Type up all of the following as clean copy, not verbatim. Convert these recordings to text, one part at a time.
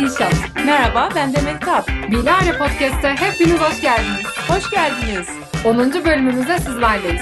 Dilşat. Merhaba, ben de Mehtap. Bilare Podcast'a hepiniz hoş geldiniz. Hoş geldiniz. 10. bölümümüzde sizlerleyiz.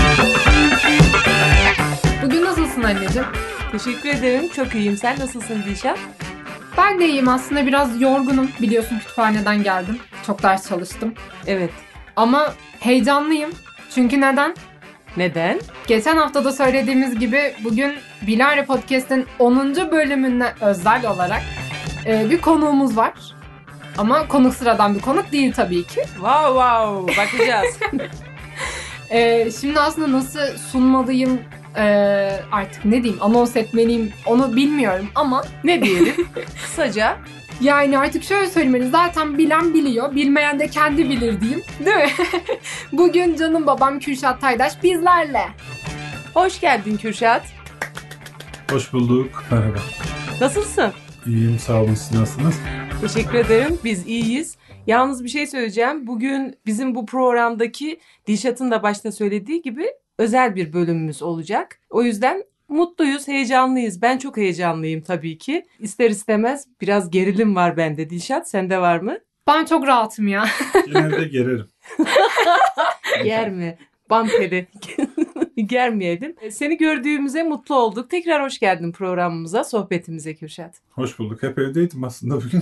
Bugün nasılsın anneciğim? Teşekkür ederim, çok iyiyim. Sen nasılsın Dilşat? Ben de iyiyim aslında, biraz yorgunum. Biliyorsun kütüphaneden geldim. Çok ders çalıştım. Evet. Ama heyecanlıyım. Çünkü neden? Neden? Geçen hafta da söylediğimiz gibi bugün Bilare Podcast'ın 10. bölümüne özel olarak bir konuğumuz var. Ama konuk sıradan bir konuk değil tabii ki. Wow, bakacağız. Şimdi aslında nasıl sunmalıyım, artık ne diyeyim, anons etmeliyim onu bilmiyorum ama Ne diyelim? Kısaca. yani artık şöyle söylemeli, zaten bilen biliyor, bilmeyen de kendi bilir diyeyim, değil mi? Bugün canım babam Kürşat Taydaş bizlerle. Hoş geldin Kürşat. Hoş bulduk. Merhaba. Nasılsın? İyiyim, sağ olun. Siz nasılsınız? Teşekkür ederim, biz iyiyiz. Yalnız bir şey söyleyeceğim. Bugün bizim bu programdaki Dilşat'ın da başta söylediği gibi özel bir bölümümüz olacak. O yüzden mutluyuz, heyecanlıyız. Ben çok heyecanlıyım tabii ki. İster istemez biraz gerilim var bende Dilşat. Sende var mı? Ben çok rahatım ya. Genelde gererim. Germe. Bamperi. Germeyelim. Seni gördüğümüze mutlu olduk. Tekrar hoş geldin programımıza, sohbetimize Kürşat. Hoş bulduk. Hep evdeydim aslında bugün.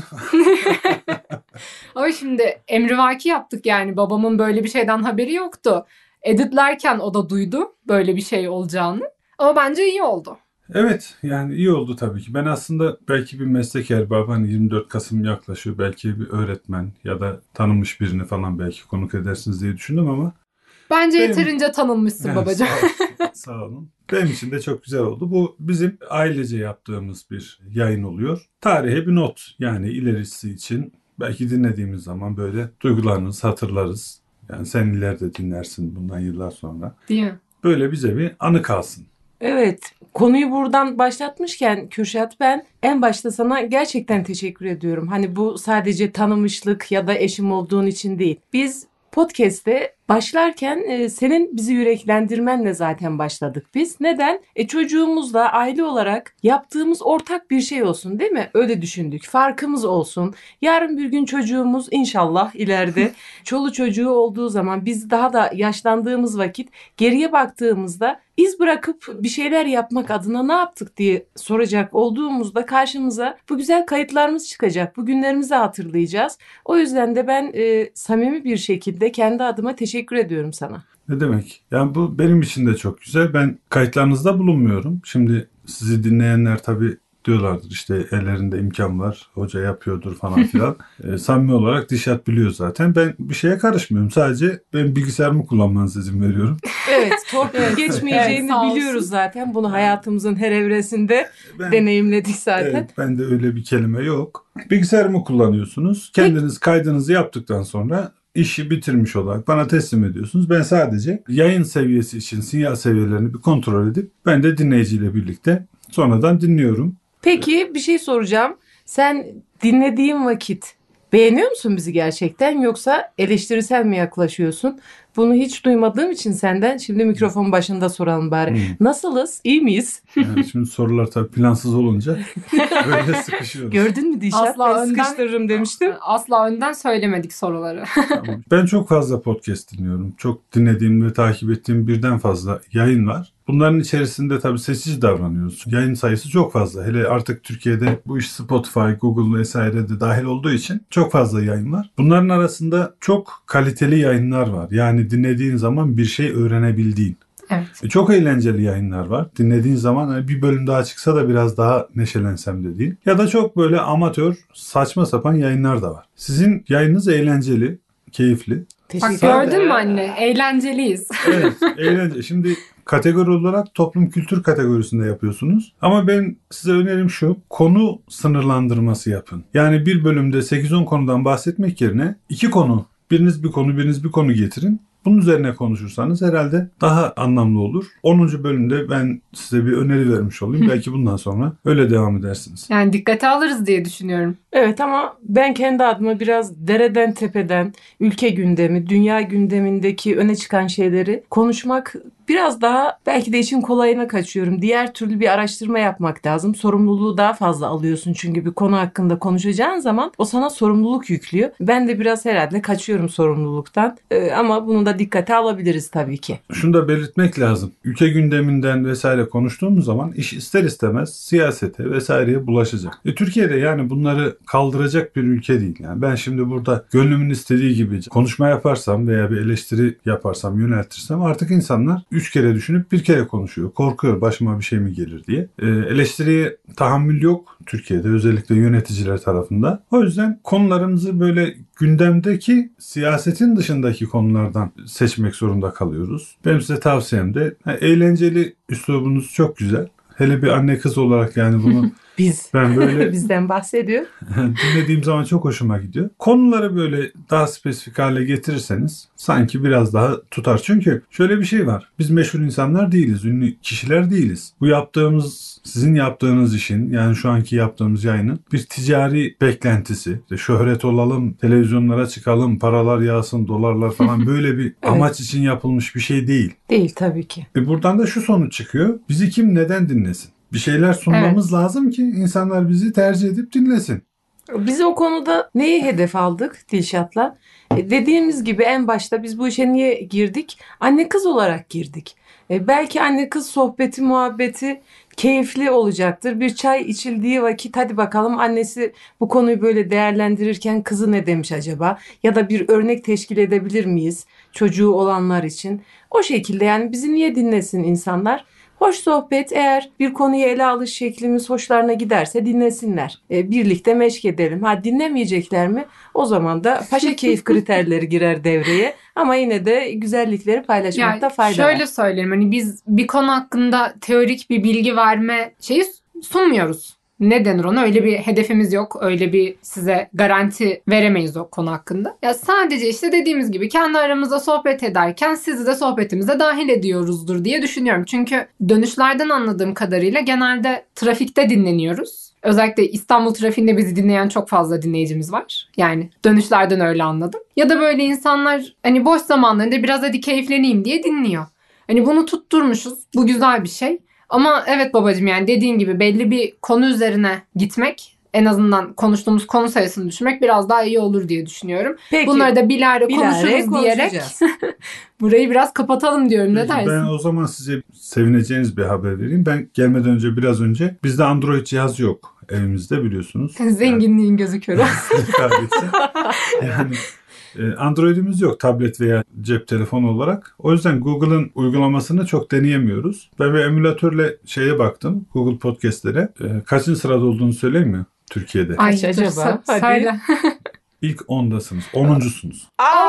Ama şimdi emrivaki yaptık, yani babamın böyle bir şeyden haberi yoktu. Editlerken o da duydu böyle bir şey olacağını. Ama bence iyi oldu. Evet, yani iyi oldu tabii ki. Ben aslında belki bir meslek erbabı, hani 24 Kasım yaklaşıyor. Belki bir öğretmen ya da tanınmış birini falan belki konuk edersiniz diye düşündüm ama. Bence yeterince tanınmışsın Yani babacığım. Sağ olun. Benim için de çok güzel oldu. Bu bizim ailece yaptığımız bir yayın oluyor. Tarihe bir not. Yani ilerisi için belki dinlediğimiz zaman böyle duygularınızı hatırlarız. Yani sen ileride dinlersin bundan yıllar sonra. Değil mi? Böyle bize bir anı kalsın. Evet, konuyu buradan başlatmışken Kürşat, ben en başta sana gerçekten teşekkür ediyorum. Hani bu sadece tanımışlık ya da eşim olduğun için değil. Biz podcast'te başlarken senin bizi yüreklendirmenle zaten başladık biz. Neden? Çocuğumuzla aile olarak yaptığımız ortak bir şey olsun, değil mi? Öyle düşündük. Farkımız olsun. Yarın bir gün çocuğumuz inşallah ileride çoluk çocuğu olduğu zaman, biz daha da yaşlandığımız vakit geriye baktığımızda iz bırakıp bir şeyler yapmak adına ne yaptık diye soracak olduğumuzda karşımıza bu güzel kayıtlarımız çıkacak. Bu günlerimizi hatırlayacağız. O yüzden de ben samimi bir şekilde kendi adıma teşekkür ediyorum sana. Ne demek? Yani bu benim için de çok güzel. Ben kayıtlarınızda bulunmuyorum. Şimdi sizi dinleyenler tabii diyorlardır işte ellerinde imkan var, hoca yapıyordur falan filan. Samimi olarak Dilşat biliyor zaten. Ben bir şeye karışmıyorum. Sadece ben bilgisayarımı kullanmanıza izin veriyorum. Evet, torpil geçmeyeceğini Evet, sağ olsun. biliyoruz zaten. Bunu hayatımızın her evresinde deneyimledik zaten. Evet, bende öyle bir kelime yok. Bilgisayarımı kullanıyorsunuz. Kendiniz kaydınızı yaptıktan sonra işi bitirmiş olarak bana teslim ediyorsunuz. Ben sadece yayın seviyesi için sinyal seviyelerini bir kontrol edip ben de dinleyiciyle birlikte sonradan dinliyorum. Peki bir şey soracağım. Sen dinlediğin vakit beğeniyor musun bizi gerçekten, yoksa eleştirisel mi yaklaşıyorsun? Bunu hiç duymadığım için senden şimdi mikrofon başında soralım bari. Nasılız? İyi miyiz? Yani şimdi sorular tabii plansız olunca böyle sıkışıyoruz. Gördün mü Dilşat? Asla Ben önden- sıkıştırırım demiştim. Asla önden söylemedik soruları. Tamam. Ben çok fazla podcast dinliyorum. Çok dinlediğim ve takip ettiğim birden fazla yayın var. Bunların içerisinde tabii seçici davranıyoruz. Yayın sayısı çok fazla. Hele artık Türkiye'de bu iş Spotify, Google vesaire de dahil olduğu için çok fazla yayın var. Bunların arasında çok kaliteli yayınlar var. Yani dinlediğin zaman bir şey öğrenebildiğin. Evet. Çok eğlenceli yayınlar var. Dinlediğin zaman hani bir bölüm daha çıksa da biraz daha neşelensem de değil. Ya da çok böyle amatör, saçma sapan yayınlar da var. Sizin yayınınız eğlenceli, keyifli. Bak Teşekkür gördün ederim. mü anne? Eğlenceliyiz. Evet, eğlenceli. Şimdi kategori olarak toplum kültür kategorisinde yapıyorsunuz. Ama ben size önerim şu, konu sınırlandırması yapın. Yani bir bölümde 8-10 konudan bahsetmek yerine 2 konu, biriniz bir konu, biriniz bir konu getirin. Bunun üzerine konuşursanız herhalde daha anlamlı olur. 10. bölümde ben size bir öneri vermiş olayım. Belki bundan sonra öyle devam edersiniz. Yani dikkate alırız diye düşünüyorum. Evet, ama ben kendi adıma biraz dereden tepeden ülke gündemi, dünya gündemindeki öne çıkan şeyleri konuşmak biraz daha belki de işin kolayına kaçıyorum. Diğer türlü bir araştırma yapmak lazım. Sorumluluğu daha fazla alıyorsun çünkü bir konu hakkında konuşacağın zaman o sana sorumluluk yüklüyor. Ben de biraz herhalde kaçıyorum sorumluluktan. Ama bunu da dikkate alabiliriz tabii ki. Şunu da belirtmek lazım. Ülke gündeminden vesaire konuştuğumuz zaman iş ister istemez siyasete vesaireye bulaşacak. Türkiye'de yani bunları kaldıracak bir ülke değil. Yani ben şimdi burada gönlümün istediği gibi konuşma yaparsam veya bir eleştiri yaparsam, yöneltirsem artık insanlar 3 kere düşünüp 1 kere konuşuyor. Korkuyor başıma bir şey mi gelir diye. Eleştiriye tahammül yok Türkiye'de, özellikle yöneticiler tarafında. O yüzden konularımızı böyle gündemdeki siyasetin dışındaki konulardan seçmek zorunda kalıyoruz. Benim size tavsiyem de eğlenceli, üslubunuz çok güzel. Hele bir anne kız olarak yani bunu ben böyle bizden bahsediyor. dinlediğim zaman çok hoşuma gidiyor. Konuları böyle daha spesifik hale getirirseniz sanki biraz daha tutar. Çünkü şöyle bir şey var. Biz meşhur insanlar değiliz, ünlü kişiler değiliz. Bu yaptığımız, sizin yaptığınız işin, yani şu anki yaptığımız yayının bir ticari beklentisi. İşte şöhret olalım, televizyonlara çıkalım, paralar yağsın, dolarlar falan böyle bir Evet. amaç için yapılmış bir şey değil. Değil tabii ki. Buradan da şu sonuç çıkıyor. Bizi kim neden dinlesin? Bir şeyler sunmamız lazım ki insanlar bizi tercih edip dinlesin. Biz o konuda neyi hedef aldık Dilşat'la? Dediğimiz gibi en başta biz bu işe niye girdik? Anne kız olarak girdik. Belki anne kız sohbeti, muhabbeti keyifli olacaktır. Bir çay içildiği vakit hadi bakalım annesi bu konuyu böyle değerlendirirken kızı ne demiş acaba? Ya da bir örnek teşkil edebilir miyiz çocuğu olanlar için? O şekilde yani bizi niye dinlesin insanlar? Hoş sohbet, eğer bir konuyu ele alış şeklimiz hoşlarına giderse dinlesinler. Birlikte meşk edelim. Ha, dinlemeyecekler mi? O zaman da paşa keyif kriterleri girer devreye. Ama yine de güzellikleri paylaşmakta fayda var. Şöyle söyleyeyim, hani biz bir konu hakkında teorik bir bilgi verme şeyi sunmuyoruz. Ne denir ona? Öyle bir hedefimiz yok. Öyle bir size garanti veremeyiz o konu hakkında. Ya sadece işte dediğimiz gibi kendi aramızda sohbet ederken sizi de sohbetimize dahil ediyoruzdur diye düşünüyorum. Çünkü dönüşlerden anladığım kadarıyla genelde trafikte dinleniyoruz. Özellikle İstanbul trafiğinde bizi dinleyen çok fazla dinleyicimiz var. Yani dönüşlerden öyle anladım. Ya da böyle insanlar hani boş zamanlarında biraz hadi keyifleneyim diye dinliyor. Hani bunu tutturmuşuz. Bu güzel bir şey. Ama evet babacığım, yani dediğin gibi belli bir konu üzerine gitmek, en azından konuştuğumuz konu sayısını düşürmek biraz daha iyi olur diye düşünüyorum. Peki, bunları da bilahare konuşuruz diyerek burayı biraz kapatalım diyorum. Ne dersin? Ben o zaman size sevineceğiniz bir haber vereyim. Ben gelmeden önce biraz önce bizde Android cihaz yok evimizde, biliyorsunuz. Zenginliğin gözü kör olsun. Yani Android'imiz yok, tablet veya cep telefonu olarak. O yüzden Google'ın uygulamasını çok deneyemiyoruz. Ben bir emülatörle şeye baktım, Google Podcast'lere. Kaçıncı sırada olduğunu söyleyeyim mi Türkiye'de? Kaç acaba? Söyle. İlk 10'dasınız, 10'uncusunuz.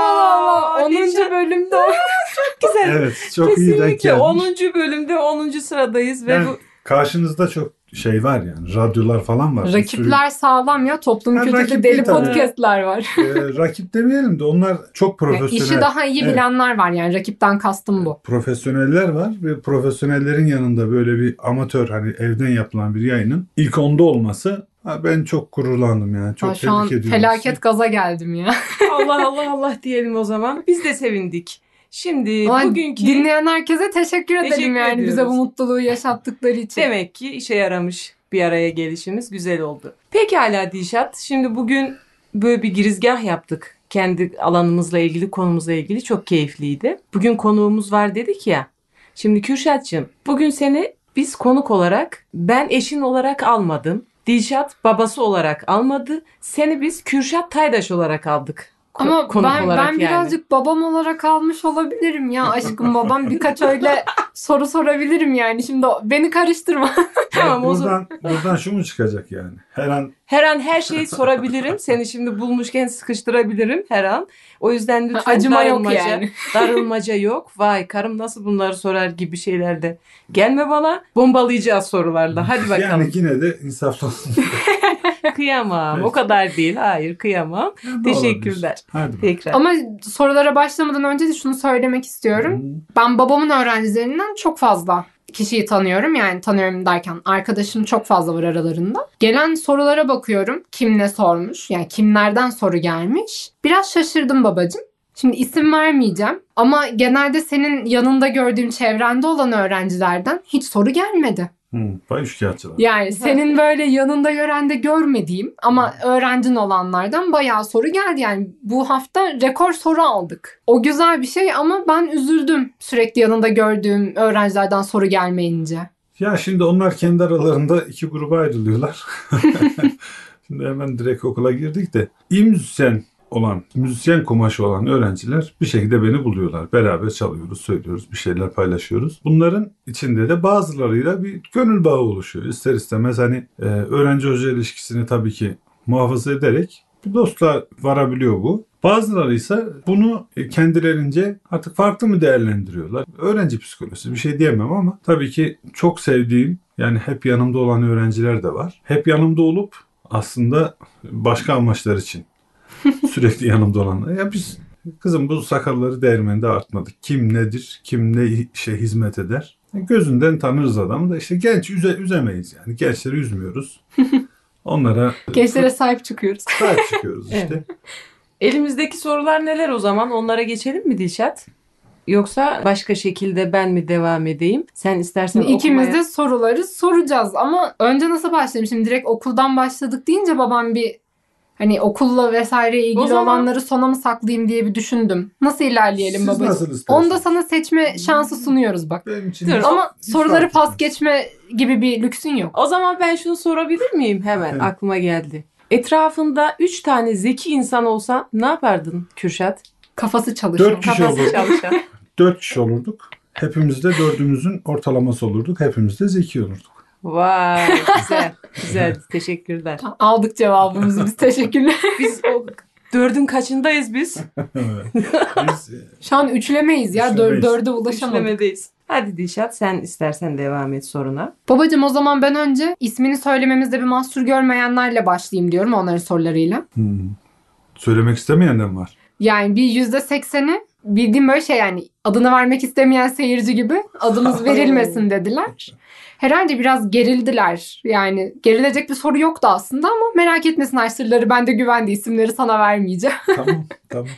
Aa, 10. bölümde o. Çok güzel. Evet, çok iyi denk Kesinlikle gelmiş. 10. bölümde 10. sıradayız ve Yani bu karşınızda çok şey var yani, radyolar falan var. Rakipler sağlam ya. Toplum kültürde rakip deli değil tabii. podcastler var. Rakip demeyelim de onlar çok profesyonel. İşi daha iyi Evet. bilenler var, yani rakipten kastım bu. Profesyoneller var ve profesyonellerin yanında böyle bir amatör, hani evden yapılan bir yayının ilk 10'da olması, ben çok gururlandım yani. Çok Şu an tebrik ediyorum felaket sizi. gaza geldim ya. Allah Allah Allah diyelim o zaman. Biz de sevindik. Şimdi Ama bugünkü dinleyen herkese teşekkür edelim Teşekkür yani bize ediyoruz. bu mutluluğu yaşattıkları için. demek ki işe yaramış, bir araya gelişimiz güzel oldu. Pekala Dilşat, şimdi bugün böyle bir girizgah yaptık. Kendi alanımızla ilgili, konumuzla ilgili çok keyifliydi. Bugün konuğumuz var dedik ya. Şimdi Kürşat'cığım, bugün seni biz konuk olarak, ben eşin olarak almadım. Dilşat babası olarak almadı. Seni biz Kürşat Taydaş olarak aldık. Ama Konuk ben olarak yani. birazcık babam olarak almış olabilirim ya aşkım babam. Birkaç öyle soru sorabilirim yani. Şimdi beni karıştırma. Tamam, o zaman Buradan şu mu çıkacak yani? Her an her an her şeyi sorabilirim. Seni şimdi bulmuşken sıkıştırabilirim her an. O yüzden lütfen Acıma yok darılmaca, yani. darılmaca yok. Vay karım nasıl bunları sorar gibi şeylerde. Gelme bana, bombalayacağız sorularla. Hadi bakalım. yani yine de insaflı olsun. Kıyamam. Evet. O kadar değil. Hayır, kıyamam. Teşekkürler. Hadi bakalım. Tekrar. Ama sorulara başlamadan önce de şunu söylemek istiyorum. Ben babamın öğrencilerinden çok fazla kişiyi tanıyorum. Yani tanıyorum derken arkadaşım çok fazla var aralarında. Gelen sorulara bakıyorum. Kim ne sormuş? Yani kimlerden soru gelmiş? Biraz şaşırdım babacığım. Şimdi isim vermeyeceğim ama genelde senin yanında gördüğüm çevrende olan öğrencilerden hiç soru gelmedi. Vay üçkağıtçılar. Yani senin böyle yanında görende görmediğim ama öğrencin olanlardan bayağı soru geldi. Yani bu hafta rekor soru aldık. O güzel bir şey ama ben üzüldüm sürekli yanında gördüğüm öğrencilerden soru gelmeyince. Ya şimdi onlar kendi aralarında iki gruba ayrılıyorlar. Şimdi hemen direkt okula girdik de. İyi müzisyen kumaşı olan öğrenciler bir şekilde beni buluyorlar. Beraber çalıyoruz, söylüyoruz, bir şeyler paylaşıyoruz. Bunların içinde de bazılarıyla bir gönül bağı oluşuyor. İster istemez hani öğrenci hoca ilişkisini tabii ki muhafaza ederek bir dostluğa varabiliyor bu. Bazıları ise bunu kendilerince artık farklı mı değerlendiriyorlar? Öğrenci psikolojisi bir şey diyemem ama tabii ki çok sevdiğim, yani hep yanımda olan öğrenciler de var. Hep yanımda olup aslında başka amaçlar için sürekli yanımda olanlar. Ya biz kızım bu sakalları değirmende artmadık. Kim nedir, kim ne işe hizmet eder? Gözünden tanırız adamı da işte genç üzemeyiz yani. Gençleri üzmüyoruz. Onlara Gençlere sahip çıkıyoruz. sahip çıkıyoruz işte. Evet. Elimizdeki sorular neler o zaman? Onlara geçelim mi Dilşat? Yoksa başka şekilde ben mi devam edeyim? Sen istersen Şimdi ikimiz okumaya... de soruları soracağız ama önce nasıl başlayayım? Şimdi direkt okuldan başladık deyince babam bir hani okulla vesaire ilgili O zaman- olanları sona mı saklayayım diye bir düşündüm. Nasıl ilerleyelim Siz babacığım? nasıl isterseniz. Onu da sana seçme şansı sunuyoruz bak. Benim için Dur, hiç- Ama hiç soruları fark pas etmez. geçme gibi bir lüksün yok. O zaman ben şunu sorabilir miyim hemen? Evet. Aklıma geldi. Etrafında 3 tane zeki insan olsa ne yapardın Kürşat? Kafası çalışıyor. 4 kişi Kafası olur. çalışan. 4 kişi olurduk. Hepimiz de dördümüzün ortalaması olurduk. Hepimiz de zeki olurduk. Vay güzel. Güzel. Teşekkürler. Aldık cevabımızı biz, teşekkürler. Biz o 4'ün kaçındayız biz? Biz Şu an üçlemeyiz ya. Üçlemeyiz. Dörde ulaşamadık. İşlemedeyiz. Hadi Dilşat sen istersen devam et soruna. Babacığım o zaman ben önce ismini söylememizde bir mahsur görmeyenlerle başlayayım diyorum, onların sorularıyla. söylemek istemeyenler var. Yani bir %80'i bildiğim böyle şey, yani adını vermek istemeyen seyirci gibi adımız verilmesin dediler. Herhalde biraz gerildiler. Yani gerilecek bir soru yoktu aslında ama merak etmesinler sırları. Ben de güvende, isimleri sana vermeyeceğim. Tamam.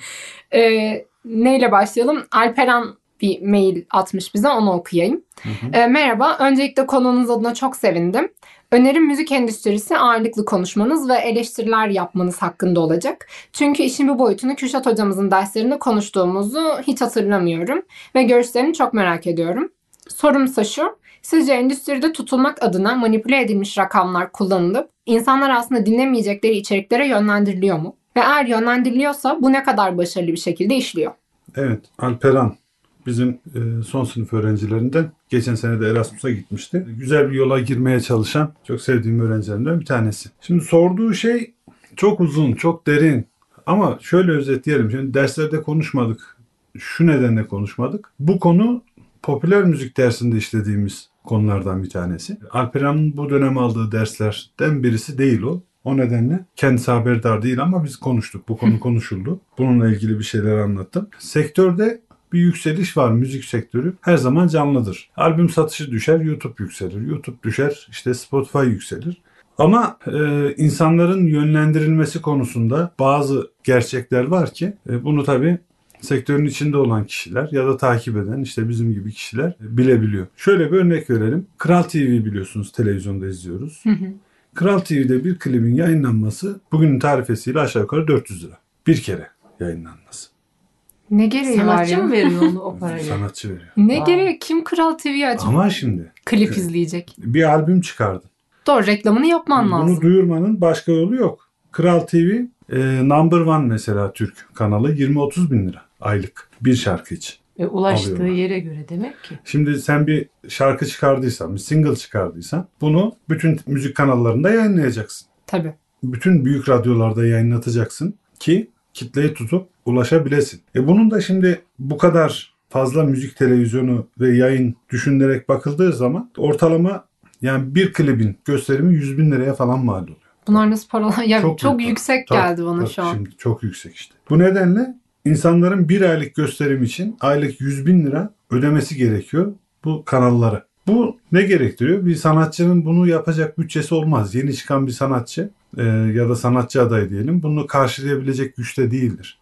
Neyle başlayalım? Alperen bir mail atmış bize, onu okuyayım. Merhaba, öncelikle konuğunuz adına çok sevindim. Önerim müzik endüstrisi ağırlıklı konuşmanız ve eleştiriler yapmanız hakkında olacak. Çünkü işin bu boyutunu Kürşat hocamızın derslerinde konuştuğumuzu hiç hatırlamıyorum ve görüşlerini çok merak ediyorum. Sorumsa şu, sizce endüstride tutulmak adına manipüle edilmiş rakamlar kullanılıp insanlar aslında dinlemeyecekleri içeriklere yönlendiriliyor mu? Ve eğer yönlendiriliyorsa bu ne kadar başarılı bir şekilde işliyor? Evet, Alperen bizim son sınıf öğrencilerinden. Geçen sene de Erasmus'a gitmişti. Güzel bir yola girmeye çalışan çok sevdiğim öğrencilerimden bir tanesi. Şimdi sorduğu şey çok uzun, çok derin. Ama şöyle özetleyelim. Şimdi derslerde konuşmadık. Şu nedenle konuşmadık. Bu konu popüler müzik dersinde işlediğimiz konulardan bir tanesi. Alperen'in bu dönem aldığı derslerden birisi değil o. O nedenle kendisi haberdar değil ama biz konuştuk. Bu konu konuşuldu. Bununla ilgili bir şeyler anlattım. Sektörde bir yükseliş var. Müzik sektörü her zaman canlıdır. Albüm satışı düşer, YouTube yükselir. YouTube düşer, işte Spotify yükselir. Ama insanların yönlendirilmesi konusunda bazı gerçekler var ki bunu tabii sektörün içinde olan kişiler ya da takip eden işte bizim gibi kişiler bilebiliyor. Şöyle bir örnek verelim. Kral TV biliyorsunuz, televizyonda izliyoruz. Kral TV'de bir klibin yayınlanması bugünün tarifesiyle aşağı yukarı 400 lira. Bir kere yayınlanması. Ne gereği var Sanatçı ya? mı veriyor onu o parayı? Sanatçı veriyor. Ne Aa. gereği? Kim Kral TV'yi açıp Ama şimdi klip izleyecek? bir albüm çıkardın. Doğru, reklamını yapman lazım. Bunu duyurmanın başka yolu yok. Kral TV Number One mesela Türk kanalı 20-30 bin lira aylık bir şarkı için. Ulaştığı Alıyorlar. yere göre demek ki. Şimdi sen bir şarkı çıkardıysan, bir single çıkardıysan bunu bütün müzik kanallarında yayınlayacaksın. Tabii. Bütün büyük radyolarda yayınlatacaksın ki kitleyi tutup ulaşabilesin. Bunun da şimdi bu kadar fazla müzik televizyonu ve yayın düşünülerek bakıldığı zaman ortalama yani bir klibin gösterimi 100 bin liraya falan mal oluyor. Bunlar nasıl paralar? Ya çok büyük. yüksek Tabii, geldi bana tabii. şu an. Şimdi çok yüksek işte. Bu nedenle insanların bir aylık gösterim için aylık 100 bin lira ödemesi gerekiyor bu kanallara. Bu ne gerektiriyor? Bir sanatçının bunu yapacak bütçesi olmaz. Yeni çıkan bir sanatçı ya da sanatçı adayı diyelim bunu karşılayabilecek güçte değildir.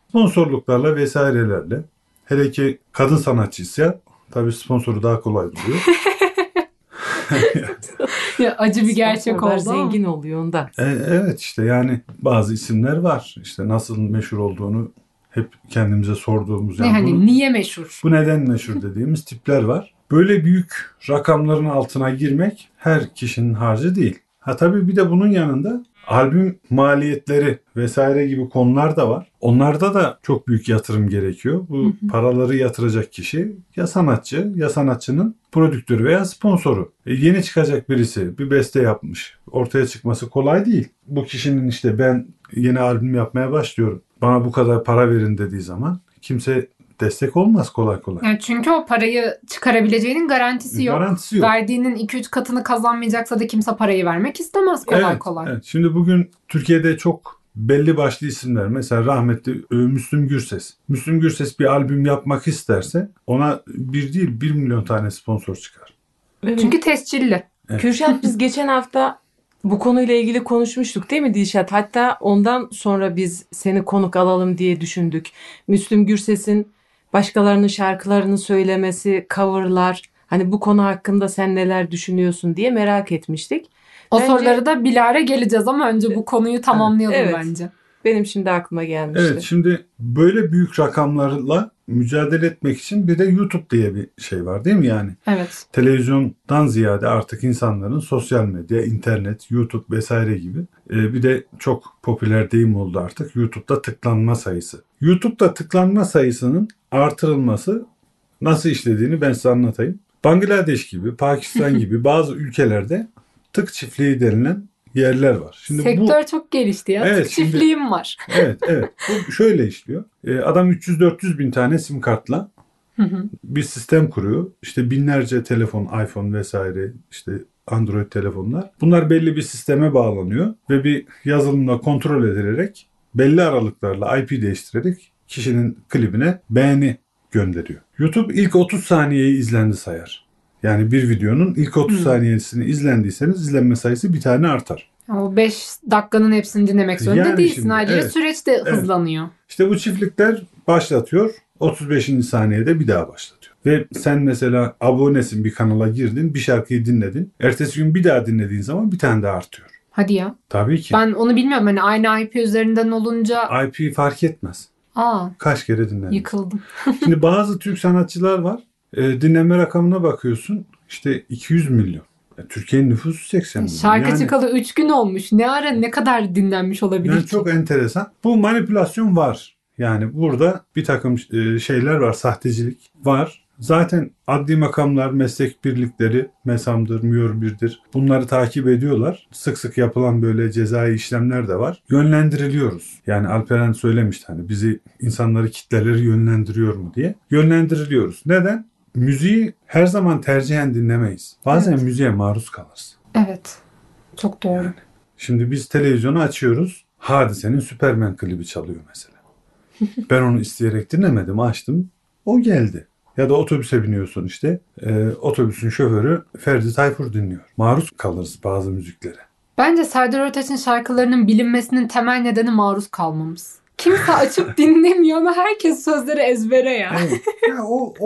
Sponsorluklarla vesairelerle. Hele ki kadın sanatçıysa tabii sponsoru daha kolay buluyor. Ya, acı bir gerçek Sponsorlar oldu ama. zengin oluyor ondan. Evet işte yani bazı isimler var. İşte nasıl meşhur olduğunu hep kendimize sorduğumuz. Ne Yani hani niye meşhur? bu neden meşhur dediğimiz tipler var. Böyle büyük rakamların altına girmek her kişinin harcı değil. Ha tabii bir de bunun yanında albüm maliyetleri vesaire gibi konular da var. Onlarda da çok büyük yatırım gerekiyor. Bu paraları yatıracak kişi ya sanatçı ya sanatçının prodüktörü veya sponsoru. Yeni çıkacak birisi bir beste yapmış. Ortaya çıkması kolay değil. Bu kişinin işte ben yeni albüm yapmaya başlıyorum, bana bu kadar para verin dediği zaman kimse destek olmaz kolay kolay. Yani çünkü o parayı çıkarabileceğinin garantisi yok. Garantisi yok. Verdiğinin 2-3 katını kazanmayacaksa da kimse parayı vermek istemez kolay kolay. Evet. Şimdi bugün Türkiye'de çok belli başlı isimler, mesela rahmetli Müslüm Gürses. Müslüm Gürses bir albüm yapmak isterse ona bir değil 1 milyon tane sponsor çıkar. Evet. Çünkü tescilli. Evet. Kürşat, biz geçen hafta bu konuyla ilgili konuşmuştuk değil mi Dilşat? Hatta ondan sonra biz seni konuk alalım diye düşündük. Müslüm Gürses'in başkalarının şarkılarını söylemesi, coverlar, hani bu konu hakkında sen neler düşünüyorsun diye merak etmiştik. O Bence- soruları da bilahare geleceğiz ama önce bu konuyu tamamlayalım Evet. bence. Benim şimdi aklıma gelmişti. Evet, şimdi böyle büyük rakamlarla mücadele etmek için bir de YouTube diye bir şey var değil mi yani? Evet. Televizyondan ziyade artık insanların sosyal medya, internet, YouTube vesaire gibi bir de çok popüler deyim oldu artık. YouTube'da tıklanma sayısı. YouTube'da tıklanma sayısının artırılması nasıl işlediğini ben size anlatayım. Bangladeş gibi, Pakistan gibi bazı ülkelerde tık çiftliği denilen yerler var. Şimdi Sektör çok gelişti ya. Evet, Tık çiftliğim var. Evet. Bu şöyle işliyor. Adam 300-400 bin tane sim kartla bir sistem kuruyor. İşte binlerce telefon, iPhone vesaire, işte Android telefonlar. Bunlar belli bir sisteme bağlanıyor ve bir yazılımla kontrol edilerek belli aralıklarla IP değiştirerek kişinin klibine beğeni gönderiyor. YouTube ilk 30 saniyeyi izlendi sayar. Yani bir videonun ilk 30 saniyesini izlendiyseniz izlenme sayısı bir tane artar. O 5 dakikanın hepsini dinlemek zorunda Yani değilsin. şimdi, Ayrıca evet. süreç de hızlanıyor. İşte bu çiftlikler başlatıyor. 35. saniyede bir daha başlatıyor. Ve sen mesela abonesin, bir kanala girdin, bir şarkıyı dinledin. Ertesi gün bir daha dinlediğin zaman bir tane daha artıyor. Hadi ya. Tabii ki. Ben onu bilmiyorum. Hani aynı IP üzerinden olunca IP fark etmez. Kaç kere dinledin. Yıkıldım. Şimdi bazı Türk sanatçılar var. Dinleme rakamına bakıyorsun. İşte 200 milyon. Türkiye'nin nüfusu 80 milyon. Şarkı çıkalı 3 gün olmuş. Ne ara ne kadar dinlenmiş olabilir Yani ki? çok enteresan. Bu manipülasyon var. Yani burada bir takım şeyler var. Sahtecilik var. Zaten adli makamlar, meslek birlikleri, MESAM'dır, MÜOR1'dir. Bunları takip ediyorlar. Sık sık yapılan böyle cezai işlemler de var. Yönlendiriliyoruz. Yani Alperen söylemişti hani bizi, insanları, kitleleri yönlendiriyor mu diye. Yönlendiriliyoruz. Neden? Müziği her zaman tercihen dinlemeyiz. Bazen müziğe maruz kalırız. Evet. Çok doğru. Şimdi biz televizyonu açıyoruz. Hadise'nin Superman klibi çalıyor mesela. Ben onu isteyerek dinlemedim. Açtım. O geldi. Ya da otobüse biniyorsun işte. Otobüsün şoförü Ferdi Tayfur dinliyor. Maruz kalırız bazı müziklere. Bence Serdar Ortaç'ın şarkılarının bilinmesinin temel nedeni maruz kalmamız. Kimse açıp dinlemiyor ama herkes sözleri ezbere ya. Evet. Ya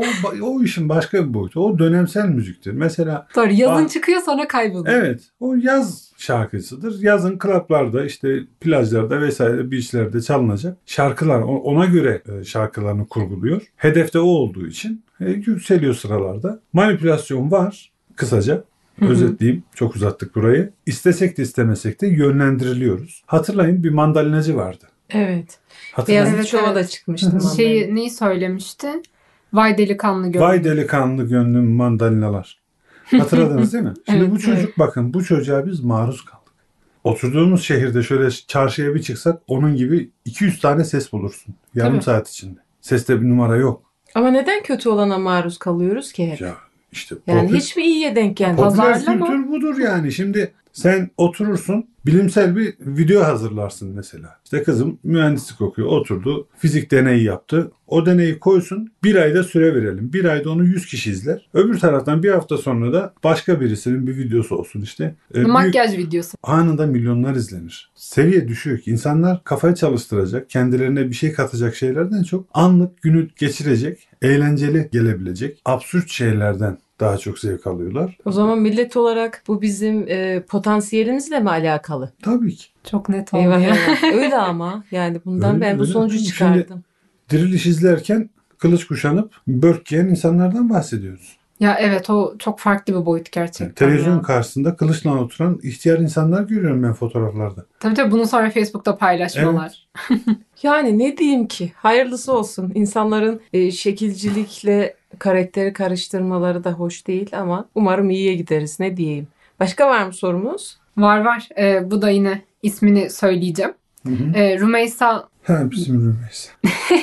o işin başka bir boyutu. O dönemsel müziktir. Mesela Doğru. Yazın çıkıyor sonra kayboluyor. evet, o yaz şarkısıdır. Yazın klaplarda, işte plajlarda vesaire beachlerde çalınacak şarkılar. Ona göre şarkılarını kurguluyor. Hedefte o olduğu için yükseliyor sıralarda. Manipülasyon var. Kısaca özetleyeyim. Çok uzattık burayı. İstesek de istemesek de yönlendiriliyoruz. Hatırlayın, bir mandalinacı vardı. Evet. Hatırlayın. Beyaz Evet, Şov'a evet. da çıkmıştım. Neyi söylemişti? Vay delikanlı gönlüm. Vay delikanlı gönlüm mandalinalar. Hatırladınız değil mi? Şimdi Evet, bu çocuk, bakın bu çocuğa biz maruz kaldık. Oturduğumuz şehirde şöyle çarşıya bir çıksak onun gibi 200 tane ses bulursun. Yarım Tabii. saat içinde. Seste bir numara yok. Ama neden kötü olana maruz kalıyoruz ki hep? Ya işte Yani hiçbir iyiye denk gelmedi. Pazar- popüler Pazarlama. kültür budur yani. Şimdi Sen oturursun, bilimsel bir video hazırlarsın mesela. İşte kızım mühendislik okuyor, oturdu, fizik deneyi yaptı. O deneyi koysun, bir ayda süre verelim. Bir ayda onu 100 kişi izler. Öbür taraftan bir hafta sonra da başka birisinin bir videosu olsun işte. Makyaj videosu. Anında milyonlar izlenir. Seviye düşüyor ki insanlar kafayı çalıştıracak, kendilerine bir şey katacak şeylerden çok anlık günü geçirecek, eğlenceli gelebilecek, absürt şeylerden daha çok zevk alıyorlar. O zaman millet olarak bu bizim potansiyelimizle mi alakalı? Tabii ki. Çok net oldu Eyvah ya. eyvah. Öyle ama yani bundan Öyle, ben bu öyle. sonucu Şimdi çıkardım. Diriliş izlerken kılıç kuşanıp börk giyen insanlardan bahsediyoruz. Ya evet, o çok farklı bir boyut gerçekten. Yani televizyon ya. karşısında kılıçla oturan ihtiyar insanlar görüyorum ben fotoğraflarda. Tabii bunu sonra Facebook'ta paylaşmalar. Yani ne diyeyim ki? Hayırlısı olsun. İnsanların şekilcilikle karakteri karıştırmaları da hoş değil ama umarım iyiye gideriz. Ne diyeyim? Başka var mı sorumuz? Var. Bu da yine ismini söyleyeceğim. Rümeysa, Bizim Rümeysa.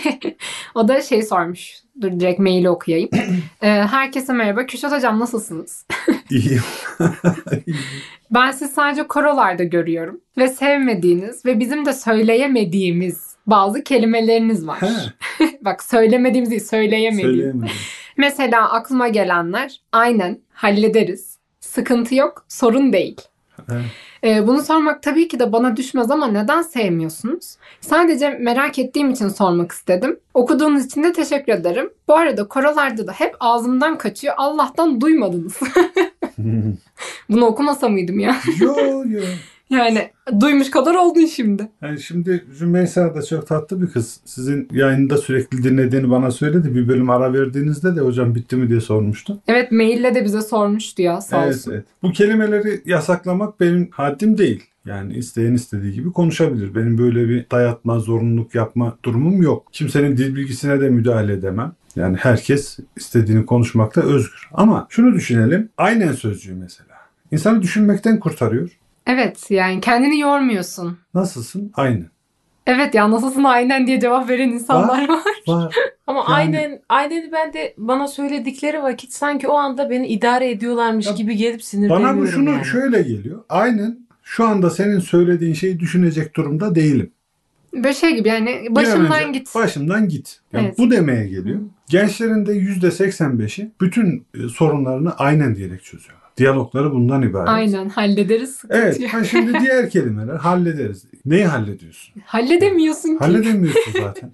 o da sormuş. Dur direkt maili okuyayım. Herkese merhaba. Kürşat Hocam nasılsınız? İyiyim. Ben sizi sadece korolarda görüyorum. Ve sevmediğiniz ve bizim de söyleyemediğimiz bazı kelimeleriniz var. Bak, söylemediğimiz değil, söyleyemediğimiz. Söyleyemedim. Mesela aklıma gelenler: aynen, hallederiz, sıkıntı yok, sorun değil. Bunu sormak tabii ki de bana düşmez ama neden sevmiyorsunuz? Sadece merak ettiğim için sormak istedim. Okuduğunuz için de teşekkür ederim. Bu arada korolarda da hep ağzımdan kaçıyor. Allah'tan duymadınız. Bunu okumasa mıydım ya? Yo. Yani duymuş kadar oldun şimdi. Yani şimdi Rümeysa da çok tatlı bir kız. Sizin yayında sürekli dinlediğini bana söyledi. Bir bölüm ara verdiğinizde de hocam bitti mi diye sormuştu. Evet, maille de bize sormuştu ya, sağ olsun. Evet. Bu kelimeleri yasaklamak benim haddim değil. Yani isteyen istediği gibi konuşabilir. Benim böyle bir dayatma, zorunluluk yapma durumum yok. Kimsenin dil bilgisine de müdahale edemem. Yani herkes istediğini konuşmakta özgür. Ama şunu düşünelim. Aynen sözcüğü mesela. İnsanı düşünmekten kurtarıyor. Evet, yani kendini yormuyorsun. Nasılsın? Aynen. Evet ya, nasılsın aynen diye cevap veren insanlar var. Var. Ama aynen ben de bana söyledikleri vakit sanki o anda beni idare ediyorlarmış Ya, gibi gelip sinirleniyorum bana bu şunu yani. şöyle geliyor. Aynen şu anda senin söylediğin şeyi düşünecek durumda değilim. Böyle gibi yani, Bir an başımdan önce git. Başımdan git. Yani Evet. bu demeye geliyor. Gençlerin de %85'i bütün sorunlarını aynen diyerek çözüyorlar. Diyalogları bundan ibaret. Aynen, hallederiz, sıkıntı Evet. yok. Şimdi diğer kelimeler hallederiz. Neyi hallediyorsun? Halledemiyorsun ki. Halledemiyorsun zaten.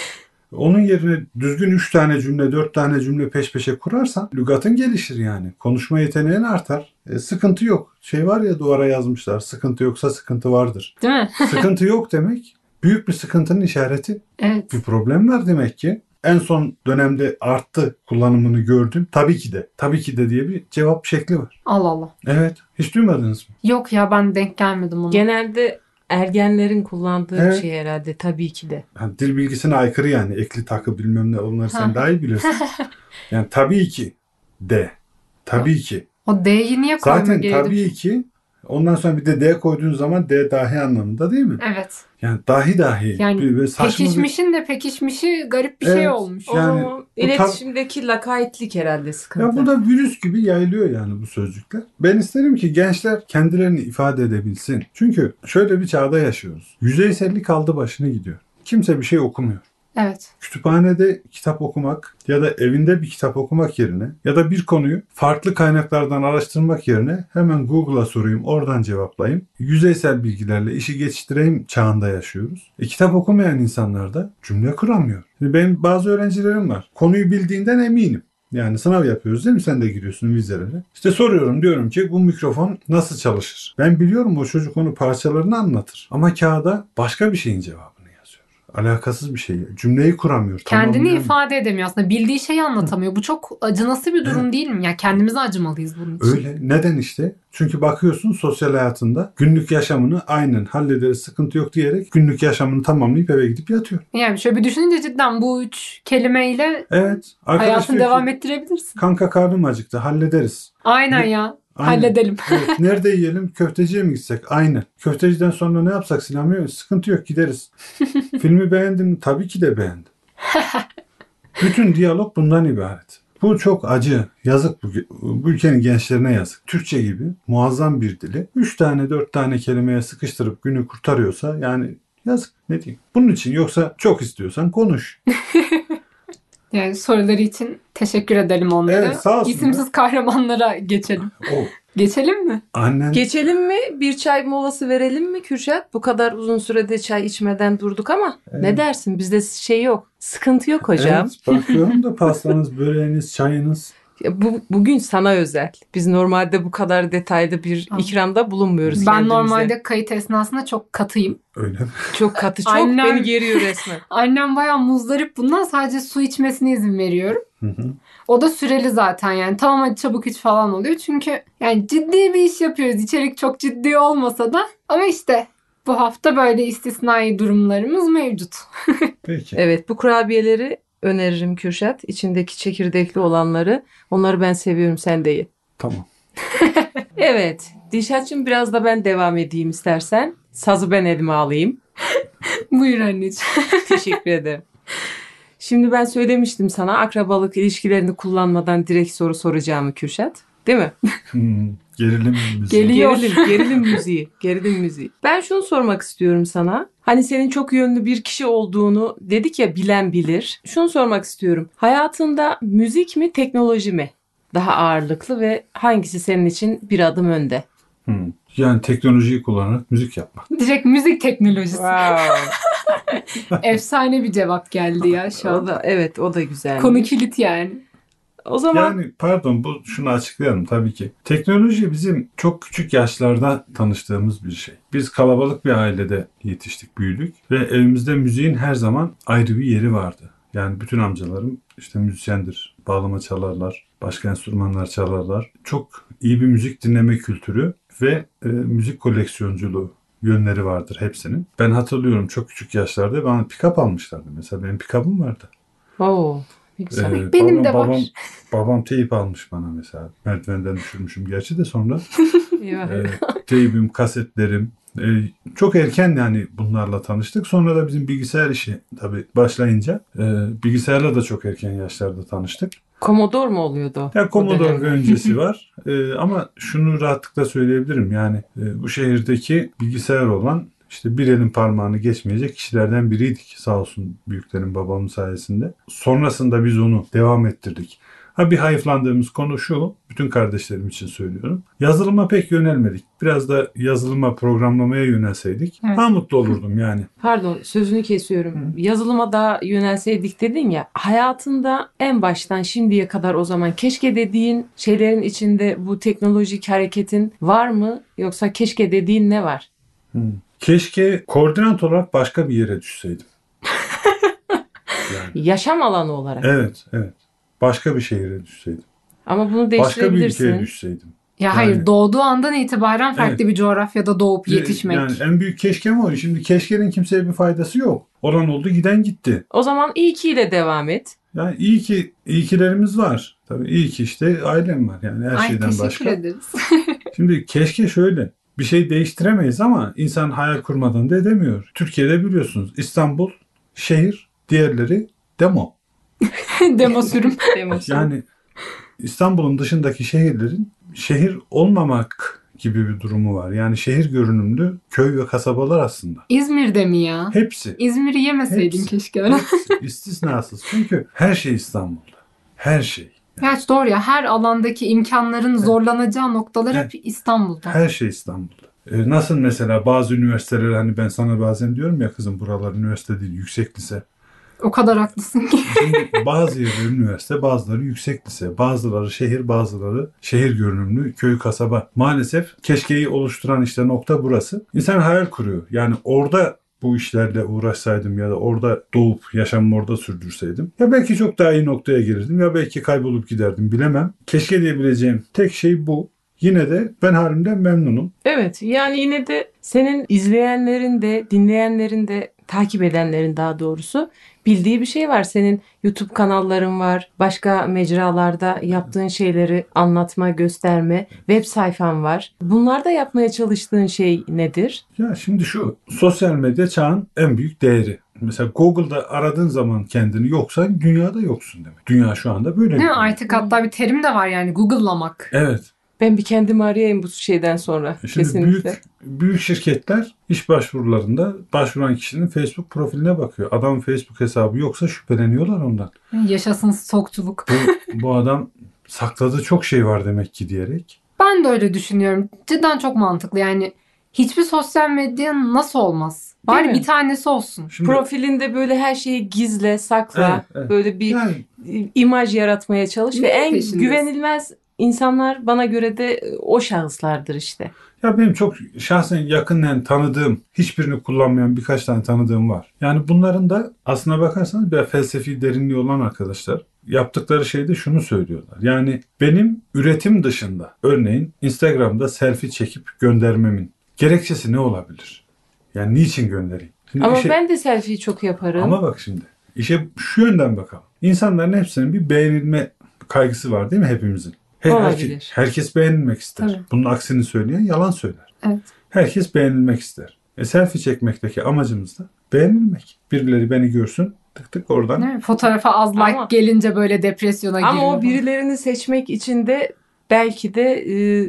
Onun yerine düzgün 3 tane cümle, 4 tane cümle peş peşe kurarsan lügatın gelişir yani. Konuşma yeteneğin artar. Sıkıntı yok. Var ya, duvara yazmışlar. Sıkıntı yoksa sıkıntı vardır. Değil mi? Sıkıntı yok demek büyük bir sıkıntının işareti. Evet. Bir problem var demek ki. En son dönemde arttı kullanımını gördüm. Tabii ki de diye bir cevap şekli var. Allah Allah. Evet. Hiç duymadınız mı? Yok ya, ben denk gelmedim ona. Genelde ergenlerin kullandığı Evet. bir şey herhalde, tabii ki de. Yani dil bilgisine aykırı yani. Ekli takı bilmem ne, onları sen Ha. daha iyi bilirsin. Yani tabii ki de. Tabii ki. O D'yi niye koyma Zaten gereği? tabii ki ondan sonra bir de D koyduğun zaman D dahi anlamında değil mi? Evet. Yani dahi. Yani bir saçma bir... pekişmişin de pekişmişi garip bir şey Evet. olmuş. O Yani zaman bu iletişimdeki lakaytlık herhalde sıkıntı. Ya bu da virüs gibi yayılıyor yani bu sözcükler. Ben isterim ki gençler kendilerini ifade edebilsin. Çünkü şöyle bir çağda yaşıyoruz. Yüzeysellik aldı başını gidiyor. Kimse bir şey okumuyor. Evet. Kütüphanede kitap okumak ya da evinde bir kitap okumak yerine ya da bir konuyu farklı kaynaklardan araştırmak yerine hemen Google'a sorayım, oradan cevaplayayım. Yüzeysel bilgilerle işi geçiştireyim çağında yaşıyoruz. Kitap okumayan insanlar da cümle kuramıyor. Şimdi benim bazı öğrencilerim var. Konuyu bildiğinden eminim. Yani sınav yapıyoruz değil mi? Sen de giriyorsun vizelere. İşte soruyorum, diyorum ki bu mikrofon nasıl çalışır? Ben biliyorum, o çocuk onu parçalarını anlatır. Ama kağıda başka bir şeyin cevabını yazıyor. Alakasız bir şey. Cümleyi kuramıyor. Kendini Tamamlayamıyor. ifade edemiyor aslında. Bildiği şeyi anlatamıyor. Bu çok acınası bir durum değil mi? Ya kendimize acımalıyız bunun için. Öyle. Neden işte? Çünkü bakıyorsun sosyal hayatında günlük yaşamını aynen hallederiz, sıkıntı yok diyerek günlük yaşamını tamamlayıp eve gidip yatıyor. Yani şöyle bir düşününce cidden bu 3 kelimeyle Evet. Arkadaş hayatını diyor ki, devam ettirebilirsin. kanka karnım acıktı, hallederiz. Aynen Ne- ya. Aynen. Halledelim. Evet. Nerede yiyelim? Köfteciye mi gitsek? Aynen. Köfteciden sonra ne yapsak Sinan'ı? Sıkıntı yok, gideriz. Filmi beğendin mi? Tabii ki de beğendim. Bütün diyalog bundan ibaret. Bu çok acı. Yazık bu ülkenin gençlerine yazık. Türkçe gibi muazzam bir dili 3 tane 4 tane kelimeye sıkıştırıp günü kurtarıyorsa yani yazık, ne diyeyim. Bunun için, yoksa çok istiyorsan konuş. Yani soruları için teşekkür edelim onlara. Evet, sağ olsun. İsimsiz kahramanlara geçelim. Oh. Geçelim mi? Annen Geçelim mi? Bir çay molası verelim mi Kürşat? Bu kadar uzun sürede çay içmeden durduk ama ne dersin? Bizde şey yok. Sıkıntı yok hocam. Evet, bakıyorum da pastanız, böreğiniz, çayınız. Ya bugün sana özel. Biz normalde bu kadar detaylı bir ikramda bulunmuyoruz Ben kendimize. normalde kayıt esnasında çok katıyım. Öyle mi? Çok katı, çok Annem- beni geriyor resmen. Annem bayağı muzdarip bundan, sadece su içmesine izin veriyorum. Hı hı. O da süreli zaten yani. Tamam hadi çabuk iç falan oluyor. Çünkü yani ciddi bir iş yapıyoruz. İçerik çok ciddi olmasa da. Ama işte bu hafta böyle istisnai durumlarımız mevcut. Peki. Evet, bu kurabiyeleri öneririm Kürşat. İçindeki çekirdekli olanları. Onları ben seviyorum, sen de ye. Tamam. Evet, Dilşat'cığım biraz da ben devam edeyim istersen. Sazı ben elime alayım. Buyur anneciğim. Teşekkür ederim. Şimdi ben söylemiştim sana akrabalık ilişkilerini kullanmadan direkt soru soracağımı Kürşat. Değil mi? Gerilim müziği. Geliyor. Gerilim müziği. Ben şunu sormak istiyorum sana. Hani senin çok yönlü bir kişi olduğunu dedik ya, bilen bilir. Şunu sormak istiyorum. Hayatında müzik mi, teknoloji mi daha ağırlıklı ve hangisi senin için bir adım önde? Yani teknolojiyi kullanarak müzik yapmak. Direkt müzik teknolojisi. Wow. Efsane bir cevap geldi ya şu O an. da, evet, o da güzel. Konu kilit yani. O zaman Yani pardon, şunu açıklayalım tabii ki. Teknoloji bizim çok küçük yaşlarda tanıştığımız bir şey. Biz kalabalık bir ailede yetiştik, büyüdük ve evimizde müziğin her zaman ayrı bir yeri vardı. Yani bütün amcalarım işte müzisyendir, bağlama çalarlar, başka enstrümanlar çalarlar. Çok iyi bir müzik dinleme kültürü ve müzik koleksiyonculuğu yönleri vardır hepsinin. Ben hatırlıyorum, çok küçük yaşlarda bana pick-up almışlardı. Mesela benim pick-up'ım vardı. ne güzel. Benim de var. Babam teyip almış bana mesela. Merdivenden düşürmüşüm gerçi de sonra. Eyvah. Teyibim, kasetlerim. Çok erken yani bunlarla tanıştık. Sonra da bizim bilgisayar işi tabii başlayınca bilgisayarla da çok erken yaşlarda tanıştık. Commodore mu oluyordu? Ya Commodore dönemde? öncesi var. Ama şunu rahatlıkla söyleyebilirim. Yani bu şehirdeki bilgisayar olan işte bir elin parmağını geçmeyecek kişilerden biriydik. Sağ olsun büyüklerin, babamın sayesinde. Sonrasında biz onu devam ettirdik. Bir hayıflandığımız konu şu, bütün kardeşlerim için söylüyorum. Yazılıma pek yönelmedik. Biraz da yazılıma, programlamaya yönelseydik Evet. daha mutlu olurdum yani. Pardon, sözünü kesiyorum. Yazılıma daha yönelseydik dedin ya. Hayatında en baştan şimdiye kadar o zaman keşke dediğin şeylerin içinde bu teknolojik hareketin var mı? Yoksa keşke dediğin ne var? Keşke koordinat olarak başka bir yere düşseydim. Yani, Yaşam alanı olarak. evet. Başka bir şehire düşseydim. Ama bunu Başka bir değiştirebilirsin. ülkeye düşseydim. Ya hayır, doğduğu andan itibaren farklı Evet. bir coğrafyada doğup yetişmek. Yani en büyük keşkem o. Şimdi keşkenin kimseye bir faydası yok. Olan oldu, giden gitti. O zaman iyi ki ile devam et. Yani iyi kilerimiz var. Tabii iyi ki işte ailem var. Yani her Ay şeyden teşekkür başka. ederiz. Şimdi keşke şöyle. Bir şey değiştiremeyiz ama insan hayal kurmadan da edemiyor. Türkiye'de biliyorsunuz İstanbul şehir, diğerleri demo. Demo sürüm. Yani İstanbul'un dışındaki şehirlerin şehir olmamak gibi bir durumu var. Yani şehir görünümlü köy ve kasabalar aslında. İzmir'de mi ya? Hepsi. İzmir'i yemeseydin Hepsi. keşke. Hepsi istisnasız. Çünkü her şey İstanbul'da. Her şey. Gerçi doğru ya, her alandaki imkanların zorlanacağı noktalar Evet. hep İstanbul'da. Her şey İstanbul'da. Nasıl mesela bazı üniversiteler, hani ben sana bazen diyorum ya kızım buralar üniversite değil, yüksek lise. O kadar haklısın ki. Şimdi bazı yerler üniversite, bazıları yüksek lise, bazıları şehir, bazıları şehir görünümlü köy kasaba. Maalesef keşkeyi oluşturan işte nokta burası. İnsan hayal kuruyor. Yani orada bu işlerle uğraşsaydım ya da orada doğup yaşamımı orada sürdürseydim, ya belki çok daha iyi noktaya gelirdim ya belki kaybolup giderdim, bilemem. Keşke diyebileceğim tek şey bu. Yine de ben halimden memnunum. Evet, yani yine de senin izleyenlerin de, dinleyenlerin de, takip edenlerin daha doğrusu bildiği bir şey var. Senin YouTube kanalların var, başka mecralarda yaptığın şeyleri anlatma, gösterme, web sayfan var. Bunlarda yapmaya çalıştığın şey nedir? Ya şimdi şu sosyal medya çağın en büyük değeri. mesela Google'da aradığın zaman kendini yoksan dünyada yoksun demek. Dünya şu anda böyle. Değil mi? Artık hatta bir terim de var yani, Google'lamak. Evet. Ben bir kendimi arayayım bu şeyden sonra. Şimdi Kesinlikle. büyük şirketler iş başvurularında başvuran kişinin Facebook profiline bakıyor. Adamın Facebook hesabı yoksa şüpheleniyorlar ondan. Yaşasın stokçuluk. Bu adam sakladığı çok şey var demek ki diyerek. Ben de öyle düşünüyorum. Cidden çok mantıklı. Yani hiçbir sosyal medya nasıl olmaz? Bari mi? bir tanesi olsun. Şimdi, Profilinde böyle her şeyi gizle, sakla. Evet. Böyle bir yani imaj yaratmaya çalış ve Neyin en peşindesin? güvenilmez insanlar bana göre de o şahıslardır işte. ya benim çok şahsen yakından tanıdığım, hiçbirini kullanmayan birkaç tane tanıdığım var. Yani bunların da aslına bakarsanız bir felsefi derinliği olan arkadaşlar. Yaptıkları şeyde şunu söylüyorlar. Yani benim üretim dışında, örneğin Instagram'da selfie çekip göndermemin gerekçesi ne olabilir? Yani niçin göndereyim? Şimdi Ama ben de selfie çok yaparım. Ama bak şimdi, işe şu yönden bakalım. İnsanların hepsinin bir beğenilme kaygısı var değil mi hepimizin? Olabilir. Herkes beğenilmek ister. Tabii. Bunun aksini söyleyen yalan söyler. Evet. Herkes beğenilmek ister. Selfie çekmekteki amacımız da beğenilmek. Birileri beni görsün, tık tık oradan. Değil mi? Fotoğrafa az like Ama- gelince böyle depresyona giriyor. Ama o birilerini seçmek için de belki de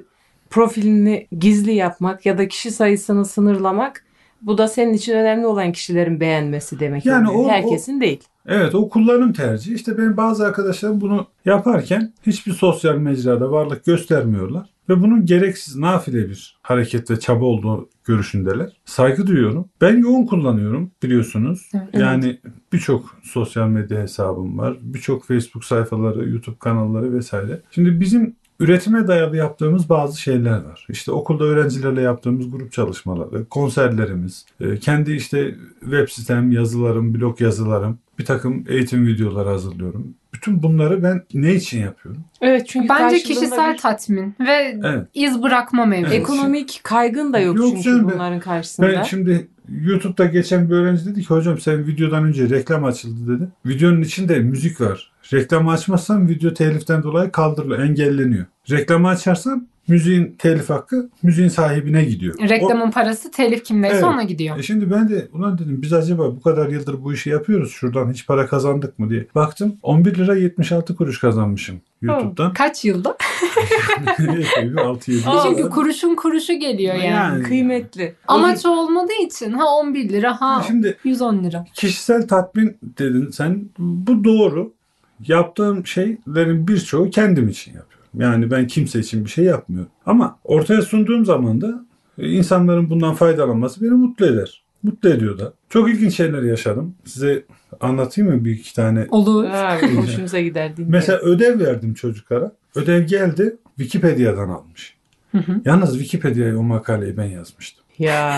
profilini gizli yapmak ya da kişi sayısını sınırlamak, bu da senin için önemli olan kişilerin beğenmesi demek. Yani oluyor. o- Herkesin değil. Evet, o kullanım tercihi. İşte benim bazı arkadaşlarım bunu yaparken hiçbir sosyal mecrada varlık göstermiyorlar. Ve bunun gereksiz, nafile bir hareket ve çaba olduğu görüşündeler. Saygı duyuyorum. Ben yoğun kullanıyorum biliyorsunuz. Evet. Yani birçok sosyal medya hesabım var. Birçok Facebook sayfaları, YouTube kanalları vesaire. Şimdi bizim üretime dayalı yaptığımız bazı şeyler var. İşte okulda öğrencilerle yaptığımız grup çalışmaları, konserlerimiz, kendi işte web sitem yazılarım, blog yazılarım, bir takım eğitim videoları hazırlıyorum. Bütün bunları ben ne için yapıyorum? Evet, çünkü Bence karşılığında kişisel bir tatmin ve Evet. iz bırakma mevzusu. Evet. ekonomik kaygın da yok, Yok çünkü canım, bunların karşısında. Ben şimdi YouTube'da geçen bir öğrenci dedi ki hocam sen videodan önce reklam açıldı dedi. Videonun içinde müzik var. Reklamı açmazsan video teliften dolayı kaldırılıyor, engelleniyor. Reklamı açarsan müziğin telif hakkı müziğin sahibine gidiyor. Reklamın parası telif kimdeyse Evet. ona gidiyor. Şimdi ben de ulan dedim biz acaba bu kadar yıldır bu işi yapıyoruz, şuradan hiç para kazandık mı diye. Baktım 11 lira 76 kuruş kazanmışım YouTube'dan. Kaç yılda? 6-7 Aa, Çünkü kuruşun kuruşu geliyor yani. Yani. Kıymetli. Amaç olmadığı için ha 11 lira ha Şimdi 110 lira. kişisel tatmin dedin sen. Bu doğru. Yaptığım şeylerin birçoğu kendim için yapıyorum. Yani ben kimse için bir şey yapmıyorum. Ama ortaya sunduğum zaman da insanların bundan faydalanması beni mutlu eder. Mutlu ediyor da. Çok ilginç şeyler yaşadım. Size anlatayım mı bir iki tane? Olur. Ha, hoşumuza gider dinleyelim. Mesela ödev verdim çocuklara. Ödev geldi. Wikipedia'dan almış. Yalnız Wikipedia'ya o makaleyi ben yazmıştım. Ya.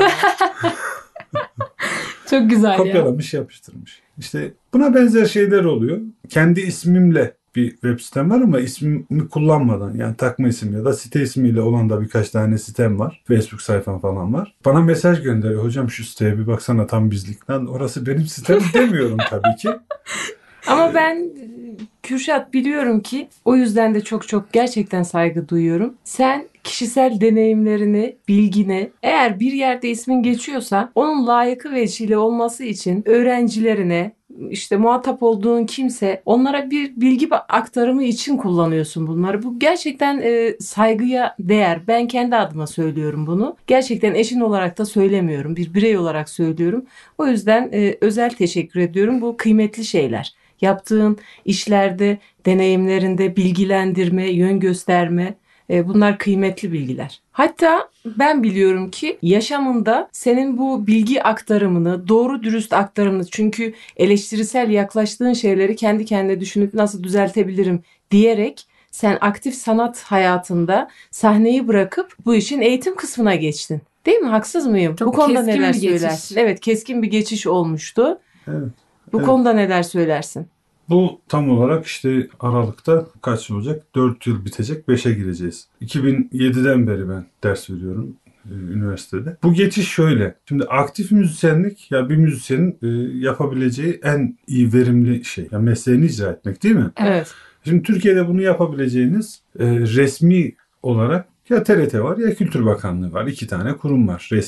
Çok güzel ya. Kopyalamış, yapıştırmış. İşte buna benzer şeyler oluyor. Kendi ismimle bir web sitem var ama ismimi kullanmadan, yani takma isim ya da site ismiyle olan da birkaç tane sitem var. Facebook sayfam falan var. Bana mesaj gönderiyor. Hocam şu siteye bir baksana, tam bizlik. Lan orası benim sitem demiyorum tabii ki. Ama ben Kürşat biliyorum ki, o yüzden de çok çok gerçekten saygı duyuyorum. Sen kişisel deneyimlerini, bilgini, eğer bir yerde ismin geçiyorsa onun layıkı vecihle olması için öğrencilerine, işte muhatap olduğun kimse, onlara bir bilgi aktarımı için kullanıyorsun bunları. Bu gerçekten saygıya değer. Ben kendi adıma söylüyorum bunu. Gerçekten eşin olarak da söylemiyorum. Bir birey olarak söylüyorum. O yüzden özel teşekkür ediyorum. Bu kıymetli şeyler. Yaptığın işlerde, deneyimlerinde bilgilendirme, yön gösterme, bunlar kıymetli bilgiler. Hatta ben biliyorum ki yaşamında senin bu bilgi aktarımını, doğru dürüst aktarımını, çünkü eleştirisel yaklaştığın şeyleri kendi kendine düşünüp nasıl düzeltebilirim diyerek sen aktif sanat hayatında sahneyi bırakıp bu işin eğitim kısmına geçtin. Değil mi? Haksız mıyım? Çok bu konuda keskin neler bir geçiş. söylersin? Evet, keskin bir geçiş olmuştu. Evet. Bu Evet. konuda neler söylersin? Bu tam olarak işte Aralık'ta kaç olacak? 4 yıl bitecek, 5'e gireceğiz. 2007'den beri ben ders veriyorum üniversitede. Bu geçiş şöyle. Şimdi aktif müzisyenlik, ya bir müzisyenin yapabileceği en iyi, verimli şey. Ya mesleğini icra etmek, değil mi? Evet. Şimdi Türkiye'de bunu yapabileceğiniz resmi olarak ya TRT var ya Kültür Bakanlığı var. 2 tane kurum var resmi.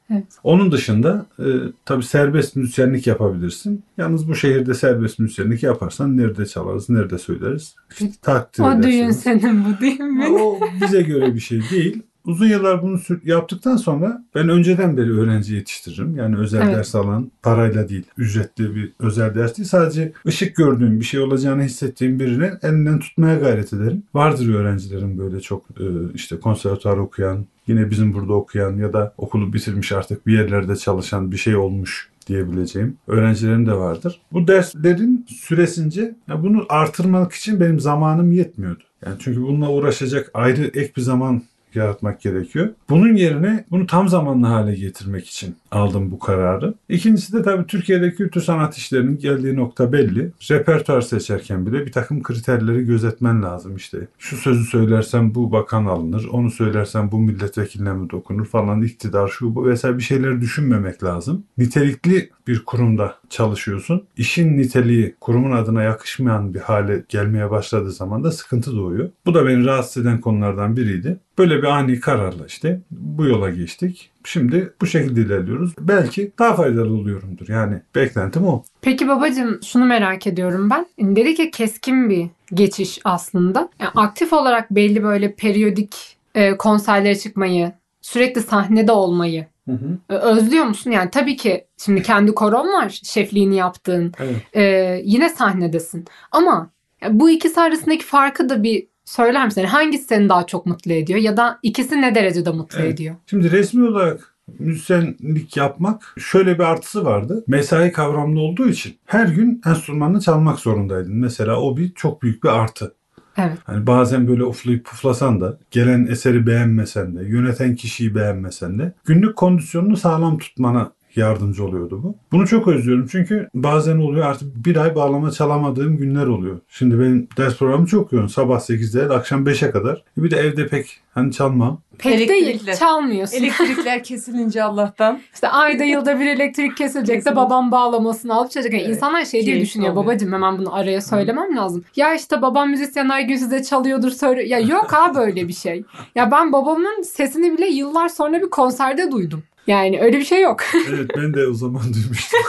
Evet. Onun dışında tabii serbest müzisyenlik yapabilirsin. Yalnız bu şehirde serbest müzisyenlik yaparsan nerede çalarız, nerede söyleriz? İşte takdir O düğün edersiniz. senin, bu düğün benim. O bize göre bir şey değil. Uzun yıllar bunu yaptıktan sonra ben önceden beri öğrenci yetiştiririm. Yani özel Evet. ders alan, parayla değil, ücretli bir özel ders değil. Sadece ışık gördüğüm, bir şey olacağını hissettiğim birini elinden tutmaya gayret ederim. Vardır öğrencilerin böyle çok işte konservatuvar okuyan, yine bizim burada okuyan ya da okulu bitirmiş artık bir yerlerde çalışan, bir şey olmuş diyebileceğim öğrencilerim de vardır. Bu derslerin süresince bunu artırmak için benim zamanım yetmiyordu. Yani çünkü bununla uğraşacak ayrı ek bir zaman yaratmak gerekiyor. Bunun yerine bunu tam zamanlı hale getirmek için aldım bu kararı. İkincisi de tabii Türkiye'de kültür sanat işlerinin geldiği nokta belli. Repertuar seçerken bile bir takım kriterleri gözetmen lazım işte. Şu sözü söylersem bu bakan alınır, onu söylersem bu milletvekiline mi dokunur falan, iktidar şu bu vesaire bir şeyleri düşünmemek lazım. Nitelikli bir kurumda çalışıyorsun. İşin niteliği kurumun adına yakışmayan bir hale gelmeye başladığı zaman da sıkıntı doğuyor. Bu da beni rahatsız eden konulardan biriydi. Böyle bir ani kararla işte bu yola geçtik. Şimdi bu şekilde ilerliyoruz. Belki daha faydalı oluyorumdur. Yani beklentim o. Peki babacığım, şunu merak ediyorum ben. Dedi ki keskin bir geçiş aslında. Yani aktif olarak belli böyle periyodik konserlere çıkmayı, sürekli sahnede olmayı özlüyor musun? Yani tabii ki şimdi kendi koron var, şefliğini yaptığın. Evet. Yine sahnedesin. Ama bu ikisi arasındaki farkı da bir söyler misin? Yani hangisi seni daha çok mutlu ediyor? Ya da ikisi ne derecede mutlu ediyor? Şimdi resmi olarak müzisyenlik yapmak şöyle bir artısı vardı. Mesai kavramlı olduğu için her gün enstrümanını çalmak zorundaydın. Mesela o çok büyük bir artı. Evet. Hani bazen böyle oflayıp puflasan da, gelen eseri beğenmesen de, yöneten kişiyi beğenmesen de günlük kondisyonunu sağlam tutmana yardımcı oluyordu bu. Bunu çok özlüyorum çünkü bazen oluyor artık bir ay bağlama çalamadığım günler oluyor. Şimdi benim ders programı çok yoğun. Sabah 8'de akşam 5'e kadar. Bir de evde pek çalmam. Pek değil, çalmıyorsun. Elektrikler kesilince Allah'tan. İşte ayda yılda bir elektrik kesilecek de babam bağlamasını alıp çalacak. Yani insanlar şey diye düşünüyor. oluyor. Babacığım hemen bunu araya söylemem lazım. Ya işte babam müzisyen, her gün size çalıyordur söylüyor. Ya yok abi böyle bir şey. Ya ben babamın sesini bile yıllar sonra bir konserde duydum. Yani öyle bir şey yok. Evet, ben de o zaman duymuştum.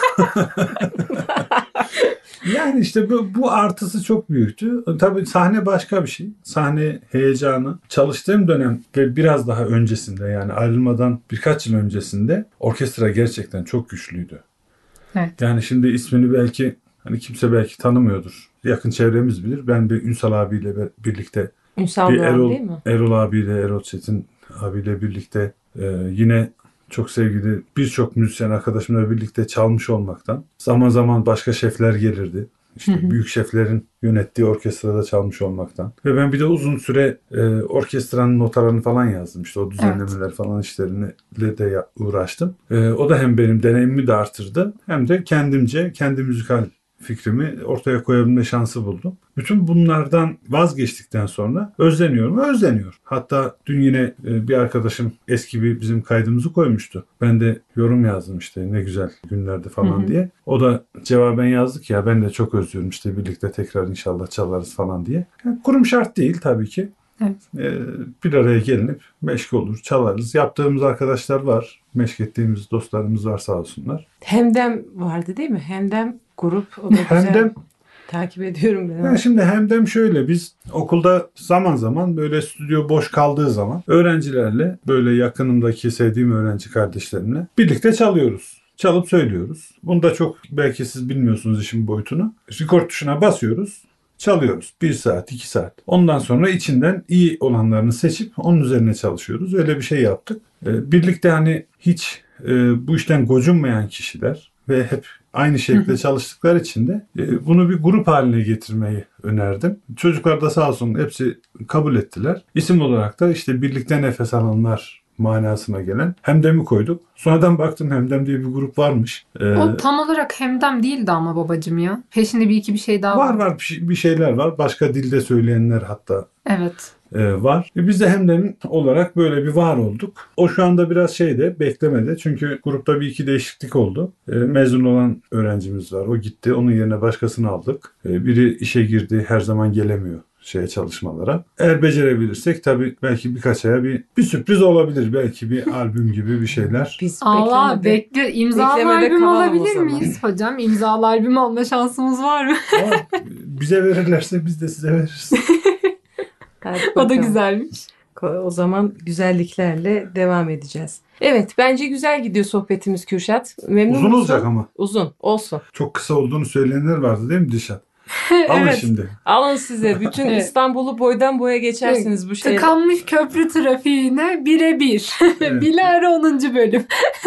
Yani işte bu artısı çok büyüktü. Tabii sahne başka bir şey. Sahne heyecanı. Çalıştığım dönem ve biraz daha öncesinde, yani ayrılmadan birkaç yıl öncesinde orkestra gerçekten çok güçlüydü. Evet. Yani şimdi ismini belki kimse belki tanımıyordur. Yakın çevremiz bilir. Ben bir Ünsal abiyle birlikte, Ünsal bir Doğan değil mi? Erol abiyle, Erol Çetin abiyle birlikte yine çok sevgili birçok müzisyen arkadaşımla birlikte çalmış olmaktan, zaman zaman başka şefler gelirdi. İşte büyük şeflerin yönettiği orkestrada çalmış olmaktan. Ve ben bir de uzun süre orkestranın notalarını falan yazdım. İşte o düzenlemeler falan işlerine de uğraştım. O da hem benim deneyimimi de artırdı, hem de kendimce kendi müzikal fikrimi ortaya koyabilme şansı buldum. Bütün bunlardan vazgeçtikten sonra özleniyor. Hatta dün yine bir arkadaşım eski bizim kaydımızı koymuştu. Ben de yorum yazdım işte ne güzel günlerdi falan diye. O da cevaben yazdı ki ya ben de çok özlüyorum işte birlikte tekrar inşallah çalarız falan diye. Yani kurum şart değil tabii ki. Evet. Bir araya gelinip meşk olur, çalarız. Yaptığımız arkadaşlar var. Meşk ettiğimiz dostlarımız var sağ olsunlar. Hemdem vardı değil mi? Hemdem grup. O da güzel. Hemdem takip ediyorum ben. Yani şimdi Hemdem şöyle, biz okulda zaman zaman böyle stüdyo boş kaldığı zaman öğrencilerle, böyle yakınımdaki sevdiğim öğrenci kardeşlerimle birlikte çalıyoruz. Çalıp söylüyoruz. Bunu da çok belki siz bilmiyorsunuz işin boyutunu. Record tuşuna basıyoruz. Çalıyoruz. 1 saat, 2 saat. Ondan sonra içinden iyi olanlarını seçip onun üzerine çalışıyoruz. Öyle bir şey yaptık. Birlikte hiç bu işten gocunmayan kişiler ve hep aynı şekilde çalıştıkları için de bunu bir grup haline getirmeyi önerdim. Çocuklar da sağ olsun hepsi kabul ettiler. İsim olarak da işte birlikte nefes alanlar manasına gelen Hemdem'i koyduk. Sonradan baktım Hemdem diye bir grup varmış. O tam olarak Hemdem değildi ama babacığım ya. Peşinde bir şey daha var. Var bir şeyler var. Başka dilde söyleyenler hatta Evet. Var. Biz de Hemdem olarak böyle bir var olduk. O şu anda biraz beklemede. Çünkü grupta bir iki değişiklik oldu. Mezun olan öğrencimiz var. O gitti. Onun yerine başkasını aldık. Biri işe girdi. Her zaman gelemiyor. çalışmalara. Eğer becerebilirsek tabii belki birkaç aya bir sürpriz olabilir. Belki bir albüm gibi bir şeyler. Biz Allah bekle, imzalı beklemede albüm kalalım o alabilir zaman. miyiz hocam? İmzalı albüm alma şansımız var mı? Ama bize verirlerse biz de size veririz. Hadi O da bakalım. güzelmiş. O zaman güzelliklerle devam edeceğiz. Evet, bence güzel gidiyor sohbetimiz Kürşat. Memnun Uzun musun? olacak ama. Uzun olsun. Çok kısa olduğunu söyleyenler vardı değil mi Dilşat? Alın Evet. şimdi. Alın size. Bütün Evet. İstanbul'u boydan boya geçersiniz bu şey. Tıkanmış köprü trafiğine birebir. Evet. Bilahare 10. bölüm.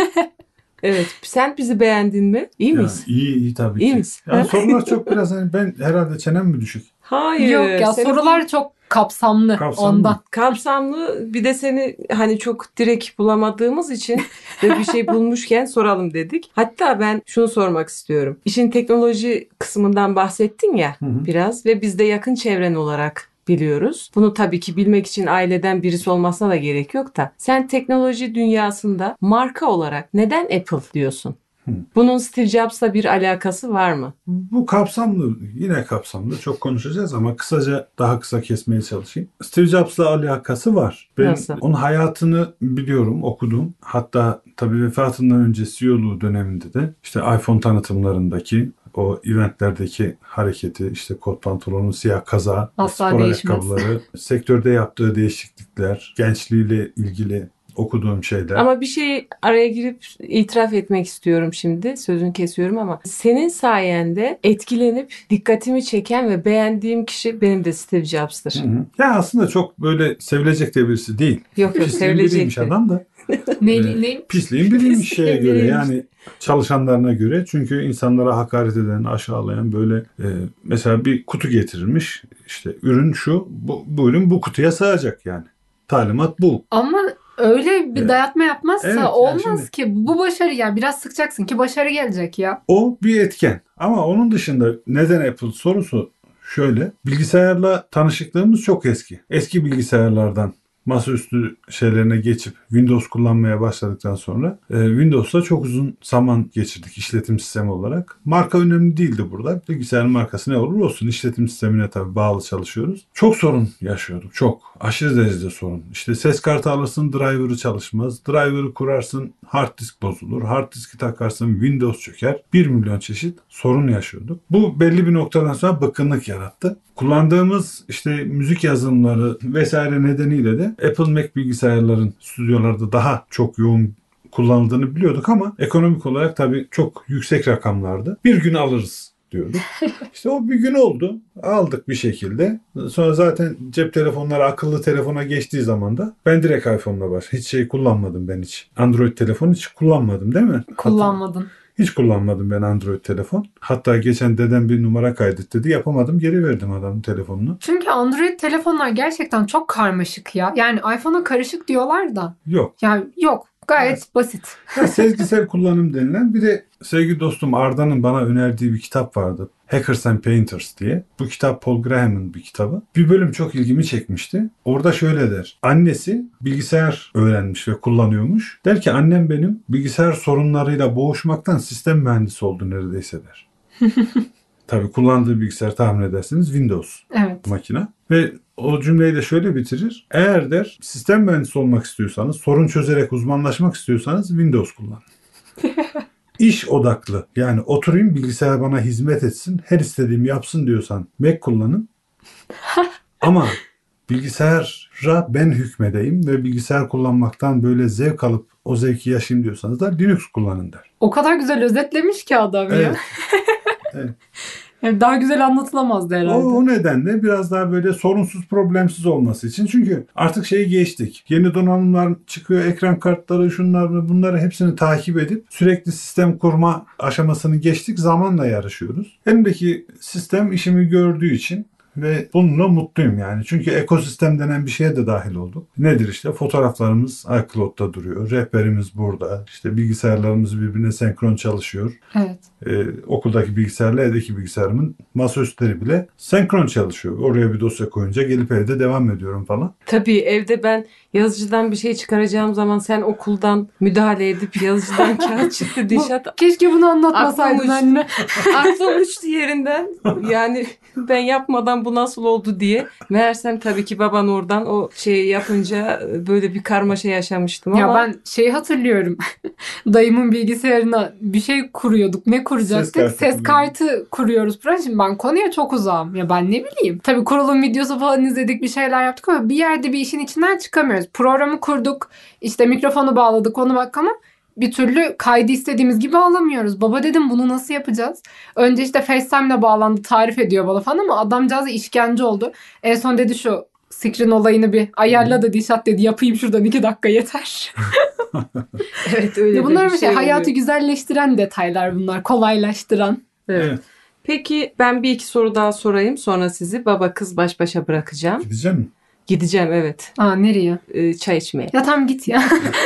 Evet. Sen bizi beğendin mi? İyi miyiz? İyi tabii İyi ki. miyiz? Yani sorular çok biraz hani ben herhalde çenem mi düşük? Hayır. Yok ya, Senin sorular çok kapsamlı, Kapsamlı. ondan. kapsamlı, bir de seni hani çok direkt bulamadığımız için ve bir şey bulmuşken soralım dedik. Hatta ben şunu sormak istiyorum. İşin teknoloji kısmından bahsettin ya Hı. biraz ve biz de yakın çevren olarak biliyoruz. Bunu tabii ki bilmek için aileden birisi olmasına da gerek yok da. Sen teknoloji dünyasında marka olarak neden Apple diyorsun? Hı. Bunun Steve Jobs'la bir alakası var mı? Bu kapsamlı, yine kapsamlı. Çok konuşacağız ama kısaca daha kısa kesmeye çalışayım. Steve Jobs'la alakası var. Ben Nasıl? onun hayatını biliyorum, okudum. Hatta tabii vefatından önce CEO'luğu döneminde de işte iPhone tanıtımlarındaki o eventlerdeki hareketi, işte kot pantolonun siyah kazağı, Asla spor değişmez. ayakkabıları, sektörde yaptığı değişiklikler, gençliğiyle ilgili okuduğum şeyler. Ama bir şey araya girip itiraf etmek istiyorum şimdi. Sözünü kesiyorum ama senin sayende etkilenip dikkatimi çeken ve beğendiğim kişi benim de Steve Jobs'tır. Hı hı. Ya aslında çok böyle sevilecek de birisi değil. Yok yok, Pisliğin biriymiş sevilecekti. adam da. Ne? Pisliğin biriymiş Pisliğin şeye göre, biriymiş. yani çalışanlarına göre. Çünkü insanlara hakaret eden, aşağılayan böyle mesela bir kutu getirilmiş. İşte ürün şu, bu ürün bu kutuya sığacak yani. Talimat bu. Ama öyle bir Evet. dayatma yapmazsa Evet, yani olmaz şimdi- ki. Bu başarı, yani biraz sıkacaksın ki başarı gelecek ya. O bir etken. Ama onun dışında neden Apple sorusu şöyle. Bilgisayarla tanışıklığımız çok eski. Eski bilgisayarlardan masaüstü şeylerine geçip Windows kullanmaya başladıktan sonra Windows'la çok uzun zaman geçirdik işletim sistemi olarak. Marka önemli değildi burada. Bilgisayarın markası ne olur olsun. İşletim sistemine tabii bağlı çalışıyoruz. Çok sorun yaşıyorduk. Çok. Aşırı derecede sorun. İşte ses kartı alırsın, driver'ı çalışmaz. Driver'ı kurarsın, hard disk bozulur. Hard diski takarsın, Windows çöker. 1 milyon çeşit sorun yaşıyorduk. Bu belli bir noktadan sonra bıkkınlık yarattı. Kullandığımız işte müzik yazılımları vesaire nedeniyle de Apple Mac bilgisayarların stüdyolarda daha çok yoğun kullanıldığını biliyorduk ama ekonomik olarak tabii çok yüksek rakamlardı. Bir gün alırız diyorduk. İşte o bir gün oldu. Aldık bir şekilde. Sonra zaten cep telefonları akıllı telefona geçtiği zaman da ben direkt iPhone'la başladım. Hiç şey kullanmadım ben hiç. Android telefon hiç kullanmadım değil mi? Kullanmadın. Hiç kullanmadım ben Android telefon. Hatta geçen dedem bir numara kaydet dedi. Yapamadım, geri verdim adamın telefonunu. Çünkü Android telefonlar gerçekten çok karmaşık ya. Yani iPhone'a karışık diyorlar da. Yok. Yani yok. Gayet basit. Ya, sezgisel kullanım denilen, bir de sevgili dostum Arda'nın bana önerdiği bir kitap vardı. Hackers and Painters diye. Bu kitap Paul Graham'ın bir kitabı. Bir bölüm çok ilgimi çekmişti. Orada şöyle der. Annesi bilgisayar öğrenmiş ve kullanıyormuş. Der ki annem benim bilgisayar sorunlarıyla boğuşmaktan sistem mühendisi oldu neredeyse der. Tabii kullandığı bilgisayar tahmin edersiniz Windows Evet. makine. Ve o cümleyi de şöyle bitirir. Eğer der sistem mühendisi olmak istiyorsanız, sorun çözerek uzmanlaşmak istiyorsanız Windows kullanın. İş odaklı, yani oturayım bilgisayar bana hizmet etsin, her istediğimi yapsın diyorsan Mac kullanın. Ama bilgisayara ben hükmedeyim ve bilgisayar kullanmaktan böyle zevk alıp o zevki yaşayayım diyorsanız da Linux kullanın der. O kadar güzel özetlemiş ki adam ya. Evet. Evet. Yani daha güzel anlatılamazdı herhalde. O nedenle biraz daha böyle sorunsuz, problemsiz olması için. Çünkü artık şeyi geçtik. Yeni donanımlar çıkıyor, ekran kartları, şunlar bunları hepsini takip edip sürekli sistem kurma aşamasını geçtik. Zamanla yarışıyoruz. Elimdeki sistem işimi gördüğü için ve bununla mutluyum yani. Çünkü ekosistem denen bir şeye de dahil olduk. Nedir işte? Fotoğraflarımız iCloud'da duruyor. Rehberimiz burada. İşte bilgisayarlarımız birbirine senkron çalışıyor. Evet. Okuldaki bilgisayarla evdeki bilgisayarımın masaüstleri bile senkron çalışıyor. Oraya bir dosya koyunca gelip evde devam ediyorum falan. Tabii evde ben yazıcıdan bir şey çıkaracağım zaman sen okuldan müdahale edip yazıcıdan kağıt çıktı Dilşat. Keşke bunu anlatmasaydın Aklım anne. Aklım uçtu yerinden. Yani ben yapmadan Allah'ım bu nasıl oldu diye. Meğersem tabii ki baban oradan o şeyi yapınca böyle bir karmaşa yaşamıştım Ya ama. ben şeyi hatırlıyorum. Dayımın bilgisayarına bir şey kuruyorduk. Ne kuracaktık? Ses kartı kuruyoruz falan. Şimdi ben konuya çok uzağım. Ya ben ne bileyim. Tabii kurulum videosu falan izledik, bir şeyler yaptık ama bir yerde bir işin içinden çıkamıyoruz. Programı kurduk. İşte mikrofonu bağladık, onu bak ama bir türlü kaydı istediğimiz gibi alamıyoruz. Baba dedim, bunu nasıl yapacağız? Önce işte FaceTime'la bağlandı, tarif ediyor bana falan ama adamcağız işkence oldu. En son dedi şu screen olayını bir ayarla da Dişat dedi. Yapayım şuradan 2 dakika yeter. Evet öyle de Bunlar bir bir şey hayatı oluyor. güzelleştiren detaylar bunlar. Kolaylaştıran. Evet. Peki ben bir iki soru daha sorayım. Sonra sizi baba kız baş başa bırakacağım. Gideceğim mi? Gideceğim evet. Aa, nereye? Çay içmeye. Ya tamam git ya.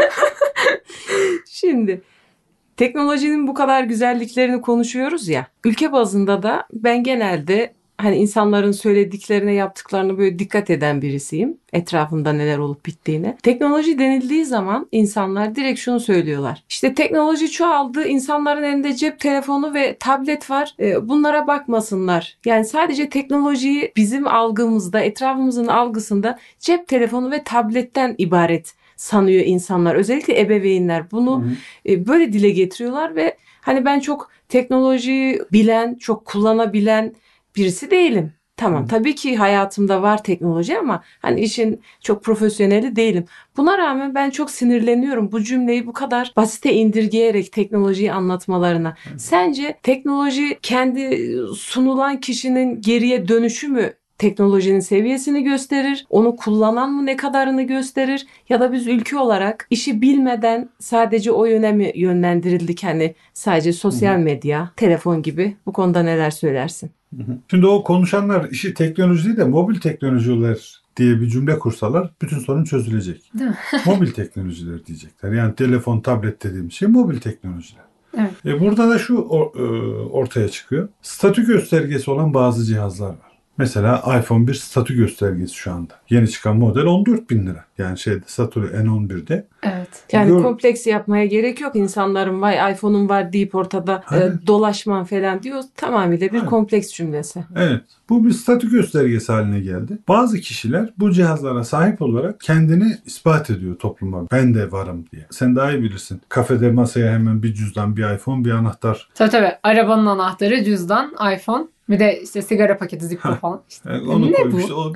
Şimdi teknolojinin bu kadar güzelliklerini konuşuyoruz ya. Ülke bazında da ben genelde hani insanların söylediklerine, yaptıklarına böyle dikkat eden birisiyim. Etrafımda neler olup bittiğine. Teknoloji denildiği zaman insanlar direkt şunu söylüyorlar. İşte teknoloji çoğaldı, insanların elinde cep telefonu ve tablet var. Bunlara bakmasınlar. Yani sadece teknolojiyi bizim algımızda, etrafımızın algısında cep telefonu ve tabletten ibaret sanıyor insanlar. Özellikle ebeveynler bunu böyle dile getiriyorlar ve hani ben çok teknolojiyi bilen, çok kullanabilen birisi değilim. Tamam tabii ki hayatımda var teknoloji ama hani işin çok profesyoneli değilim. Buna rağmen ben çok sinirleniyorum bu cümleyi bu kadar basite indirgeyerek teknolojiyi anlatmalarına. Sence teknoloji kendi sunulan kişinin geriye dönüşü mü teknolojinin seviyesini gösterir? Onu kullanan mı ne kadarını gösterir? Ya da biz ülke olarak işi bilmeden sadece o yöne mi yönlendirildik? Hani sadece sosyal medya, telefon gibi. Bu konuda neler söylersin? Şimdi o konuşanlar işi teknoloji değil de mobil teknolojiler diye bir cümle kursalar bütün sorun çözülecek. Değil mi? Mobil teknolojiler diyecekler. Yani telefon, tablet dediğim şey mobil teknolojiler. Evet. Burada da şu ortaya çıkıyor. Statü göstergesi olan bazı cihazlar var. Mesela iPhone 1 statü göstergesi şu anda. Yeni çıkan model 14.000 lira. Yani statü N11'de. Evet. Yani kompleks yapmaya gerek yok. İnsanların vay iPhone'um var deyip ortada dolaşman falan diyor. Tamamıyla bir kompleks cümlesi. Evet. Bu bir statü göstergesi haline geldi. Bazı kişiler bu cihazlara sahip olarak kendini ispat ediyor topluma. Ben de varım diye. Sen daha iyi bilirsin. Kafede masaya hemen bir cüzdan, bir iPhone, bir anahtar. Tabii. Arabanın anahtarı, cüzdan, iPhone. Bir de işte sigara paketi, Zippo falan. İşte. Yani onu Ne koymuş. bu?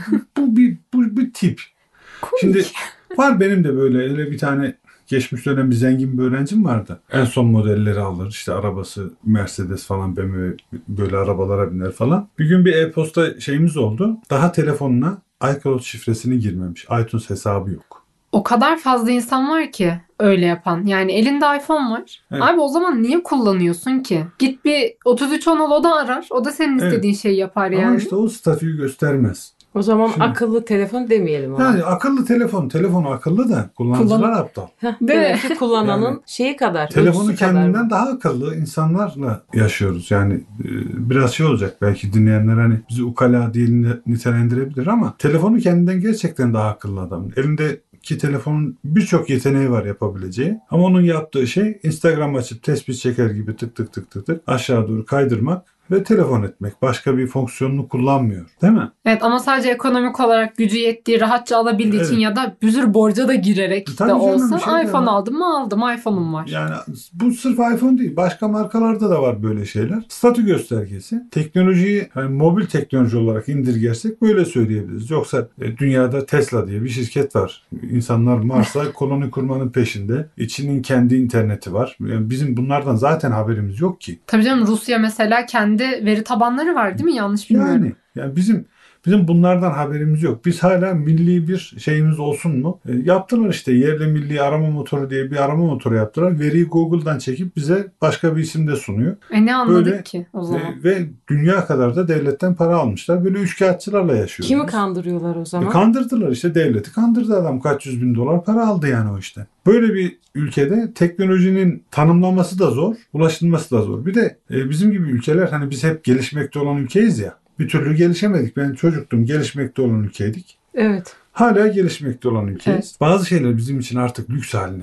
Bu bir tip. Komik. Şimdi var benim de öyle bir tane geçmiş dönem bir zengin bir öğrencim vardı. En son modelleri alır. İşte arabası Mercedes falan, BMW böyle arabalara biner falan. Bir gün bir e-posta şeyimiz oldu. Daha telefonuna iCloud şifresini girmemiş. iTunes hesabı yok. O kadar fazla insan var ki öyle yapan. Yani elinde iPhone var. Evet. Abi o zaman niye kullanıyorsun ki? Git bir 3310 o da arar. O da senin istediğin şeyi yapar yani. Ama işte o statüyü göstermez. O zaman akıllı telefon demeyelim ona. Yani akıllı telefonu akıllı da kullanıcılar aptal. Demek ki kullananın şeyi kadar. Telefonu ölçüsü kadar kendinden mı? daha akıllı insanlarla yaşıyoruz. Yani biraz şey olacak belki dinleyenler hani bizi ukala diye nitelendirebilir ama telefonu kendinden gerçekten daha akıllı adam. Elindeki telefonun birçok yeteneği var yapabileceği. Ama onun yaptığı şey Instagram açıp tespih çeker gibi tık tık tık tık tık aşağı doğru kaydırmak ve telefon etmek. Başka bir fonksiyonunu kullanmıyor. Değil mi? Evet ama sadece ekonomik olarak gücü yettiği, rahatça alabildiği için ya da bir sürü borca da girerek de Tabii canım, olsa bir şey de iPhone var. aldım mı aldım. iPhone'um var. Yani bu sırf iPhone değil. Başka markalarda da var böyle şeyler. Statü göstergesi. Teknolojiyi hani mobil teknoloji olarak indirgersek böyle söyleyebiliriz. Yoksa dünyada Tesla diye bir şirket var. İnsanlar Mars'a koloni kurmanın peşinde. İçinin kendi interneti var. Yani bizim bunlardan zaten haberimiz yok ki. Tabii canım, Rusya mesela kendi veri tabanları var değil mi? Yanlış bilmiyorum. Yani bizim bunlardan haberimiz yok. Biz hala milli bir şeyimiz olsun mu? Yaptılar işte yerli milli arama motoru diye bir arama motoru yaptılar. Veriyi Google'dan çekip bize başka bir isimde sunuyor. Ne anladık Böyle, ki o zaman? Ve dünya kadar da devletten para almışlar. Böyle üçkağıtçılarla yaşıyoruz. Kimi kandırıyorlar o zaman? Kandırdılar işte, devleti kandırdı adam. Kaç yüz bin dolar para aldı yani o işte. Böyle bir ülkede teknolojinin tanımlaması da zor, ulaşılması da zor. Bir de bizim gibi ülkeler, hani biz hep gelişmekte olan ülkeyiz ya. Bir türlü gelişemedik. Ben çocuktum, gelişmekte olan ülkeydik. Evet. Hala gelişmekte olan ülkeyiz. Evet. Bazı şeyler bizim için artık lüks haline geldi.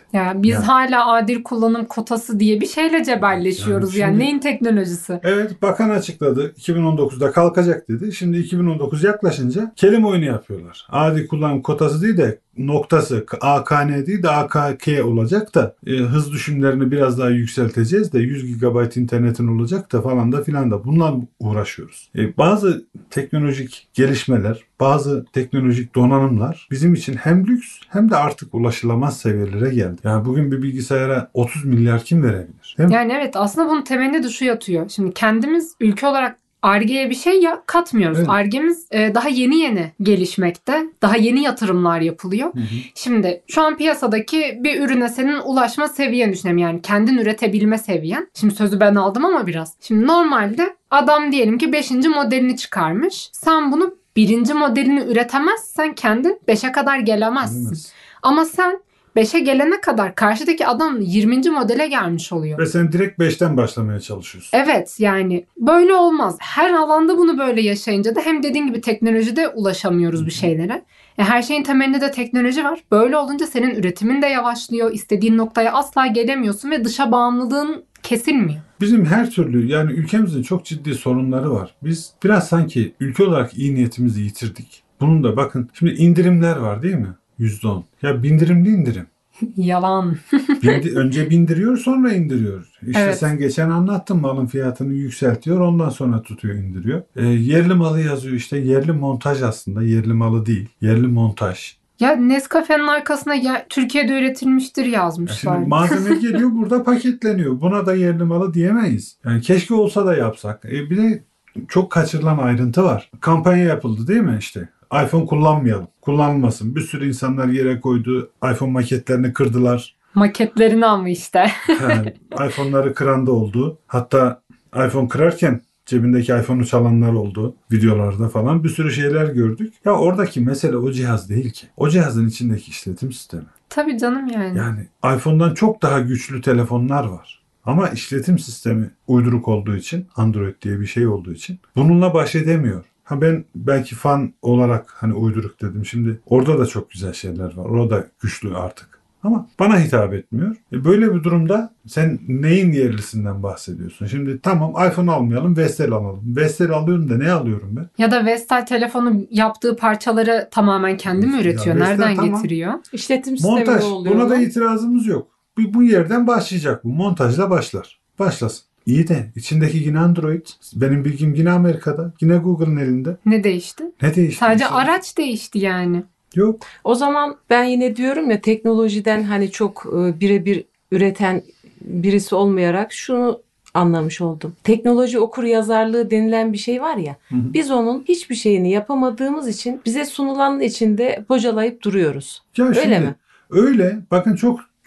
Ya biz Yani. hala adil kullanım kotası diye bir şeyle cebelleşiyoruz. Yani Yani şimdi- neyin teknolojisi? Evet, bakan açıkladı. 2019'da kalkacak dedi. Şimdi 2019 yaklaşınca kelime oyunu yapıyorlar. Adil kullanım kotası değil de noktası AKN değil de AKK olacak da hız düşümlerini biraz daha yükselteceğiz de 100 GB internetin olacak da falan da filan da bununla uğraşıyoruz. Bazı teknolojik gelişmeler, bazı teknolojik donanımlar bizim için hem lüks hem de artık ulaşılamaz seviyelere geldi. Yani bugün bir bilgisayara 30 milyar kim verebilir? Değil mi? Yani evet, aslında bunun temelinde de şu yatıyor. Şimdi kendimiz ülke olarak Ar-Ge'ye bir şey katmıyoruz. Evet. Ar-Ge'miz daha yeni gelişmekte. Daha yeni yatırımlar yapılıyor. Hı hı. Şimdi şu an piyasadaki bir ürüne senin ulaşma seviyen düşünelim. Yani kendin üretebilme seviyen. Şimdi sözü ben aldım ama biraz. Şimdi normalde adam diyelim ki 5. modelini çıkarmış. Sen bunu 1. modelini üretemezsen kendin 5'e kadar gelemezsin. Bilmez. Ama sen 5'e gelene kadar karşıdaki adam 20. modele gelmiş oluyor. Ve sen direkt 5'ten başlamaya çalışıyorsun. Evet, yani böyle olmaz. Her alanda bunu böyle yaşayınca da hem dediğin gibi teknolojide ulaşamıyoruz bir şeylere. Her şeyin temelinde de teknoloji var. Böyle olunca senin üretimin de yavaşlıyor. İstediğin noktaya asla gelemiyorsun ve dışa bağımlılığın kesilmiyor. Bizim her türlü yani ülkemizin çok ciddi sorunları var. Biz biraz sanki ülke olarak iyi niyetimizi yitirdik. Bunun da bakın şimdi indirimler var değil mi? %10. Ya bindirimli indirim. Yalan. Önce bindiriyor sonra indiriyor. İşte Evet. sen geçen anlattın malın fiyatını yükseltiyor ondan sonra tutuyor indiriyor. Yerli malı yazıyor işte yerli montaj aslında yerli malı değil yerli montaj. Ya Nescafe'nin arkasına Türkiye'de üretilmiştir yazmışlar. Şimdi malzeme geliyor burada paketleniyor. Buna da yerli malı diyemeyiz. Yani keşke olsa da yapsak. Bir de çok kaçırılan ayrıntı var. Kampanya yapıldı değil mi işte? iPhone kullanmayalım. Kullanılmasın. Bir sürü insanlar yere koydu. iPhone maketlerini kırdılar. Maketlerini ama işte. iPhone'ları kıran da oldu. Hatta iPhone kırarken cebindeki iPhone'u çalanlar oldu. Videolarda falan bir sürü şeyler gördük. Ya oradaki mesele o cihaz değil ki. O cihazın içindeki işletim sistemi. Tabii canım yani. Yani iPhone'dan çok daha güçlü telefonlar var. Ama işletim sistemi uyduruk olduğu için, Android diye bir şey olduğu için bununla baş edemiyor. Ben belki fan olarak hani uyduruk dedim. Şimdi orada da çok güzel şeyler var. Orada güçlü artık. Ama bana hitap etmiyor. Böyle bir durumda sen neyin yerlisinden bahsediyorsun? Şimdi tamam iPhone almayalım, Vestel alalım. Vestel alıyorum da ne alıyorum ben? Ya da Vestel telefonu yaptığı parçaları tamamen kendi mi üretiyor? Ya Vestel Nereden tamam. getiriyor? İşletim sistemi Montaj. oluyor. Buna da lan. itirazımız yok. Bu yerden başlayacak bu. Montajla başlar. Başlasın. İyi de içindeki yine Android. Benim bilgim yine Amerika'da. Yine Google'ın elinde. Ne değişti? Ne değişti? Sadece araç değişti yani. Yok. O zaman ben yine diyorum ya teknolojiden hani çok birebir üreten birisi olmayarak şunu anlamış oldum. Teknoloji okur yazarlığı denilen bir şey var ya. Hı hı. Biz onun hiçbir şeyini yapamadığımız için bize sunulanın içinde bocalayıp duruyoruz. Ya Öyle şimdi, mi? Öyle. Bakın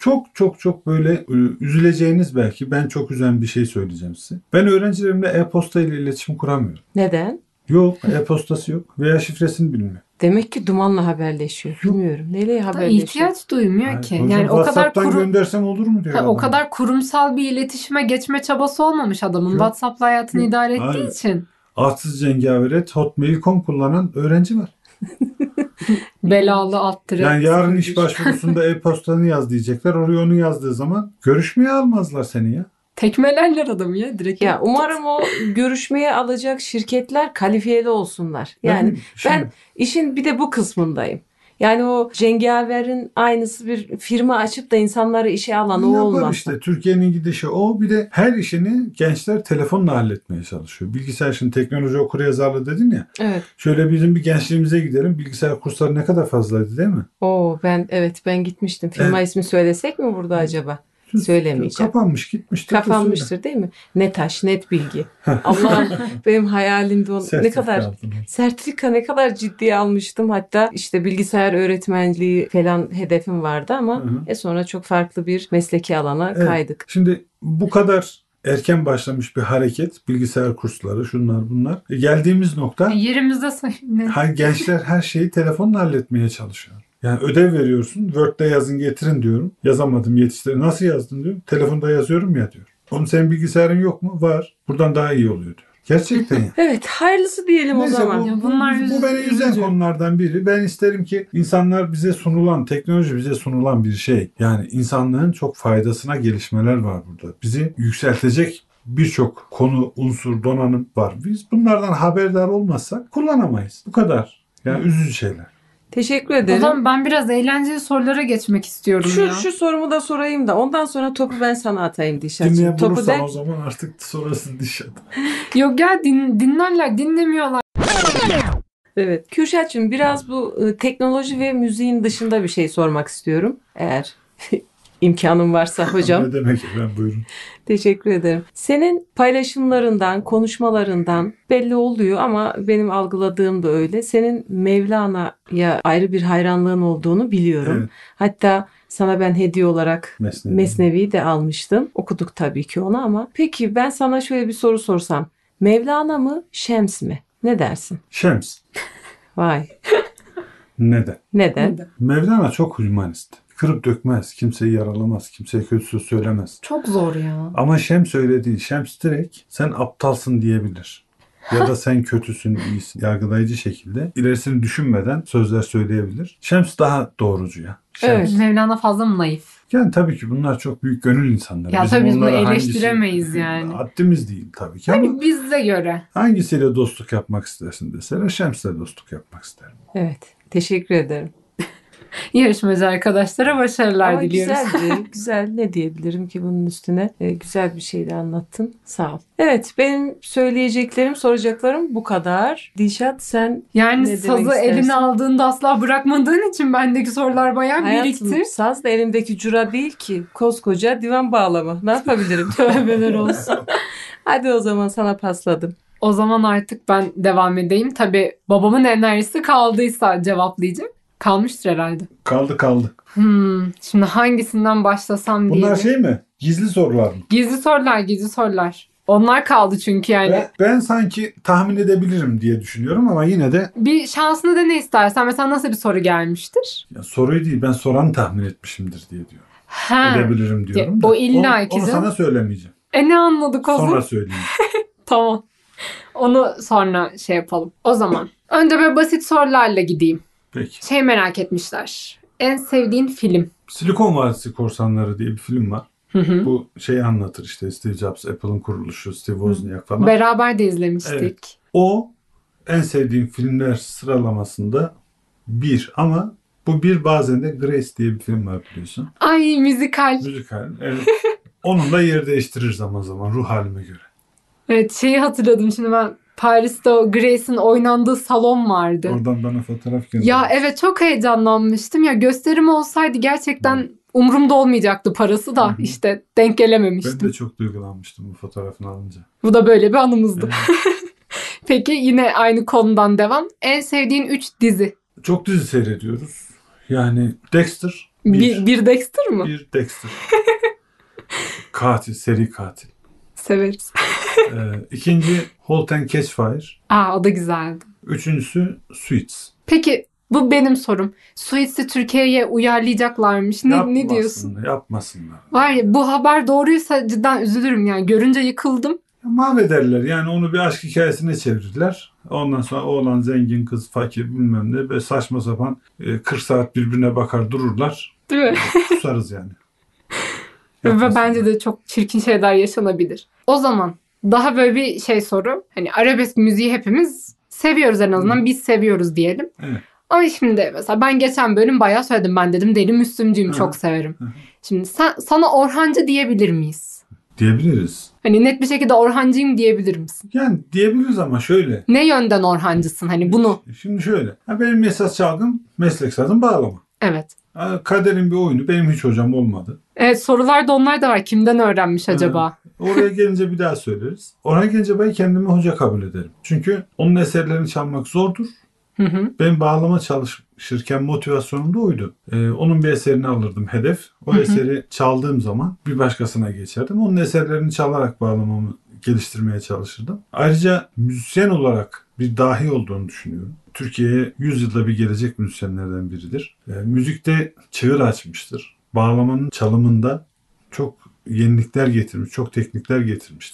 çok böyle üzüleceğiniz belki. Ben çok üzen bir şey söyleyeceğim size. Ben öğrencilerimle e-posta ile iletişim kuramıyorum. Neden? Yok. E-postası yok. Veya şifresini bilmiyor. Demek ki dumanla haberleşiyor. Bilmiyorum. Neyle haberleşiyor? İhtiyaç duymuyor ki. Hocam, Yani o kadar WhatsApp'tan göndersem olur mu diyor. o adam. kadar kurumsal bir iletişime geçme çabası olmamış adamın. Yok. WhatsApp'la hayatını Yok. idare ettiği Hayır. için. Ahtsız cengaver hotmail.com kullanan öğrenci var. Belalı alt dire. Yani yarın iş başvurusunda e-postanı yaz diyecekler. Oraya onu yazdığı zaman görüşmeye almazlar seni ya. Tekmelerler adamı ya direkt. Ya umarım o görüşmeye alacak şirketler kalifiyeli olsunlar. Yani ben işin bir de bu kısmındayım. Yani o cengaverin aynısı bir firma açıp da insanları işe alan o yapar olmaz. işte. Türkiye'nin gidişi o. Bir de her işini gençler telefonla halletmeye çalışıyor. Bilgisayar şimdi teknoloji okuryazarlığı dedin ya. Evet. Şöyle bizim bir gençliğimize gidelim. Bilgisayar kursları ne kadar fazlaydı değil mi? Ben gitmiştim. Firma ismi söylesek mi burada acaba? Söylemeyeceğim. Kapanmış gitmiştir. Kapanmıştır değil mi? Net net bilgi. Allah'ım benim hayalimde ne kadar sertifika ne kadar ciddiye almıştım. Hatta işte bilgisayar öğretmenliği falan hedefim vardı ama sonra çok farklı bir mesleki alana kaydık. Şimdi bu kadar erken başlamış bir hareket, bilgisayar kursları, şunlar bunlar. Geldiğimiz nokta Yerimizde gençler her şeyi telefonla halletmeye çalışıyor. Yani ödev veriyorsun. Word'de yazın getirin diyorum. Yazamadım yetiştirin. Nasıl yazdın diyorum. Telefonda yazıyorum ya diyor. Oğlum senin bilgisayarın yok mu? Var. Buradan daha iyi oluyor diyor. Gerçekten ya. Evet, hayırlısı diyelim o Neyse, zaman. Ya bunlar bu beni üzen üzücü. konulardan biri. Ben isterim ki insanlar bize sunulan, teknoloji bize sunulan bir şey. Yani insanlığın çok faydasına gelişmeler var burada. Bizi yükseltecek birçok konu, unsur, donanım var. Biz bunlardan haberdar olmazsak kullanamayız. Bu kadar. Yani üzücü şeyler. Teşekkür O ederim. zaman ben biraz eğlenceli sorulara geçmek istiyorum ya. Şu sorumu da sorayım da ondan sonra topu ben sana atayım Dişat'cığım. Dinleyen Topu bulursan de. o zaman artık sonrası dişat. Yok ya dinlerler, dinlemiyorlar. Evet. Kürşat'cığım biraz bu teknoloji ve müziğin dışında bir şey sormak istiyorum. Eğer imkanım varsa hocam. Ne demek efendim, buyurun. Teşekkür ederim. Senin paylaşımlarından, konuşmalarından belli oluyor ama benim algıladığım da öyle. Senin Mevlana'ya ayrı bir hayranlığın olduğunu biliyorum. Evet. Hatta sana ben hediye olarak Mesnevi. Mesnevi'yi de almıştım. Okuduk tabii ki onu ama. Peki ben sana şöyle bir soru sorsam. Mevlana mı, Şems mi? Ne dersin? Şems. Vay. Neden? Neden? Mevlana çok hümanist. Kırıp dökmez, kimseyi yaralamaz, kimseye kötü söz söylemez. Çok zor ya. Ama Şems öyle değil. Şems direkt sen aptalsın diyebilir. Ya da sen kötüsün, iyisin. Yargılayıcı şekilde ilerisini düşünmeden sözler söyleyebilir. Şems daha doğrucu ya. Şems. Evet. Mevlana fazla mı naif? Yani tabii ki bunlar çok büyük gönül insanları. Ya Bizim tabii biz bunu onlara eleştiremeyiz yani. Haddimiz değil tabii ki ama Hani bize göre. hangisiyle dostluk yapmak istersin deseler Şems'le dostluk yapmak isterim. Evet. Teşekkür ederim. Yarışmacı arkadaşlara başarılar Ama diliyoruz. güzeldi. Güzel. Ne diyebilirim ki bunun üstüne? Güzel bir şey de anlattın. Sağ ol. Evet. Benim söyleyeceklerim, soracaklarım bu kadar. Dilşat sen Yani ne demek sazı istersin? eline aldığında asla bırakmadığın için bendeki sorular bayağı hayatım birikti. saz da elimdeki cura değil ki. Koskoca divan bağlama. Ne yapabilirim? Tövbeler olsun. Hadi o zaman sana pasladım. O zaman artık ben devam edeyim. Tabii babamın enerjisi kaldıysa cevaplayacak. Kalmıştır herhalde. Kaldı. Şimdi hangisinden başlasam diye. Bunlar şey mi? Gizli sorular mı? Gizli sorular. Onlar kaldı çünkü yani. Ben sanki tahmin edebilirim diye düşünüyorum ama yine de Bir şansını dene istersen. Mesela nasıl bir soru gelmiştir? ya soruyu değil, ben soranı tahmin etmişimdir diye diyorum. Ha. Edebilirim diyorum da. o illa ki Onu canım. sana söylemeyeceğim. Ne anladık o zaman? Sonra söyleyeyim. Tamam. Onu sonra şey yapalım. O zaman. Önce böyle basit sorularla gideyim. Peki. Şey merak etmişler. En sevdiğin film? Silikon Vadisi Korsanları diye bir film var. Hı. Bu şeyi anlatır işte, Steve Jobs, Apple'ın kuruluşu, Steve Wozniak falan. Beraber de izlemiştik. Evet. O en sevdiğim filmler sıralamasında bir, ama bu bir bazen de Grace diye bir film var biliyorsun. Ay müzikal. Müzikal. Evet. Onunla yer değiştirir zaman zaman ruh halime göre. Evet şeyi hatırladım şimdi ben. Paris'te o Grace'in oynandığı salon vardı. Oradan bana fotoğraf gönder. Ya evet çok heyecanlanmıştım. Ya gösterim olsaydı gerçekten umurumda olmayacaktı parası da. Hı. İşte denk Ben gelememiştim. de çok duygulanmıştım bu fotoğrafını alınca. Bu da böyle bir anımızdı. Evet. Peki yine aynı konudan devam. En sevdiğin 3 dizi. Çok dizi seyrediyoruz. Yani Dexter. Bir. Bir Dexter mı? Bir Dexter. Katil, seri katil. Severiz. İkinci Halt and Catch Fire. O da güzeldi. Üçüncüsü Suits. Peki bu benim sorum. Suits'i Türkiye'ye uyarlayacaklarmış. Ne diyorsun? Yapmasınlar. Var ya bu haber doğruysa cidden üzülürüm yani. Görünce yıkıldım. Mahvederler. Yani onu bir aşk hikayesine çevirirler. Ondan sonra oğlan zengin, kız fakir bilmem ne. Böyle saçma sapan 40 saat birbirine bakar dururlar. Değil mi? Kusarız yani. Ve Yapmasınlar. bence de çok çirkin şeyler yaşanabilir. O zaman daha böyle bir şey soru. Hani arabesk müziği hepimiz seviyoruz en azından. Biz seviyoruz diyelim. Evet. Ama şimdi mesela ben geçen bölüm bayağı söyledim. Ben dedim deli Müslümcüyüm, Hı. çok severim. Hı. Şimdi sana Orhancı diyebilir miyiz? Diyebiliriz. Hani net bir şekilde Orhancıyım diyebilir misin? Yani diyebiliriz ama şöyle. Ne yönden Orhancısın? Hani bunu. Şimdi şöyle. Benim esas çalgım meslek sazım bağlama. Evet. Kaderin bir oyunu. Benim hiç hocam olmadı. Evet sorularda onlar da var. Kimden öğrenmiş acaba? Oraya gelince bir daha söyleriz. Oraya gelince ben kendimi hoca kabul ederim. Çünkü onun eserlerini çalmak zordur. Hı hı. Ben bağlama çalışırken motivasyonum da oydu. Onun bir eserini alırdım hedef. O eseri çaldığım zaman bir başkasına geçerdim. Onun eserlerini çalarak bağlamamı geliştirmeye çalışırdım. Ayrıca müzisyen olarak bir dahi olduğunu düşünüyorum. Türkiye'ye 100 yılda bir gelecek müzisyenlerden biridir. Müzikte çığır açmıştır. Bağlamanın çalımında çok yenilikler getirmiş, çok teknikler getirmiştir.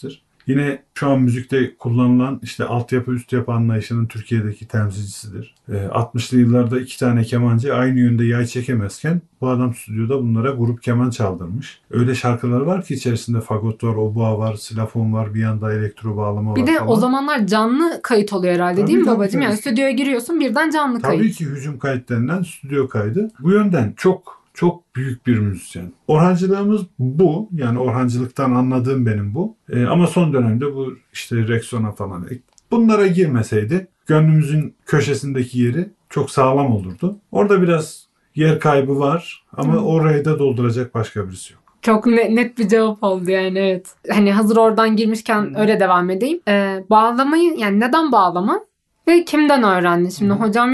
Yine şu an müzikte kullanılan işte altyapı üst yapı anlayışının Türkiye'deki temsilcisidir. 60'lı yıllarda 2 tane kemancı aynı yönde yay çekemezken bu adam stüdyoda bunlara grup keman çaldırmış. Öyle şarkıları var ki içerisinde fagot var, obua var, silafon var, bir yanda elektro bağlama var Bir de falan. o zamanlar canlı kayıt oluyor herhalde Tabii, değil mi tabii, babacığım? tabii. Yani stüdyoya giriyorsun birden canlı kayıt. Tabii ki hücum kayıt denilen stüdyo kaydı. Bu yönden çok büyük bir müzisyen. Orhancılığımız bu. Yani orhancılıktan anladığım benim bu. Ama son dönemde bu işte Rexona falan. Bunlara girmeseydi gönlümüzün köşesindeki yeri çok sağlam olurdu. Orada biraz yer kaybı var ama orayı da dolduracak başka birisi yok. Çok net bir cevap oldu yani, evet. Hani hazır oradan girmişken öyle devam edeyim. Bağlamayı, yani neden bağlama ve kimden öğrendin? Şimdi hocam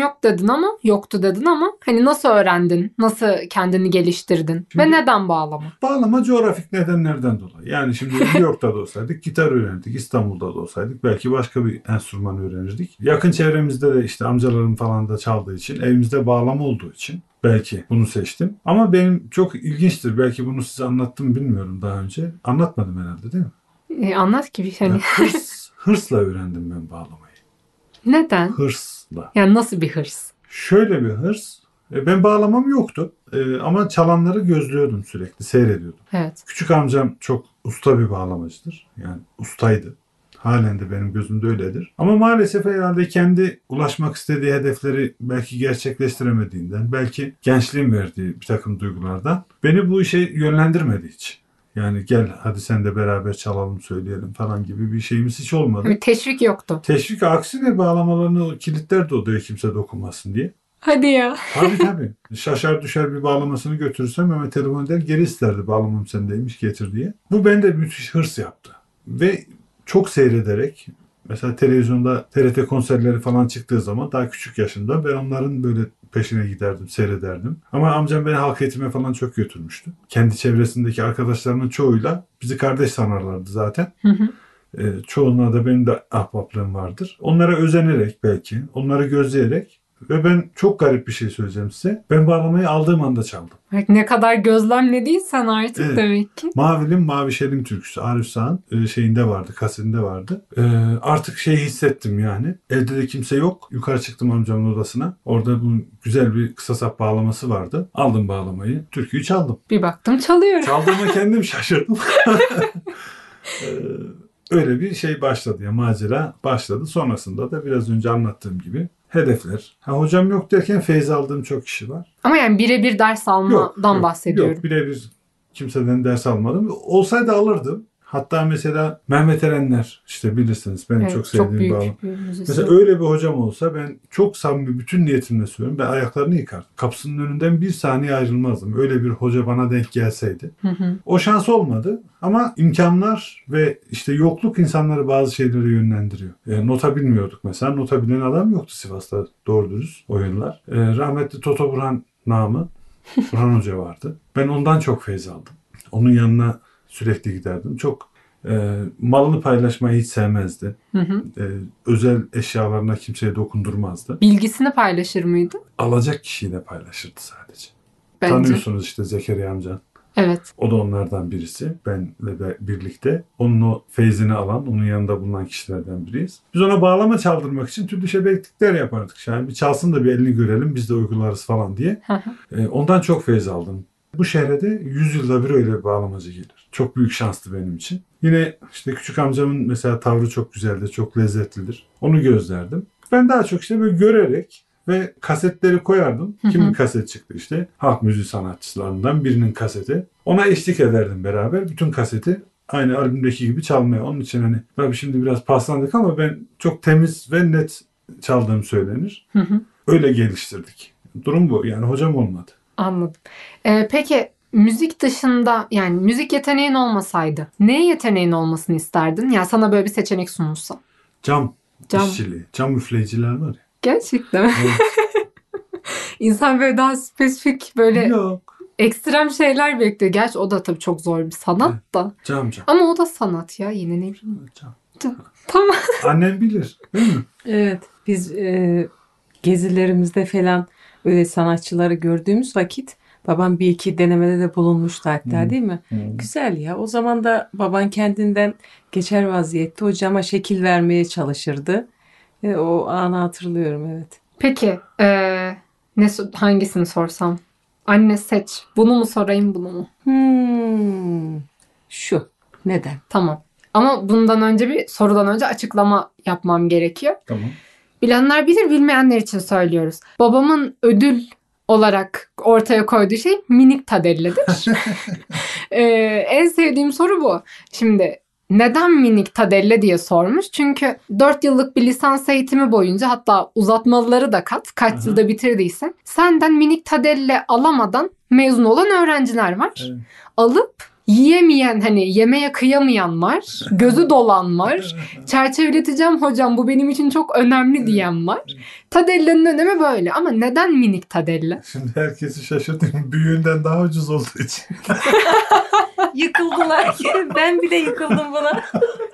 yoktu dedin ama hani nasıl öğrendin? Nasıl kendini geliştirdin? Şimdi- Ve neden bağlama? Bağlama coğrafik nedenlerden dolayı. Yani şimdi New York'ta da olsaydık gitar öğrenirdik. İstanbul'da da olsaydık belki başka bir enstrüman öğrenirdik. Yakın çevremizde de işte amcalarım falan da çaldığı için, evimizde bağlama olduğu için belki bunu seçtim. Ama benim çok ilginçtir. Belki bunu size anlattım bilmiyorum daha önce. Anlatmadım herhalde değil mi? Anlat gibi hani. Ya hırsla öğrendim ben bağlamayı. Neden? Hırsla. Yani nasıl bir hırs? Şöyle bir hırs. Ben bağlamam yoktu. Ama çalanları gözlüyordum sürekli. Seyrediyordum. Evet. Küçük amcam çok usta bir bağlamacıdır. Yani ustaydı. Halen de benim gözümde öyledir. Ama maalesef herhalde kendi ulaşmak istediği hedefleri belki gerçekleştiremediğinden, belki gençliğin verdiği bir takım duygulardan beni bu işe yönlendirmedi hiç. Yani gel hadi sen de beraber çalalım söyleyelim falan gibi bir şeyimiz hiç olmadı. Hani teşvik yoktu. Teşvik aksine bağlamalarını kilitlerdi odaya kimse dokunmasın diye. Hadi ya. Tabii. Şaşar düşer bir bağlamasını götürürsem hemen telefon eder geri isterdi bağlamam sendeymiş getir diye. Bu bende müthiş hırs yaptı. Ve çok seyrederek mesela televizyonda TRT konserleri falan çıktığı zaman daha küçük yaşımda ben onların böyle peşine giderdim, seyrederdim. Ama amcam beni halk eğitime falan çok götürmüştü. Kendi çevresindeki arkadaşlarının çoğuyla bizi kardeş sanarlardı zaten. Çoğunluğa da benim de ahbaplığım vardır. Onlara özenerek belki, onları gözleyerek ve ben çok garip bir şey söyleyeceğim size. Ben bağlamayı aldığım anda çaldım. Bak ne kadar gözlemlediysen artık Evet. demek ki. Mavilim Mavişelim türküsü Arif Sağ'ın şeyinde vardı, kasetinde vardı. Artık hissettim yani. Evde de kimse yok. Yukarı çıktım amcamın odasına. Orada bu güzel bir kısa sap bağlaması vardı. Aldım bağlamayı. Türküyü çaldım. Bir baktım çalıyorum. Çaldığıma kendim şaşırdım. Öyle bir şey başladı ya, macera başladı. Sonrasında da biraz önce anlattığım gibi hedefler. Hocam yok derken feyz aldığım çok kişi var. Ama yani birebir ders almadan bahsediyorum. Yok, birebir kimseden ders almadım. Olsaydı alırdım. Hatta mesela Mehmet Erenler işte bilirsiniz benim Evet, çok sevdiğim büyük bağlam. bir müzisyen. Mesela öyle bir hocam olsa ben çok samimi bütün niyetimle söylüyorum. Ben ayaklarını yıkardım. Kapısının önünden bir saniye ayrılmazdım. Öyle bir hoca bana denk gelseydi. O şans olmadı ama imkanlar ve işte yokluk insanları bazı şeylere yönlendiriyor. Nota bilmiyorduk mesela. Nota bilen adam yoktu Sivas'ta doğru dürüst o yıllar. Rahmetli Toto Burhan namı Burhan Hoca vardı. Ben ondan çok feyz aldım. Onun yanına sürekli giderdim. Çok malını paylaşmayı hiç sevmezdi. Özel eşyalarına kimseye dokundurmazdı. Bilgisini paylaşır mıydı? Alacak kişiyle paylaşırdı sadece. Bence. Tanıyorsunuz işte Zekeriya amcan. Evet. O da onlardan birisi. Benle birlikte. Onun o feyzini alan, onun yanında bulunan kişilerden biriyiz. Biz ona bağlama çaldırmak için türlü şebeklikler yapardık. Yani bir çalsın da bir elini görelim, biz de uygularız falan diye. Ondan çok feyz aldım. Bu şehre de 100 yılda bir öyle bir bağlamacı gelir. Çok büyük şanstı benim için. Yine işte küçük amcamın mesela tavrı çok güzeldir, çok lezzetlidir. Onu gözlerdim. Ben daha çok işte böyle görerek ve kasetleri koyardım. Kimin kaset çıktı işte? Halk müziği sanatçılarından birinin kaseti. Ona eşlik ederdim beraber. Bütün kaseti aynı albümdeki gibi çalmaya. Onun için hani tabii şimdi biraz paslandık ama ben çok temiz ve net çaldığım söylenir. Öyle geliştirdik. Durum bu. Yani hocam olmadı. Anladım. Peki müzik dışında, yani müzik yeteneğin olmasaydı neye yeteneğin olmasını isterdin? Yani sana böyle bir seçenek sunulsa. Cam işçiliği. Cam üfleyiciler var ya. Gerçekten. Evet. İnsan böyle daha spesifik böyle Yok. ekstrem şeyler bekliyor. Gerçi o da tabii çok zor bir sanat da. Cam. Ama o da sanat ya, yine ne bileyim. Cam. Tamam. Annem bilir değil mi? Evet. Biz gezilerimizde falan öyle sanatçıları gördüğümüz vakit Babam bir iki denemede de bulunmuştu hatta, değil mi? Hı. Güzel ya. O zaman da baban kendinden geçer vaziyette o cama şekil vermeye çalışırdı. O anı hatırlıyorum, evet. Peki hangisini sorsam? Anne seç. Bunu mu sorayım bunu mu? Şu. Neden? Tamam. Ama sorudan önce açıklama yapmam gerekiyor. Tamam. Bilenler bilir, bilmeyenler için söylüyoruz. Babamın ödül olarak ortaya koyduğu şey minik tadelledir. En sevdiğim soru bu. Şimdi neden minik tadelle diye sormuş. Çünkü 4 yıllık bir lisans eğitimi boyunca, hatta uzatmalıları da kaç yılda bitirdiysen, senden minik tadelle alamadan mezun olan öğrenciler var. Evet. Alıp yiyemeyen, hani yemeye kıyamayan var. Gözü dolan var. Çerçeveleteceğim hocam, bu benim için çok önemli diyen var. Tadelle'nin önemi böyle. Ama neden minik tadelle? Şimdi herkesi şaşırtayım. Büyüğünden daha ucuz olduğu için. Yıkıldılar. Ben bile yıkıldım buna.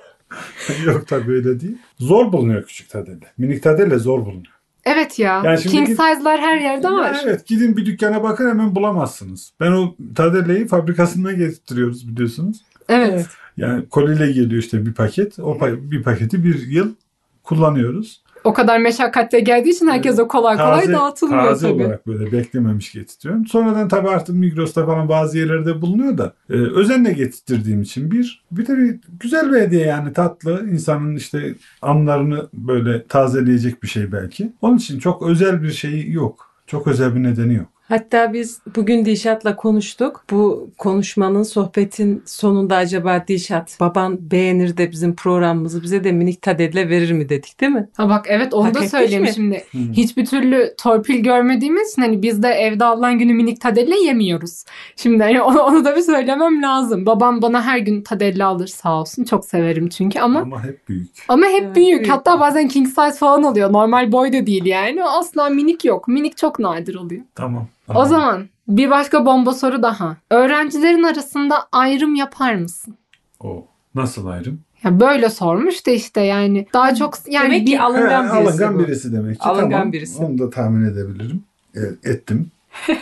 Yok tabii öyle değil. Zor bulunuyor küçük tadelle. Minik tadelle zor bulunuyor. Evet ya. Yani şimdi King size'lar her yerde var. Yani evet, gidin bir dükkana bakın, hemen bulamazsınız. Ben o tadelleyi fabrikasından getirtiyoruz biliyorsunuz. Evet. Yani koliyle geliyor işte bir paket. Bir paketi bir yıl kullanıyoruz. O kadar meşakkatle geldiği için herkese kolay dağıtılmıyor taze tabii. olarak böyle beklememiş getiriyorum. Sonradan tabii artık Migros'ta falan bazı yerlerde bulunuyor da özenle getirdiğim için bir de güzel bir hediye, yani tatlı, insanın işte anlarını böyle tazeleyecek bir şey belki. Onun için çok özel bir şey yok. Çok özel bir nedeni yok. Hatta biz bugün Dilşat'la konuştuk. Bu konuşmanın, sohbetin sonunda acaba Dilşat, baban beğenir de bizim programımızı bize de minik tadelle verir mi dedik, değil mi? Ha bak, evet, onu Hak da etmiş söyleyeyim mi? şimdi. Hiçbir türlü torpil görmediğimiz için hani biz de evde alınan günü minik tadelle yemiyoruz. Şimdi hani onu da bir söylemem lazım. Babam bana her gün tadelle alır, sağ olsun. Çok severim çünkü ama hep büyük. hep Evet, büyük. büyük. Hatta bazen king size falan oluyor. Normal boy da değil yani. Asla minik yok. Minik çok nadir oluyor. Tamam. O zaman bir başka bomba soru daha. Öğrencilerin arasında ayrım yapar mısın? Nasıl ayrım? Ya böyle sormuş da işte, yani daha çok yani Demek ki alıngan birisi alıngan bu. birisi demek ki. Alıngan Tamam, birisi. onu da tahmin edebilirim. Ettim.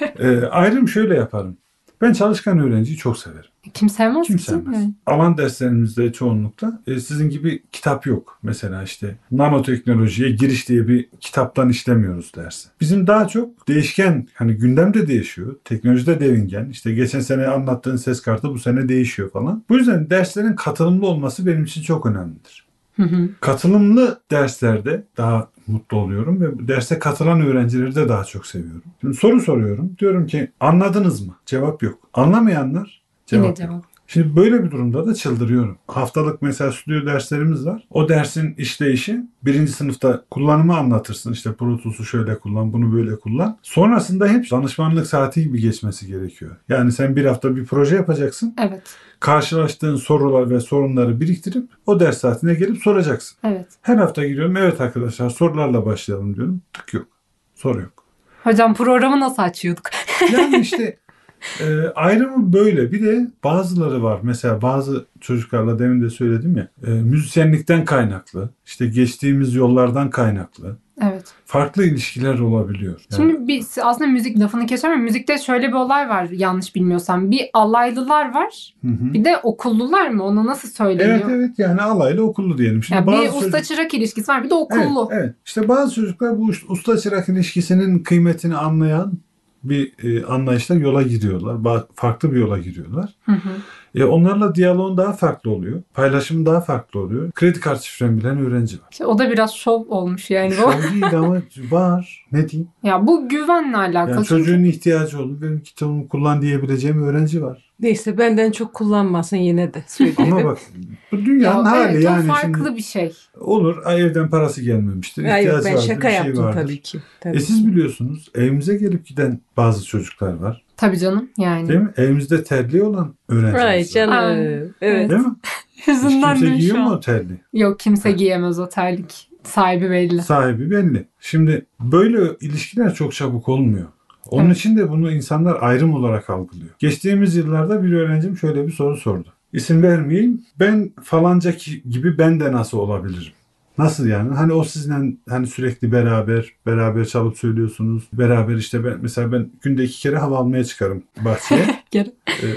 Ayrım şöyle yaparım. Ben çalışkan öğrenciyi çok severim. kim sevmez Kim ki? sevmez? Yani. Alan derslerimizde çoğunlukta sizin gibi kitap yok. Mesela işte nanoteknolojiye giriş diye bir kitaptan işlemiyoruz dersi. Bizim daha çok değişken, hani gündem de değişiyor. Teknolojide devingen. İşte geçen sene anlattığın ses kartı bu sene değişiyor falan. Bu yüzden derslerin katılımlı olması benim için çok önemlidir. Katılımlı derslerde daha mutlu oluyorum ve derse katılan öğrencileri de daha çok seviyorum. Şimdi soru soruyorum. Diyorum ki anladınız mı? Cevap yok. Anlamayanlar cevap yok. Şimdi böyle bir durumda da çıldırıyorum. Haftalık mesela stüdyo derslerimiz var. O dersin işleyişi, birinci sınıfta kullanımı anlatırsın. İşte Pro Tools'u şöyle kullan, bunu böyle kullan. Sonrasında hep danışmanlık saati gibi geçmesi gerekiyor. Yani sen bir hafta bir proje yapacaksın. Evet. Karşılaştığın sorular ve sorunları biriktirip o ders saatine gelip soracaksın. Evet. Her hafta giriyorum. Evet arkadaşlar, sorularla başlayalım diyorum. Tık yok. Soru yok. Hocam programı nasıl açıyorduk? Yani işte ayrımı böyle. Bir de bazıları var. Mesela bazı çocuklarla demin de söyledim ya. Müzisyenlikten kaynaklı. İşte geçtiğimiz yollardan kaynaklı. Evet. Farklı ilişkiler olabiliyor. Yani, Şimdi aslında müzik, lafını kesiyorum ama müzikte şöyle bir olay var, yanlış bilmiyorsam. Bir alaylılar var. Bir de okullular mı? Ona nasıl söyleniyor? evet yani alaylı okullu diyelim. Şimdi Ya bazı bir usta çırak ilişkisi var, bir de okullu. Evet. İşte bazı çocuklar bu usta çırak ilişkisinin kıymetini anlayan bir anlayışla yola giriyorlar. Farklı bir yola giriyorlar. Onlarla diyaloğun daha farklı oluyor. Paylaşım daha farklı oluyor. Kredi kart şifremi bilen öğrenci var. İşte o da biraz şov olmuş yani. Şov değil ama var. Ne diyeyim? Ya bu güvenle alakalı. Yani çocuğun ihtiyacı olur. Benim kitabımı kullan diyebileceğim öğrenci var. Neyse, benden çok kullanmasın yine de söyleyelim. Ama bak, bu dünyanın hali evet, yani. o farklı şimdi bir şey. olur, evden parası gelmemiştir. Ya yok, İhtiyacı ben vardır, şaka bir şey yaptım vardır. tabii ki. Tabii Siz ki. biliyorsunuz, evimize gelip giden bazı çocuklar var. Tabii canım yani. Değil mi? Evimizde terli olan öğrenciler Ay var. canım. Ay, Evet. Değil mi? Hiç Yüzünden kimse de giyiyor şu mu an. o terli? Yok, kimse giyemez o terlik. Sahibi belli. Sahibi belli. Şimdi böyle ilişkiler çok çabuk olmuyor. Onun Evet. için de bunu insanlar ayrım olarak algılıyor. Geçtiğimiz yıllarda bir öğrencim şöyle bir soru sordu. İsim vermeyeyim. Ben falanca gibi ben de nasıl olabilirim Nasıl yani? Hani o sizinle hani sürekli beraber çalıp söylüyorsunuz. Beraber işte mesela ben günde 2 kere hava almaya çıkarım bahçeye. Geri.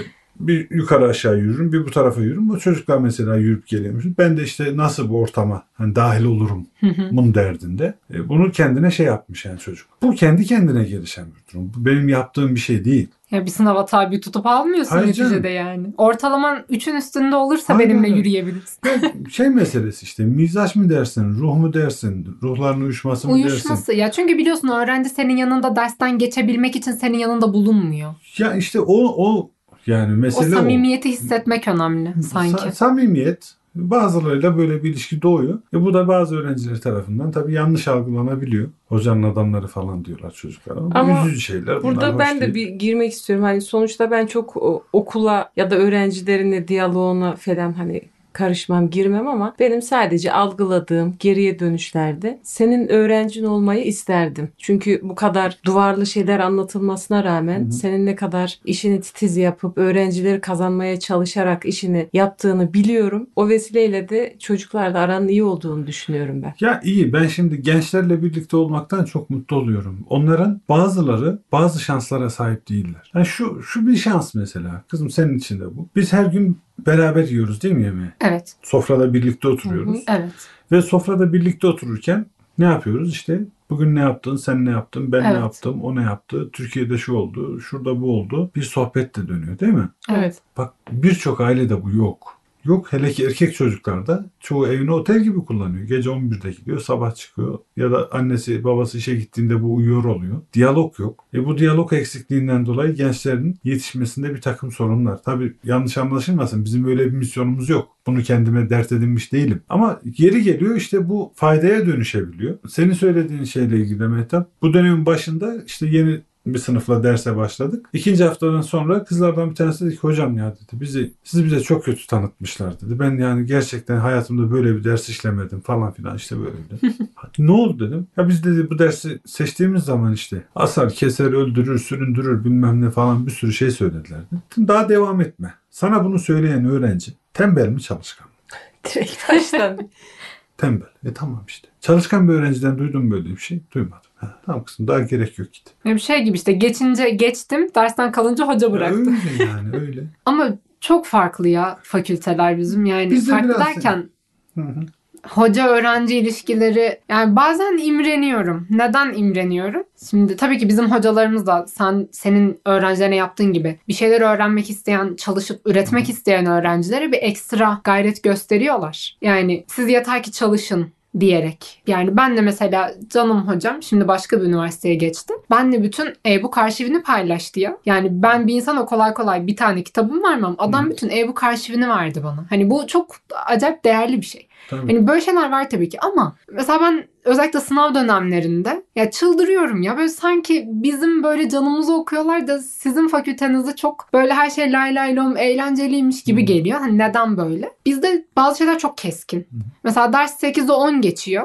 Bir yukarı aşağı yürürüm, bir bu tarafa yürürüm. O çocuklar mesela yürüp geliyormuş. Ben de işte nasıl bu ortama hani dahil olurum bunun derdinde. Bunu kendine şey yapmış yani çocuk. Bu kendi kendine gelişen bir durum. Bu benim yaptığım bir şey değil. Ya bir sınav tabi tutup almıyorsun Hayır neticede canım. yani. Ortalaman 3'ün üstünde olursa Aynen benimle öyle. yürüyebilirsin. Şey meselesi işte mizaç mı dersin, ruh mu dersin, ruhların uyuşması mı dersin? Uyuşması. Ya çünkü biliyorsun öğrenci senin yanında dersten geçebilmek için senin yanında bulunmuyor. Ya işte o yani O mesele samimiyeti hissetmek önemli sanki. Samimiyet bazılarıyla böyle bir ilişki doğuyor. Bu da bazı öğrenciler tarafından tabii yanlış algılanabiliyor. Hocanın adamları falan diyorlar çocuklara. Ama üzücü şeyler. burada Bunlar ben hoş de değil. bir girmek istiyorum. Hani sonuçta ben çok okula ya da öğrencilerinle diyaloğuna falan hani karışmam, girmem ama benim sadece algıladığım geriye dönüşlerde senin öğrencin olmayı isterdim. Çünkü bu kadar duvarlı şeyler anlatılmasına rağmen senin ne kadar işini titiz yapıp öğrencileri kazanmaya çalışarak işini yaptığını biliyorum. O vesileyle de çocuklarla aranın iyi olduğunu düşünüyorum ben. Ya iyi, ben şimdi gençlerle birlikte olmaktan çok mutlu oluyorum. Onların bazıları bazı şanslara sahip değiller. Yani şu bir şans mesela. Kızım senin için de bu. Biz her gün beraber yiyoruz değil mi yemeği? Evet. Sofrada birlikte oturuyoruz. Evet. Ve sofrada birlikte otururken ne yapıyoruz? İşte bugün ne yaptın, sen ne yaptın, ben ne Evet. yaptım, o ne yaptı, Türkiye'de şu oldu, şurada bu oldu. Bir sohbet de dönüyor değil mi? Evet. Bak birçok ailede bu yok. Yok, hele ki erkek çocuklarda çoğu evini otel gibi kullanıyor. Gece 11'de gidiyor, sabah çıkıyor. Ya da annesi babası işe gittiğinde bu uyuyor oluyor. Diyalog yok. Bu diyalog eksikliğinden dolayı gençlerin yetişmesinde bir takım sorunlar. Tabii yanlış anlaşılmasın, bizim öyle bir misyonumuz yok. Bunu kendime dert edinmiş değilim. Ama yeri geliyor işte bu faydaya dönüşebiliyor. Senin söylediğin şeyle ilgili de Mehtap, bu dönemin başında işte yeni bir sınıfla derse başladık. 2. haftadan sonra kızlardan bir tanesi dedi ki hocam ya dedi sizi bize çok kötü tanıtmışlar dedi. Ben yani gerçekten hayatımda böyle bir ders işlemedim falan filan işte böyle dedi. Ne oldu dedim. Ya biz dedi bu dersi seçtiğimiz zaman işte asar, keser, öldürür, süründürür bilmem ne falan bir sürü şey söylediler. Dedim, daha devam etme. Sana bunu söyleyen öğrenci tembel mi çalışkan mı? Direkt baştan. Tembel. Tamam işte. Çalışkan bir öğrenciden duydum böyle bir şey. Duymadım. Tamam kızım daha gerek yok git. Bir şey gibi işte geçince geçtim, dersten kalınca hoca bıraktı. Öyle yani öyle. Ama çok farklı ya fakülteler bizim yani. Biz de Farklı biraz derken Hı hı. hoca öğrenci ilişkileri yani bazen imreniyorum. Neden imreniyorum? Şimdi tabii ki bizim hocalarımız da senin öğrencilerine yaptığın gibi bir şeyler öğrenmek isteyen, çalışıp üretmek isteyen öğrencilere bir ekstra gayret gösteriyorlar. Yani siz yeter ki çalışın diyerek. Yani ben de mesela canım hocam şimdi başka bir üniversiteye geçti. Benle bütün e-book arşivini paylaştı ya. Yani ben bir insana kolay kolay bir tane kitabım vermem. Adam bütün e-book arşivini verdi bana. Hani bu çok acayip değerli bir şey. Tabii. Hani böyle şeyler var tabii ki ama mesela ben özellikle sınav dönemlerinde ya çıldırıyorum ya. Böyle sanki bizim böyle canımızı okuyorlar da sizin fakültenizde çok böyle her şey lay lay lom eğlenceliymiş gibi geliyor. Hani neden böyle? Bizde bazı şeyler çok keskin. Mesela ders 8'e 10 geçiyor.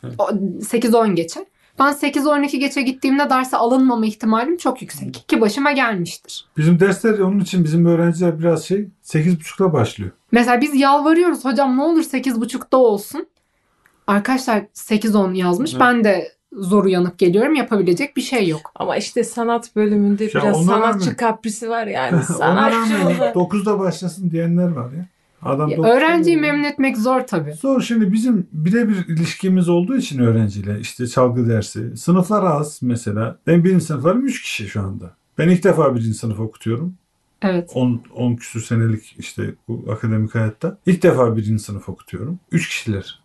8'e 10 geçe. Ben 8'e 12 geçe gittiğimde derse alınmama ihtimalim çok yüksek. Ki başıma gelmiştir. Bizim dersler onun için bizim öğrenciler biraz 8.30'da başlıyor. Mesela biz yalvarıyoruz hocam ne olur 8.30'da olsun. Arkadaşlar 8-10 yazmış. Evet. Ben de zor uyanıp geliyorum. Yapabilecek bir şey yok. Ama işte sanat bölümünde Ya biraz ona sanatçı rağmen- kaprisi var yani. Ona Sanatçı rağmen oldu. 9'da başlasın diyenler var ya. Adam Ya, 9'da öğrenciyi geliyor. memnun etmek zor tabii. Zor, şimdi bizim birebir ilişkimiz olduğu için öğrenciyle işte çalgı dersi. Sınıflar az mesela. Ben birinci sınıflarım 3 kişi şu anda. Ben ilk defa birinci sınıf okutuyorum. Evet. 10 küsur senelik işte bu akademik hayatta. İlk defa birinci sınıf okutuyorum. 3 kişiler.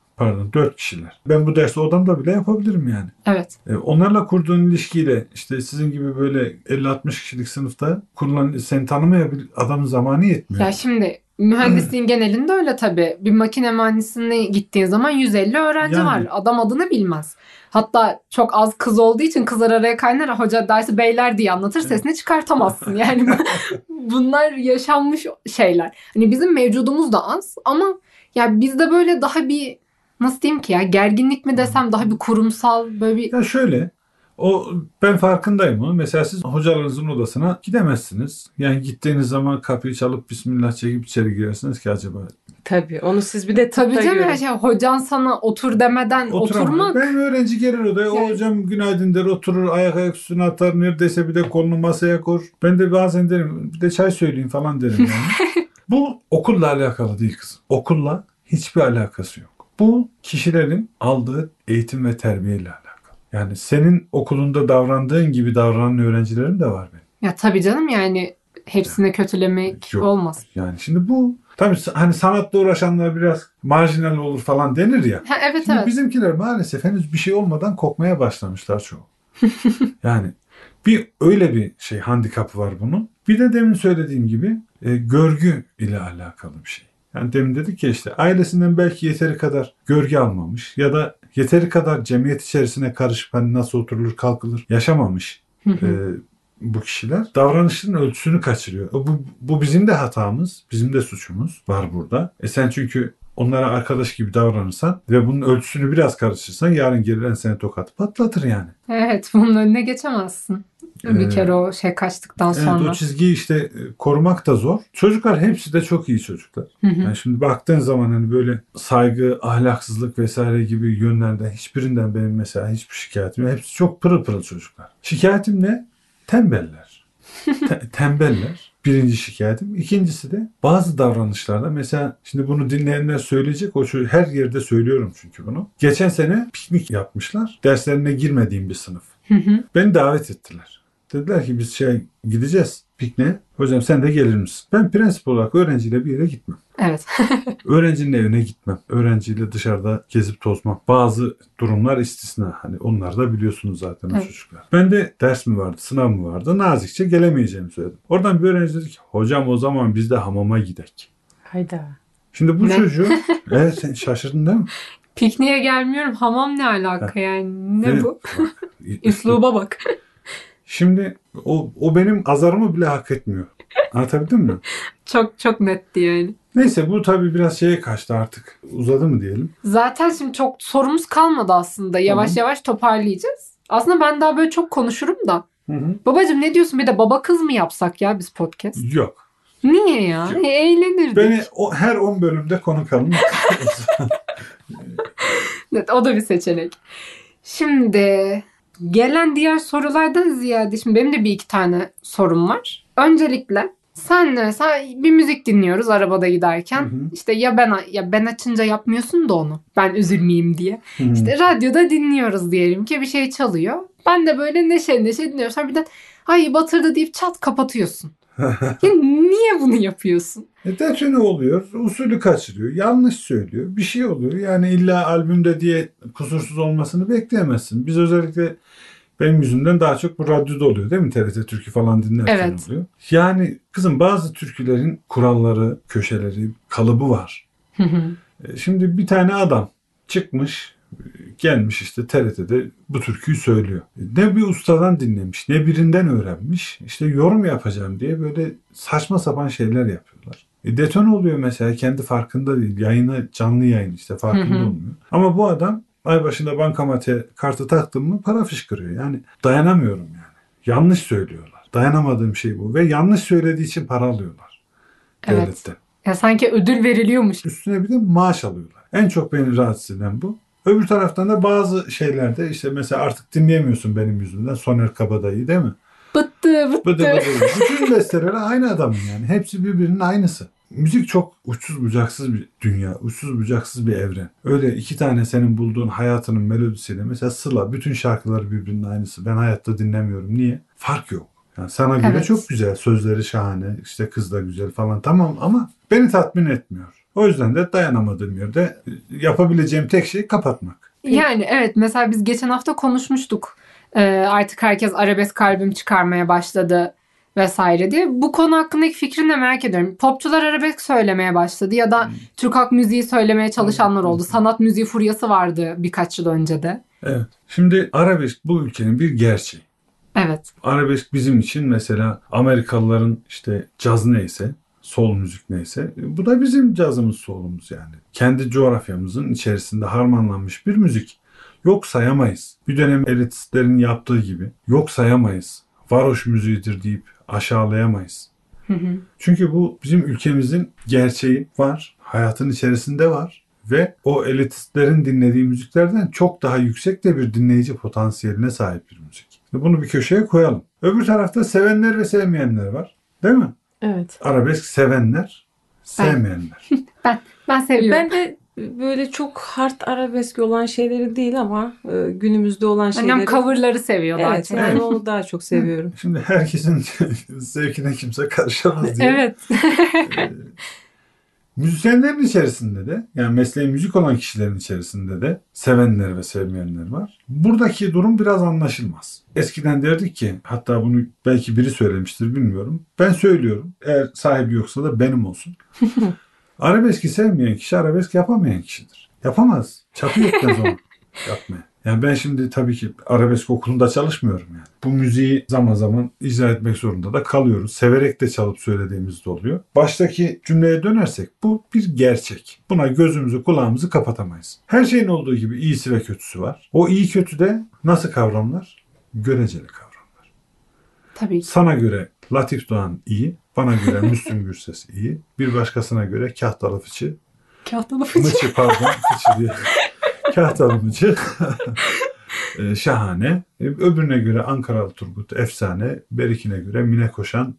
4 kişiler. Ben bu dersi odamda bile yapabilirim yani. Evet. Onlarla kurduğun ilişkiyle işte sizin gibi böyle 50-60 kişilik sınıfta kurulan seni tanımaya bir adamın zamanı yetmiyor. Ya şimdi mühendisliğin genelinde öyle tabii. Bir makine mühendisliğine gittiğin zaman 150 öğrenci Yani. var. Adam adını bilmez. Hatta çok az kız olduğu için kızlar araya kaynar. Hoca dersi beyler diye anlatır, sesini çıkartamazsın. Yani bunlar yaşanmış şeyler. Hani bizim mevcudumuz da az ama ya bizde böyle daha bir nasıl diyeyim ki ya gerginlik mi desem daha bir kurumsal böyle bir Ya şöyle, ben farkındayım onu. Mesela siz hocalarınızın odasına gidemezsiniz. Yani gittiğiniz zaman kapıyı çalıp bismillah çekip içeri girersiniz ki acaba Tabii onu siz bir de Tabii tıpta canım görün. ya şey, hocan sana otur demeden Oturamam. oturmak. Benim öğrenci gelir odaya. O Yani- hocam günaydın der, oturur, ayak üstüne atar, neredeyse bir de kolunu masaya koy. Ben de bazen derim bir de çay söyleyeyim falan derim yani. Bu okulla alakalı değil kızım. Okulla hiçbir alakası yok. Bu kişilerin aldığı eğitim ve terbiyeyle alakalı. Yani senin okulunda davrandığın gibi davranan öğrencilerim de var benim. Ya tabii canım yani hepsini kötülemek Yok. olmaz. Yani şimdi bu tabii hani sanatla uğraşanlar biraz marjinal olur falan denir ya. Ha, evet Şimdi evet. bizimkiler maalesef henüz bir şey olmadan kokmaya başlamışlar çoğu. Yani öyle bir şey handikapı var bunun. Bir de demin söylediğim gibi görgü ile alakalı bir şey. Yani demin dedik ya işte ailesinden belki yeteri kadar görgü almamış ya da yeteri kadar cemiyet içerisine karışıp hani nasıl oturulur kalkılır yaşamamış bu kişiler davranışların ölçüsünü kaçırıyor. Bu bizim de hatamız, bizim de suçumuz var burada. Sen çünkü onlara arkadaş gibi davranırsan ve bunun ölçüsünü biraz karıştırırsan yarın gelir seni tokat patlatır yani. Evet, bunun önüne geçemezsin. Bir kere o şey kaçtıktan sonra. Evet, o çizgiyi işte korumak da zor. Çocuklar hepsi de çok iyi çocuklar. Yani şimdi baktığın zaman hani böyle saygı, ahlaksızlık vesaire gibi yönlerden hiçbirinden benim mesela hiçbir şikayetim yok. Hepsi çok pırıl pırıl çocuklar. Şikayetim ne? Tembeller. Tembeller. Birinci şikayetim. İkincisi de bazı davranışlarda mesela şimdi bunu dinleyenler söyleyecek. O her yerde söylüyorum çünkü bunu. Geçen sene piknik yapmışlar. Derslerine girmediğim bir sınıf. Beni davet ettiler. Dediler ki biz gideceğiz pikniğe. Hocam sen de gelir misin? Ben prensip olarak öğrenciyle bir yere gitmem. Evet. Öğrencinin evine gitmem. Öğrenciyle dışarıda gezip tozmam. Bazı durumlar istisna. Hani onlar da biliyorsunuz zaten o çocuklar. Ben de ders mi vardı, sınav mı vardı? Nazikçe gelemeyeceğimi söyledim. Oradan bir öğrenci dedi ki hocam o zaman biz de hamama gidek. Hayda. Şimdi bu Ne? çocuğu sen şaşırdın değil mi? Pikniğe gelmiyorum. Hamam ne alaka yani? Ne bu? Üsluba bak. Şimdi o benim azarımı bile hak etmiyor. Anlatabildim mi? Çok çok netti yani. Neyse bu tabii biraz şeye kaçtı artık. Uzadı mı diyelim. Zaten şimdi çok sorumuz kalmadı aslında. Yavaş yavaş toparlayacağız. Aslında ben daha böyle çok konuşurum da. Babacığım ne diyorsun? Bir de baba kız mı yapsak ya biz podcast? Yok. Niye ya? Yok. Eğlenirdik. Beni her 10 bölümde konuk alın. Evet, o da bir seçenek. Şimdi gelen diğer sorulardan ziyade şimdi benim de bir iki tane sorum var. Öncelikle senle mesela bir müzik dinliyoruz arabada giderken. İşte ya ben açınca yapmıyorsun da onu. Ben üzülmeyeyim diye. İşte radyoda dinliyoruz diyelim ki bir şey çalıyor. Ben de böyle neşe neşe dinliyorum. Sonra birden ay batırdı deyip çat kapatıyorsun. Ya niye bunu yapıyorsun? Detone oluyor. Usulü kaçırıyor. Yanlış söylüyor. Bir şey oluyor. Yani illa albümde diye kusursuz olmasını bekleyemezsin. Biz özellikle benim yüzümden daha çok bu radyoda oluyor değil mi? TRT Türkü falan dinlerken oluyor. Yani kızım bazı türkülerin kuralları, köşeleri, kalıbı var. Şimdi bir tane adam çıkmış, gelmiş işte TRT'de bu türküyü söylüyor. Ne bir ustadan dinlemiş, ne birinden öğrenmiş. İşte yorum yapacağım diye böyle saçma sapan şeyler yapıyorlar. Deton oluyor mesela kendi farkında değil. Canlı yayın işte farkında olmuyor. Ama bu adam ay başında bankamatiğe kartı taktım mı para fışkırıyor. Yani dayanamıyorum yani. Yanlış söylüyorlar. Dayanamadığım şey bu. Ve yanlış söylediği için para alıyorlar. Evet. Devletten. Ya sanki ödül veriliyormuş. Üstüne bir de maaş alıyorlar. En çok beni rahatsız eden bu. Öbür taraftan da bazı şeylerde işte mesela artık dinleyemiyorsun benim yüzümden Soner Kabadayı değil mi? Bıttı. Bıdı. Bütün besteleri aynı adamın yani. Hepsi birbirinin aynısı. Müzik çok uçsuz bucaksız bir dünya. Uçsuz bucaksız bir evren. Öyle iki tane senin bulduğun hayatının melodisiyle mesela Sıla bütün şarkıları birbirinin aynısı. Ben hayatta dinlemiyorum. Niye? Fark yok. Yani sana göre çok güzel. Sözleri şahane. İşte kız da güzel falan. Tamam ama beni tatmin etmiyor. O yüzden de dayanamadığım yerde yapabileceğim tek şey kapatmak. Yani evet mesela biz geçen hafta konuşmuştuk. Artık herkes arabesk albüm çıkarmaya başladı vesaire diye. Bu konu hakkındaki fikrini de merak ediyorum. Popçular arabesk söylemeye başladı ya da Türk halk müziği söylemeye çalışanlar oldu. Sanat müziği furyası vardı birkaç yıl önce de. Evet. Şimdi arabesk bu ülkenin bir gerçeği. Evet. Arabesk bizim için mesela Amerikalıların işte caz neyse, soul müzik neyse bu da bizim cazımız, soul'umuz yani. Kendi coğrafyamızın içerisinde harmanlanmış bir müzik. Yok sayamayız. Bir dönem elitistlerin yaptığı gibi yok sayamayız. Varoş müziğidir deyip aşağılayamayız. Hı hı. Çünkü bu bizim ülkemizin gerçeği var, hayatın içerisinde var ve o elitistlerin dinlediği müziklerden çok daha yüksek de bir dinleyici potansiyeline sahip bir müzik. Bunu bir köşeye koyalım. Öbür tarafta sevenler ve sevmeyenler var. Değil mi? Evet. Arabesk sevenler, sevmeyenler. Ben seviyorum. Ben de böyle çok hard arabesk olan şeyleri değil ama günümüzde olan şeyleri. Annem coverları seviyor daha Evet, çok. yani onu daha çok seviyorum. Şimdi herkesin zevkine kimse karışamaz diye. Evet. Müzisyenlerin içerisinde de, yani mesleği müzik olan kişilerin içerisinde de sevenler ve sevmeyenler var. Buradaki durum biraz anlaşılmaz. Eskiden derdik ki, hatta bunu belki biri söylemiştir bilmiyorum. Ben söylüyorum. Eğer sahibi yoksa da benim olsun. Arabeski sevmeyen kişi arabesk yapamayan kişidir. Yapamaz. Çapı yetmez onu yapmaya. Yani ben şimdi tabii ki arabesk okulunda çalışmıyorum yani. Bu müziği zaman zaman icra etmek zorunda da kalıyoruz. Severek de çalıp söylediğimiz de oluyor. Baştaki cümleye dönersek bu bir gerçek. Buna gözümüzü kulağımızı kapatamayız. Her şeyin olduğu gibi iyisi ve kötüsü var. O iyi kötü de nasıl kavramlar? Göreceli kavramlar. Tabii ki. Sana göre Latif Doğan iyi, bana göre Müslüm Gürses iyi, bir başkasına göre Kahtalı Fıçı, Kahtalı fıçı. Mıçı pardon, Fıçı diye. Kahtalı Mıçı şahane. Öbürüne göre Ankaralı Turgut efsane. Berikine göre Mine Koşan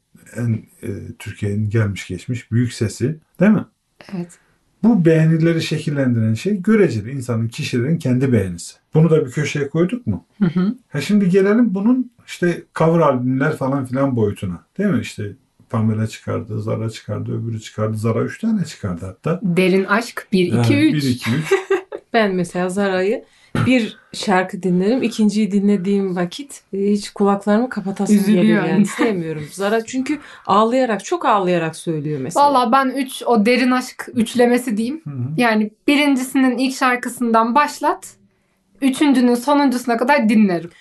Türkiye'nin gelmiş geçmiş büyük sesi. Değil mi? Evet. Bu beğenileri şekillendiren şey göreceli. İnsanın, kişilerin kendi beğenisi. Bunu da bir köşeye koyduk mu? Hı hı. Şimdi gelelim bunun işte cover albümler falan filan boyutuna. Değil mi? İşte Pamela çıkardı, Zara çıkardı, öbürü çıkardı. Zara 3 tane çıkardı hatta. Derin aşk 1 2 3. 1 2 3. Ben mesela Zara'yı bir şarkı dinlerim. İkinciyi dinlediğim vakit hiç kulaklarımı kapatasım Üzülüyor gelir yani. yani. Sevmiyorum. Zara çünkü ağlayarak, çok ağlayarak söylüyor mesela. Valla ben 3 o derin aşk üçlemesi diyeyim. Hı hı. Yani birincisinin ilk şarkısından başlat. Üçüncünün sonuncusuna kadar dinlerim.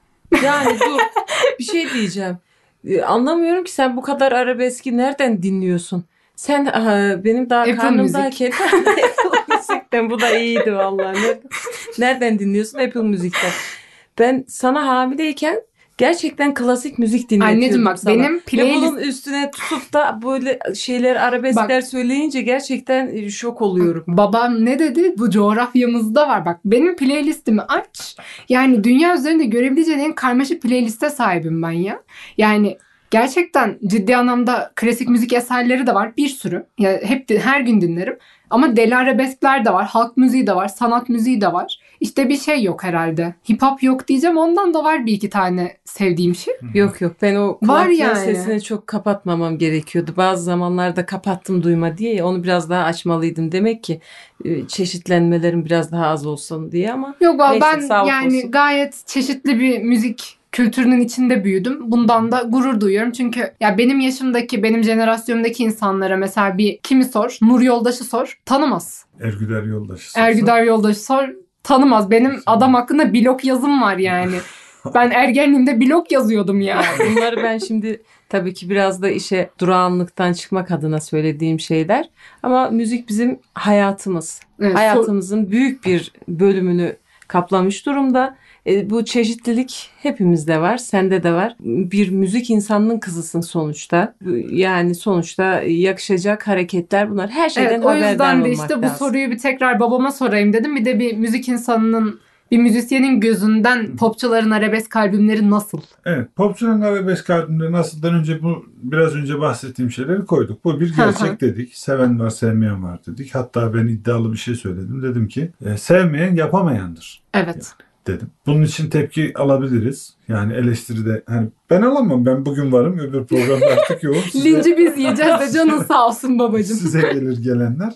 Yani dur, bir şey diyeceğim. Anlamıyorum ki sen bu kadar arabeski nereden dinliyorsun? Sen benim daha Apple karnımdayken Apple Müzik'ten, bu da iyiydi vallahi. Nereden dinliyorsun? Apple Müzik'ten. Ben sana hamileyken gerçekten klasik müzik dinletiyordum Anneciğim bak sana. benim Ve playlist... bunun üstüne tutup da böyle şeyler, arabeskler söyleyince gerçekten şok oluyorum. Babam ne dedi? Bu coğrafyamızda var. Bak benim playlistimi aç. Yani dünya üzerinde görebileceğin en karmaşık playliste sahibim ben ya. Yani gerçekten ciddi anlamda klasik müzik eserleri de var. Bir sürü. Ya hep her gün dinlerim. Ama deli arabeskler de var. Halk müziği de var. Sanat müziği de var. İşte bir şey yok herhalde. Hip hop yok diyeceğim. Ondan da var bir iki tane sevdiğim şey. Yok ben o Var kulaklığın yani. sesini çok kapatmamam gerekiyordu. Bazı zamanlarda kapattım duyma diye, onu biraz daha açmalıydım. Demek ki çeşitlenmelerin biraz daha az olsun diye ama Yok neyse, ben sağlık yani olsun. gayet çeşitli bir müzik kültürünün içinde büyüdüm. Bundan da gurur duyuyorum. Çünkü ya benim yaşımdaki, benim jenerasyonumdaki insanlara mesela bir kimi sor, Nur Yoldaş'ı sor, tanımaz. Ergüder Yoldaşı. Ergüder Yoldaş'ı sor, tanımaz. Benim adam hakkında blog yazım var yani. Ben ergenliğimde blog yazıyordum ya. Yani bunları ben şimdi tabii ki biraz da işe durağanlıktan çıkmak adına söylediğim şeyler. Ama müzik bizim hayatımız. Evet, Hayatımızın büyük bir bölümünü kaplamış durumda. Bu çeşitlilik hepimizde var, sende de var. Bir müzik insanının kızısın sonuçta. Yani sonuçta yakışacak hareketler bunlar. Her şeyden evet, o haberdar yüzden de olmak işte bu lazım. soruyu bir tekrar babama sorayım dedim. Bir de bir müzik insanının, bir müzisyenin gözünden popçuların arabesk albümleri nasıl? Evet, popçuların arabesk albümleri nasıldan önce bu biraz önce bahsettiğim şeyleri koyduk. Bu bir gerçek dedik. Seven var, sevmeyen var dedik. Hatta ben iddialı bir şey söyledim. Dedim ki sevmeyen yapamayandır. Evet. Dedim. Bunun için tepki alabiliriz. Yani eleştiride hani ben alamam. Ben bugün varım. Öbür programda artık yoğum. Linci biz yiyeceğiz de canın sağ olsun babacığım. Size gelir gelenler.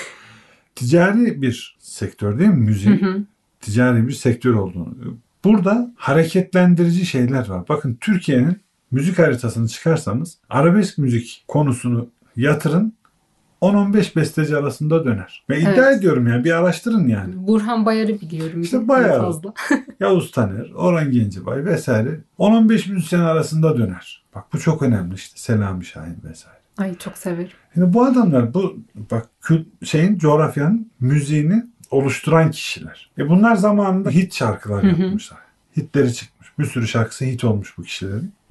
Ticari bir sektör değil mi? Müziğin ticari bir sektör olduğunu. Burada hareketlendirici şeyler var. Bakın Türkiye'nin müzik haritasını çıkarsanız arabesk müzik konusunu yatırın, 10-15 besteci arasında döner. Ve iddia ediyorum yani, bir araştırın yani. Burhan Bayar'ı biliyorum. İşte bayağı. Fazla. Yavuz Taner, Orhan Gencebay vesaire 10-15 müzisyen arasında döner. Bak bu çok önemli işte. Selami Şahin vesaire. Ay çok severim. Yani bu adamlar bu bak coğrafyanın müziğini oluşturan kişiler. Bunlar zamanında hit şarkılar yapmışlar. Hitleri çıkmış. Bir sürü şarkısı hit olmuş bu kişilerin.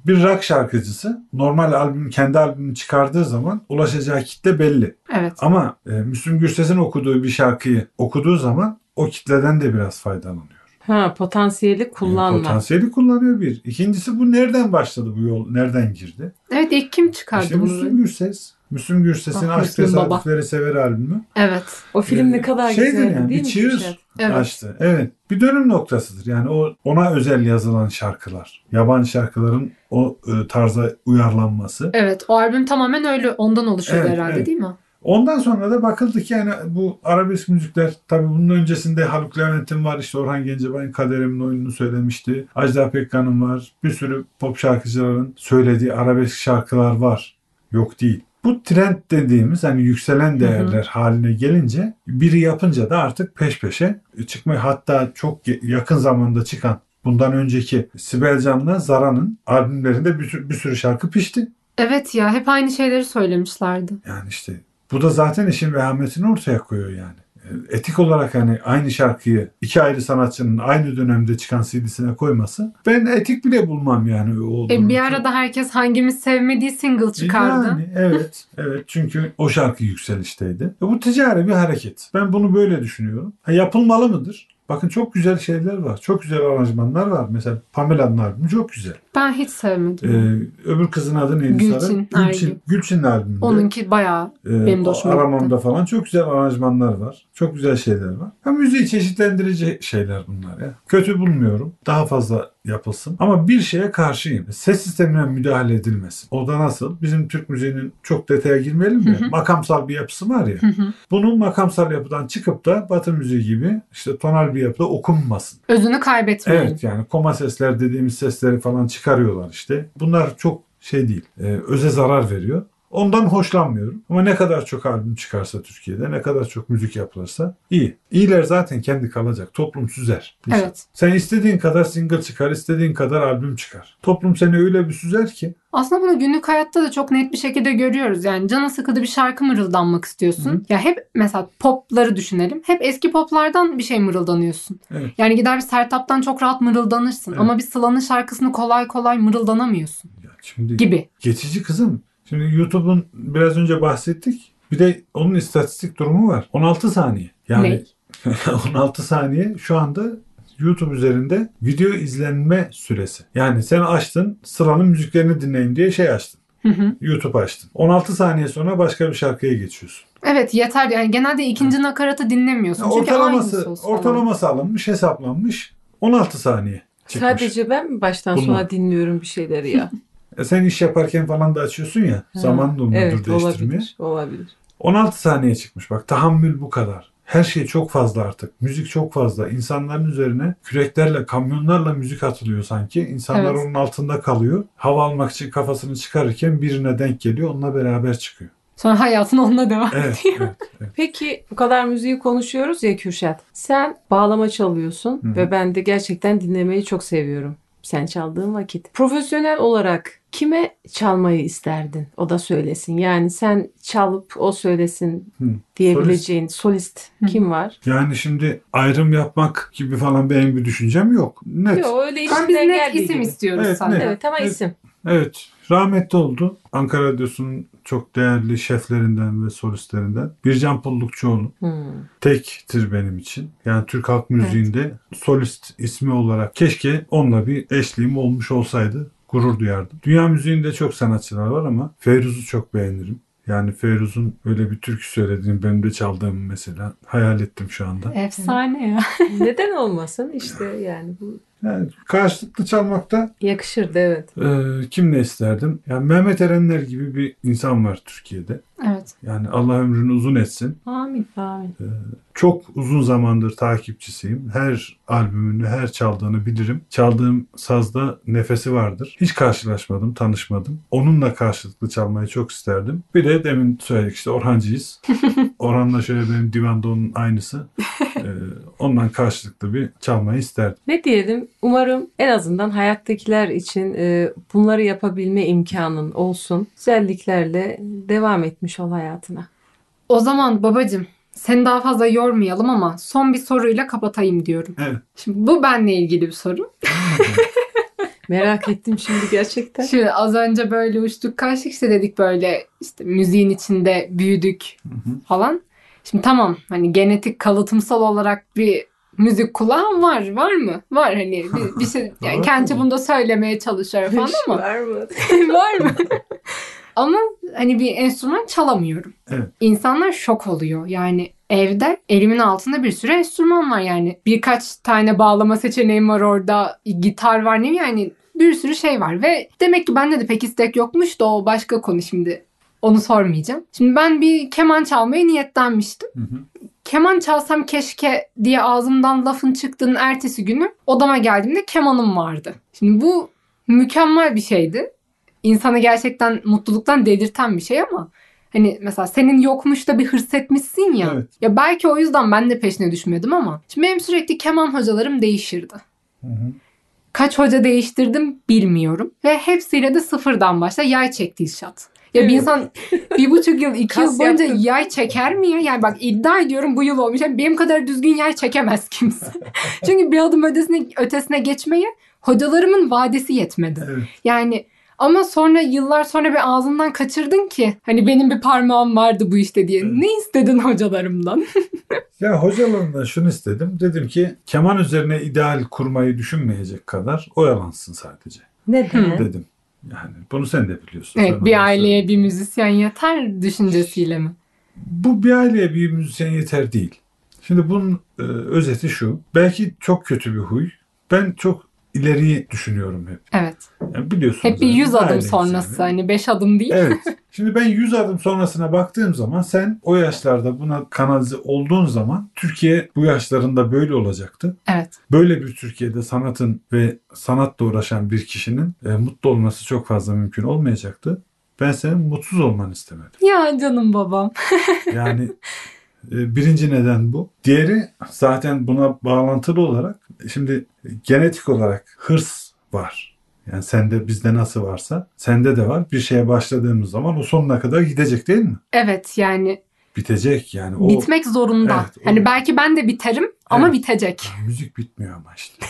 bir rock şarkıcısı normal kendi albümünü çıkardığı zaman ulaşacağı kitle belli. Evet. Ama Müslüm Gürses'in okuduğu bir şarkıyı okuduğu zaman o kitleden de biraz faydalanıyor. Potansiyeli kullanma. Potansiyeli kullanıyor bir. İkincisi bu nereden başladı bu yol? Nereden girdi? Evet, ilk kim çıkardı İşte bunu? Müslüm Gürses. Müslüm Gürses'in Aşk Müslüm Baba. Tesadüfleri Sever albümü. Evet. O film ne kadar güzeldi yani, değil bir mi cheers Kürşat? Evet. açtı. Evet. Bir dönüm noktasıdır. Yani ona özel yazılan şarkılar. Yabancı şarkıların o tarza uyarlanması. Evet. O albüm tamamen öyle ondan oluşuyordu Evet, herhalde evet. değil mi? Ondan sonra da bakıldı ki yani bu arabesk müzikler, tabii bunun öncesinde Haluk Levent'in var, işte Orhan Gencebay'ın Kaderimin Oyununu söylemişti. Ajda Pekkan'ın var. Bir sürü pop şarkıcıların söylediği arabesk şarkılar var. Yok değil. Bu trend dediğimiz hani yükselen değerler haline gelince biri yapınca da artık peş peşe çıkmaya, hatta çok yakın zamanda çıkan bundan önceki Sibel Can'la Zara'nın albümlerinde bir sürü şarkı pişti. Evet ya, hep aynı şeyleri söylemişlerdi. Yani işte bu da zaten işin vehametini ortaya koyuyor yani. Etik olarak hani aynı şarkıyı iki ayrı sanatçının aynı dönemde çıkan CD'sine koyması, ben etik bile bulmam yani olduğunu. Bir arada herkes hangimiz sevmediği single çıkardı. Yani evet çünkü o şarkı yükselişteydi. Bu ticari bir hareket. Ben bunu böyle düşünüyorum. Yapılmalı mıdır? Bakın çok güzel şeyler var. Çok güzel aranjmanlar var. Mesela Pamela'nın albümü çok güzel. Ben hiç sevmedim. Öbür kızın adı neydi? Gülçin Ergün. Gülçin'in albümünde. Onunki bayağı benim de hoşuma gitti. Aramamda falan çok güzel aranjmanlar var. Çok güzel şeyler var. Müziği çeşitlendirici şeyler bunlar ya. Kötü bulmuyorum. Daha fazla yapılsın. Ama bir şeye karşıyım. Ses sistemine müdahale edilmesin. O da nasıl? Bizim Türk müziğinin, çok detaya girmeyelim mi? Makamsal bir yapısı var ya. Bunun makamsal yapıdan çıkıp da Batı müziği gibi işte tonal bir yapıda okunmasın. Özünü kaybetmeyin. Evet, yani koma sesler dediğimiz sesleri falan çıkarıyorlar işte. Bunlar çok şey değil. Öze zarar veriyor. Ondan hoşlanmıyorum. Ama ne kadar çok albüm çıkarsa Türkiye'de, ne kadar çok müzik yapılırsa iyi. İyiler zaten kendi kalacak. Toplum süzer. Evet. Sen istediğin kadar single çıkar, istediğin kadar albüm çıkar. Toplum seni öyle bir süzer ki. Aslında bunu günlük hayatta da çok net bir şekilde görüyoruz. Yani canın sıkıdı bir şarkı mırıldanmak istiyorsun. Hı. Ya hep mesela popları düşünelim. Hep eski poplardan bir şey mırıldanıyorsun. Evet. Yani gider bir Sertab'tan çok rahat mırıldanırsın. Evet. Ama bir Sıla'nın şarkısını kolay kolay mırıldanamıyorsun. Ya şimdi Gibi. geçici kızım. Şimdi YouTube'un biraz önce bahsettik. Bir de onun istatistik durumu var. 16 saniye. Yani Ne? 16 saniye şu anda YouTube üzerinde video izlenme süresi. Yani sen açtın, Sıla'nın müziklerini dinleyin diye şey açtın. YouTube açtın. 16 saniye sonra başka bir şarkıya geçiyorsun. Evet, yeter. Yani genelde ikinci nakaratı dinlemiyorsun. Çünkü aynısı olsun falan. Ortalaması alınmış, hesaplanmış. 16 saniye çıkmış. Sadece ben mi baştan sona dinliyorum bir şeyleri ya? Sen iş yaparken falan da açıyorsun ya. Zaman durumunu evet, değiştirmeye. olabilir. 16 saniye çıkmış. Bak, tahammül bu kadar. Her şey çok fazla artık. Müzik çok fazla. İnsanların üzerine küreklerle, kamyonlarla müzik atılıyor sanki. İnsanlar Evet. onun altında kalıyor. Hava almak için kafasını çıkarırken birine denk geliyor. Onunla beraber çıkıyor. Sonra hayatın onunla devam Evet, ediyor. evet. Peki bu kadar müziği konuşuyoruz ya Kürşat. Sen bağlama çalıyorsun ve ben de gerçekten dinlemeyi çok seviyorum. Sen çaldığın vakit. Profesyonel olarak kime çalmayı isterdin? O da söylesin. Yani sen çalıp o söylesin diyebileceğin solist kim var? Yani şimdi ayrım yapmak gibi falan benim bir düşüncem yok. Net. Yok, öyle Biz işinden net geldiği isim gibi. istiyoruz Evet, sadece. net. Evet ama Evet. isim. Evet. Rahmetli oldu. Ankara Radyosu'nun çok değerli şeflerinden ve solistlerinden. Bircan Pullukçuoğlu. Tektir benim için. Yani Türk halk müziğinde solist ismi olarak keşke onunla bir eşliğim olmuş olsaydı. Gurur duyardım. Dünya müziğinde çok sanatçılar var ama Feyruz'u çok beğenirim. Yani Feyruz'un öyle bir türkü söylediğini, benim de çaldığımı mesela hayal ettim şu anda. Efsane ya. Neden olmasın işte yani bu Yani karşılıklı çalmakta yakışırdı evet. kim ne isterdim? Yani Mehmet Erenler gibi bir insan var Türkiye'de. Evet. Yani Allah ömrünü uzun etsin. Amin. Amin. Çok uzun zamandır takipçisiyim. Her albümünü, her çaldığını bilirim. Çaldığım sazda nefesi vardır. Hiç karşılaşmadım, tanışmadım. Onunla karşılıklı çalmayı çok isterdim. Bir de demin söyledik işte Orhancıyız. Orhan'la şöyle benim divanda onun aynısı. Ondan karşılıklı bir çalmayı isterdim. Ne diyelim? Umarım en azından hayattakiler için bunları yapabilme imkanın olsun. Güzelliklerle devam etmiş ol hayatına. O zaman babacığım, seni daha fazla yormayalım ama son bir soruyla kapatayım diyorum. Evet. Şimdi bu benle ilgili bir soru. Merak ettim şimdi gerçekten. Şimdi az önce böyle uçtuk kaçtık işte dedik böyle işte müziğin içinde büyüdük falan. Şimdi tamam hani genetik kalıtımsal olarak bir müzik kulağı var mı? Var hani bir şey yani kendi bunu da söylemeye çalışıyor falan ama. Var mı? Var mı? Ama hani bir enstrüman çalamıyorum. Evet. İnsanlar şok oluyor. Yani evde elimin altında bir sürü enstrüman var yani. Birkaç tane bağlama seçeneğim var orada. Gitar var ne yani bir sürü şey var. Ve demek ki bende de pek istek yokmuş da o başka konu şimdi. Onu sormayacağım. Şimdi ben bir keman çalmaya niyetlenmiştim. Keman çalsam keşke diye ağzımdan lafın çıktığının ertesi günü odama geldiğimde kemanım vardı. Şimdi bu mükemmel bir şeydi. İnsanı gerçekten mutluluktan delirten bir şey ama hani mesela senin yokmuş da bir hırs etmişsin ya. Evet. Ya belki o yüzden ben de peşine düşmedim ama şimdi benim sürekli keman hocalarım değişirdi. Kaç hoca değiştirdim bilmiyorum. Ve hepsiyle de sıfırdan başla yay çekti Dilşat. Ya bir insan 1,5 yıl 2 yıl boyunca yay çeker mi ya? Yani bak iddia ediyorum bu yıl olmuş. Yani benim kadar düzgün yay çekemez kimse. Çünkü bir adım ötesine geçmeye hocalarımın vadesi yetmedi. Evet. Yani ama sonra yıllar sonra bir ağzından kaçırdın ki hani benim bir parmağım vardı bu işte diye. Ne istedin hocalarımdan? Ya hocalarımdan şunu istedim. Dedim ki keman üzerine ideal kurmayı düşünmeyecek kadar oyalansın sadece. Neden? Dedim. Yani bunu sen de biliyorsun. Evet Sen bir onu aileye söyledin. bir müzisyen yeter düşüncesiyle mi? Bu bir aileye bir müzisyen yeter değil. Şimdi bunun özeti şu. Belki çok kötü bir huy. Ben çok ileriyi düşünüyorum hep. Evet. Yani biliyorsunuz. Hep bir 100 adım aileyiz sonrası yani. hani 5 adım değil. Evet. Şimdi ben 100 adım sonrasına baktığım zaman sen o yaşlarda buna kanalize olduğun zaman Türkiye bu yaşlarında böyle olacaktı. Evet. Böyle bir Türkiye'de sanatın ve sanatla uğraşan bir kişinin mutlu olması çok fazla mümkün olmayacaktı. Ben senin mutsuz olmanı istemedim. Ya canım babam. Yani birinci neden bu. Diğeri zaten buna bağlantılı olarak şimdi genetik olarak hırs var. Yani sende bizde nasıl varsa sende de var. Bir şeye başladığımız zaman o sonuna kadar gidecek değil mi? Evet yani Bitecek yani. O, bitmek zorunda. Evet, o- Hani belki ben de biterim ama Evet. bitecek. müzik bitmiyor ama işte.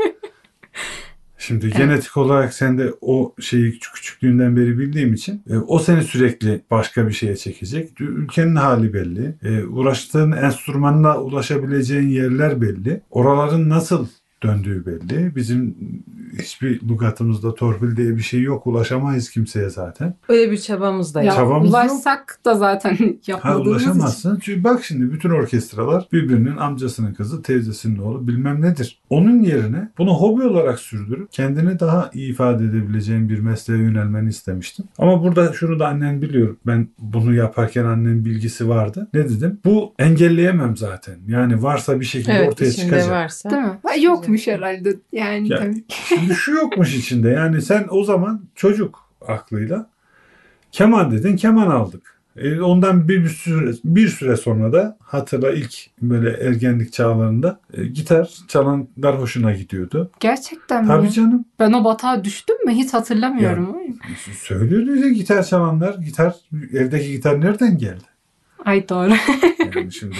Şimdi genetik olarak sende o şeyi küçüklüğünden beri bildiğim için o seni sürekli başka bir şeye çekecek. Ülkenin hali belli. Uğraştığın enstrümanla ulaşabileceğin yerler belli. Oraların nasıl döndüğü belli. Bizim hiçbir lügatımızda torpil diye bir şey yok. Ulaşamayız kimseye zaten. Öyle bir çabamız da Ya yok. Çabamız ulaşsak da zaten Ha, yapmadığımız için. ulaşamazsın. Çünkü bak şimdi bütün orkestralar birbirinin amcasının kızı, teyzesinin oğlu bilmem nedir. Onun yerine bunu hobi olarak sürdürüp kendini daha iyi ifade edebileceğin bir mesleğe yönelmeni istemiştim. Ama burada şunu da annen biliyor. Ben bunu yaparken annenin bilgisi vardı. Ne dedim? Bu engelleyemem zaten. Yani varsa bir şekilde Evet, ortaya içinde çıkacak. varsa. Değil mi? Ha, yokmuş herhalde. Yani Ya, tabii. Şimdi şu yokmuş içinde. Yani sen o zaman çocuk aklıyla keman dedin, keman aldık. Ondan bir süre sonra da hatırla ilk böyle ergenlik çağlarında gitar çalanlar hoşuna gidiyordu. Gerçekten mi? Tabii canım. Ben o batağa düştüm mü hiç hatırlamıyorum. Söylüyordu ya gitar çalanlar. Evdeki gitar nereden geldi? Ay doğru. Yani şimdi.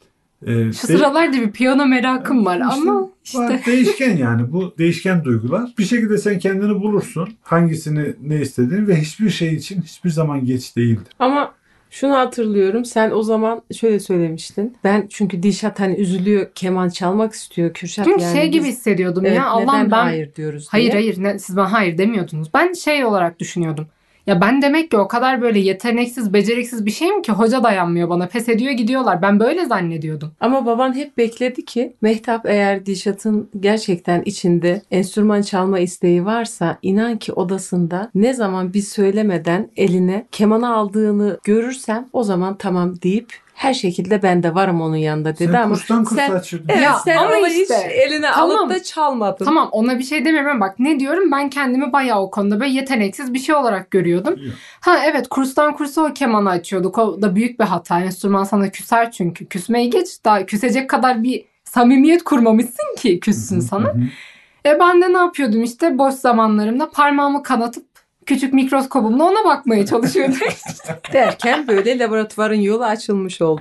Şu sıralarda bir piyano merakım var ama işte. Var, değişken yani bu değişken duygular. Bir şekilde sen kendini bulursun. Hangisini ne istediğini ve hiçbir şey için hiçbir zaman geç değildir. Ama şunu hatırlıyorum. Sen o zaman şöyle söylemiştin. Ben çünkü Dilşat hani üzülüyor, keman çalmak istiyor. Kürşat Çünkü yani şey gibi biz- hissediyordum Evet, ya Allah'ım neden ben hayır diyoruz diye. hayır siz bana hayır demiyordunuz. Ben şey olarak düşünüyordum. Ya ben demek ki o kadar böyle yeteneksiz, beceriksiz bir şeyim ki hoca dayanmıyor bana. Pes ediyor gidiyorlar. Ben böyle zannediyordum. Ama baban hep bekledi ki Mehtap eğer Dilşat'ın gerçekten içinde enstrüman çalma isteği varsa inan ki odasında ne zaman biz söylemeden eline kemanı aldığını görürsem o zaman tamam deyip her şekilde ben de varım onun yanında dedi Sen ama kurstan kursa sen, açıyordun. evet, Ya sen ama onu işte, hiç eline tamam. alıp da çalmadın. Tamam ona bir şey demiyorum ama bak ne diyorum ben kendimi bayağı o konuda böyle yeteneksiz bir şey olarak görüyordum. Yok. Ha evet kurstan kursa o kemanı açıyorduk. O da büyük bir hata. Enstrüman sana küser çünkü. Küsmeyi geç daha küsecek kadar bir samimiyet kurmamışsın ki küssün sana. Ben de ne yapıyordum işte boş zamanlarımda parmağımı kanatıp küçük mikroskobumla ona bakmaya çalışıyordum. Derken böyle laboratuvarın yolu açılmış oldu.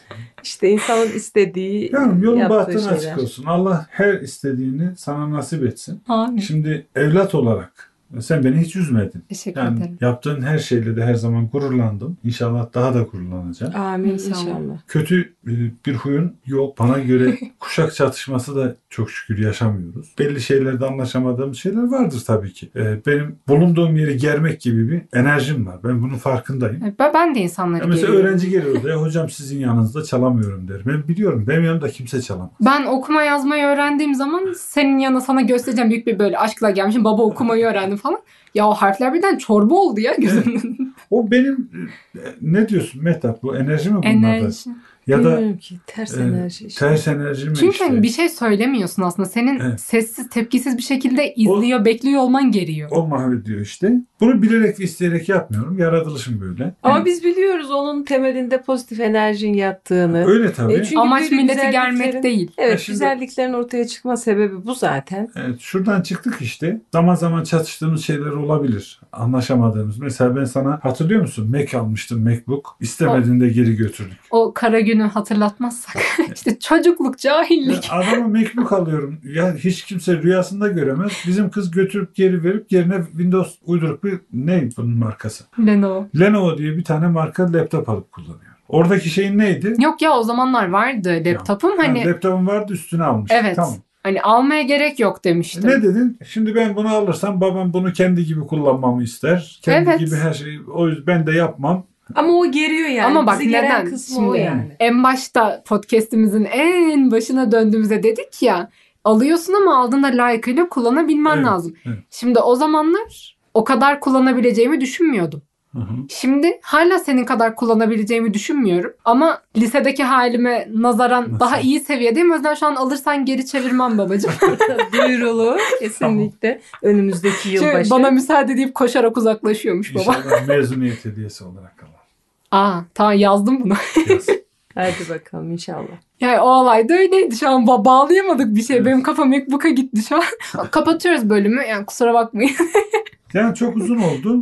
İşte insanın istediği, Yani yolun yaptığı bahtın şeyler. açık olsun. Allah her istediğini sana nasip etsin. Amin. Şimdi evlat olarak sen beni hiç üzmedin. Teşekkür Yani ederim. yaptığın her şeyle de her zaman gururlandım. İnşallah daha da gururlanacağım. Amin İnşallah. inşallah. Kötü bir huyun yok. Bana göre kuşak çatışması da çok şükür yaşamıyoruz. Belli şeylerde anlaşamadığımız şeyler vardır tabii ki. Benim bulunduğum yeri germek gibi bir enerjim var. Ben bunun farkındayım. Ben de insanları Mesela geriyorum. öğrenci gelir odaya, hocam sizin yanınızda çalamıyorum der. Ben biliyorum benim yanımda kimse çalamaz. Ben okuma yazmayı öğrendiğim zaman senin yanına sana göstereceğim, büyük bir böyle aşkla gelmişim. Baba okumayı öğrendim falan. Ya o harfler birden çorba oldu ya gözümün. O benim ne diyorsun Mehtap, bu enerji mi bunlarda? Enerji. Ya da Bilmiyorum ki ters enerji işte. ters enerji mi Çünkü işte? hani bir şey söylemiyorsun aslında. Senin Evet. sessiz, tepkisiz bir şekilde izliyor, bekliyor olman geriyor. O mahvediyor işte. Bunu bilerek ve isteyerek yapmıyorum. Yaratılışım böyle. Ama biz biliyoruz onun temelinde pozitif enerjin yattığını. Öyle tabii. Çünkü Amaç böyle milleti güzelliklerin- germek değil. Evet, Ya şimdi- güzelliklerin ortaya çıkma sebebi bu zaten. Evet, şuradan çıktık işte. Zaman zaman çatıştığımız şeyler olabilir. Anlaşamadığımız. Mesela ben sana hatırlıyor musun? Mac almıştım, MacBook. İstemediğinde geri götürdük. O kara günü hatırlatmazsak. işte çocukluk, cahillik. Ya adama MacBook alıyorum. Ya hiç kimse rüyasında göremez. Bizim kız götürüp geri verip yerine Windows uyduruk bir ne bunun markası? Lenovo. Lenovo diye bir tane marka laptop alıp kullanıyor. Oradaki şeyin neydi? Yok ya, o zamanlar vardı laptopum. Hani Laptopum vardı, üstüne almış. evet. Tamam. Hani almaya gerek yok demiştim. Ne dedin? Şimdi ben bunu alırsam babam bunu kendi gibi kullanmamı ister. Kendi Evet. gibi her şeyi. O yüzden ben de yapmam. Ama o geriyor yani. Ama bak Bizi geren neden? kısmı o Şimdi yani. en başta podcast'imizin en başına döndüğümüzde dedik ya, alıyorsun ama aldığında layıkıyla kullanabilmen Evet, lazım. evet. Şimdi o zamanlar o kadar kullanabileceğimi düşünmüyordum. Hı hı. Şimdi hala senin kadar kullanabileceğimi düşünmüyorum. Ama lisedeki halime nazaran Nasıl? daha iyi seviyedeyim. O yüzden şu an alırsan geri çevirmem babacığım. Duyurulu kesinlikle. Önümüzdeki Çünkü yılbaşı. bana müsaade deyip koşarak uzaklaşıyormuş baba. İnşallah mezuniyet hediyesi olarak alır. Aa, tamam, yazdım bunu. Yaz. Hadi bakalım inşallah. Yani o olay da öyleydi. Şu an bağlayamadık bir şey. Evet. Benim kafam MacBook'a gitti şu an. Kapatıyoruz bölümü. Yani kusura bakmayın. Yani çok uzun oldu.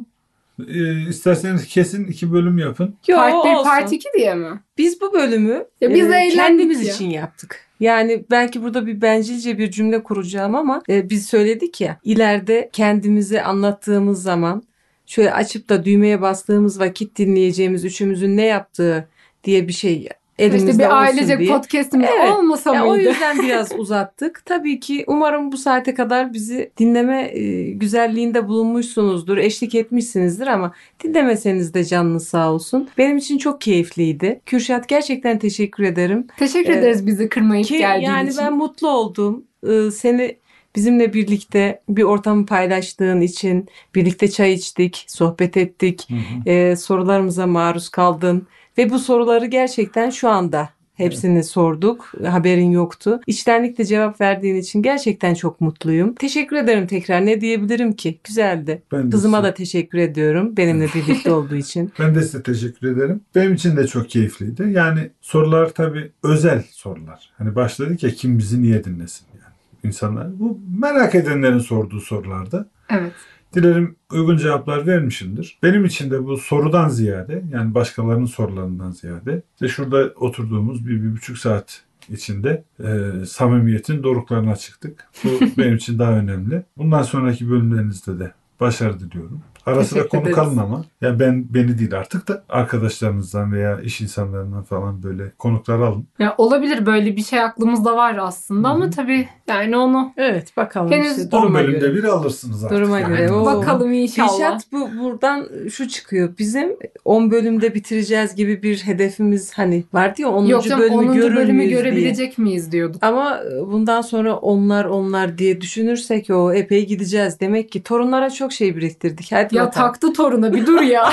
İsterseniz kesin 2 bölüm yapın. Yo, Part 1, olsun. Part 2 diye mi? Biz bu bölümü Ya biz eğlendik kendimiz ya. için yaptık. Yani belki burada bir bencilce bir cümle kuracağım ama biz söyledik ya, ileride kendimizi anlattığımız zaman şöyle açıp da düğmeye bastığımız vakit dinleyeceğimiz üçümüzün ne yaptığı diye bir şey elimizde İşte bir olsun ailecek diye. podcast'imiz Evet. olmasa Ya o mıydı? yüzden biraz uzattık. Tabii ki umarım bu saate kadar bizi dinleme güzelliğinde bulunmuşsunuzdur, eşlik etmişsinizdir ama dinlemeseniz de canınız sağ olsun. Benim için çok keyifliydi. Kürşat, gerçekten teşekkür ederim. Teşekkür Evet. ederiz bizi kırmayıp Ki geldiğin yani için. ben mutlu oldum. Seni bizimle birlikte bir ortamı paylaştığın için, birlikte çay içtik, sohbet ettik, Hı hı. sorularımıza maruz kaldın ve bu soruları gerçekten şu anda hepsini sorduk. Haberin yoktu. İçtenlikle cevap verdiğin için gerçekten çok mutluyum. Teşekkür ederim tekrar. Ne diyebilirim ki? Güzeldi. Ben de Kızıma size- da teşekkür ediyorum benimle birlikte olduğu için. Ben de size teşekkür ederim. Benim için de çok keyifliydi. Yani sorular tabii özel sorular. Hani başladık ya, kim bizi niye dinlesin yani. İnsanlar bu merak edenlerin sorduğu sorulardı. Evet. Dilerim uygun cevaplar vermişimdir. Benim için de bu sorudan ziyade, yani başkalarının sorularından ziyade, işte şurada oturduğumuz bir buçuk saat içinde samimiyetin doruklarına çıktık. Bu benim için daha önemli. Bundan sonraki bölümlerinizde de başarı diliyorum. Ara sıra Teşekkür konu ederiz. kalın ama. Yani beni değil artık da arkadaşlarınızdan veya iş insanlarından falan böyle konuklar alın. Ya olabilir, böyle bir şey aklımızda var aslında Hı hı. ama tabii yani onu Evet, bakalım Henüz işte 10 duruma bölümde göre. bir alırsınız artık. Duruma yani. göre, o- bakalım inşallah. Kürşat, buradan şu çıkıyor. Bizim 10 bölümde bitireceğiz gibi bir hedefimiz hani vardı ya, 10. Yok canım, bölümü 10. görür bölümü müyüz diye. görebilecek miyiz diyorduk. Ama bundan sonra onlar diye düşünürsek o epey gideceğiz. Demek ki torunlara çok şey biriktirdik. Hadi Ya bakalım. taktı toruna, bir dur ya.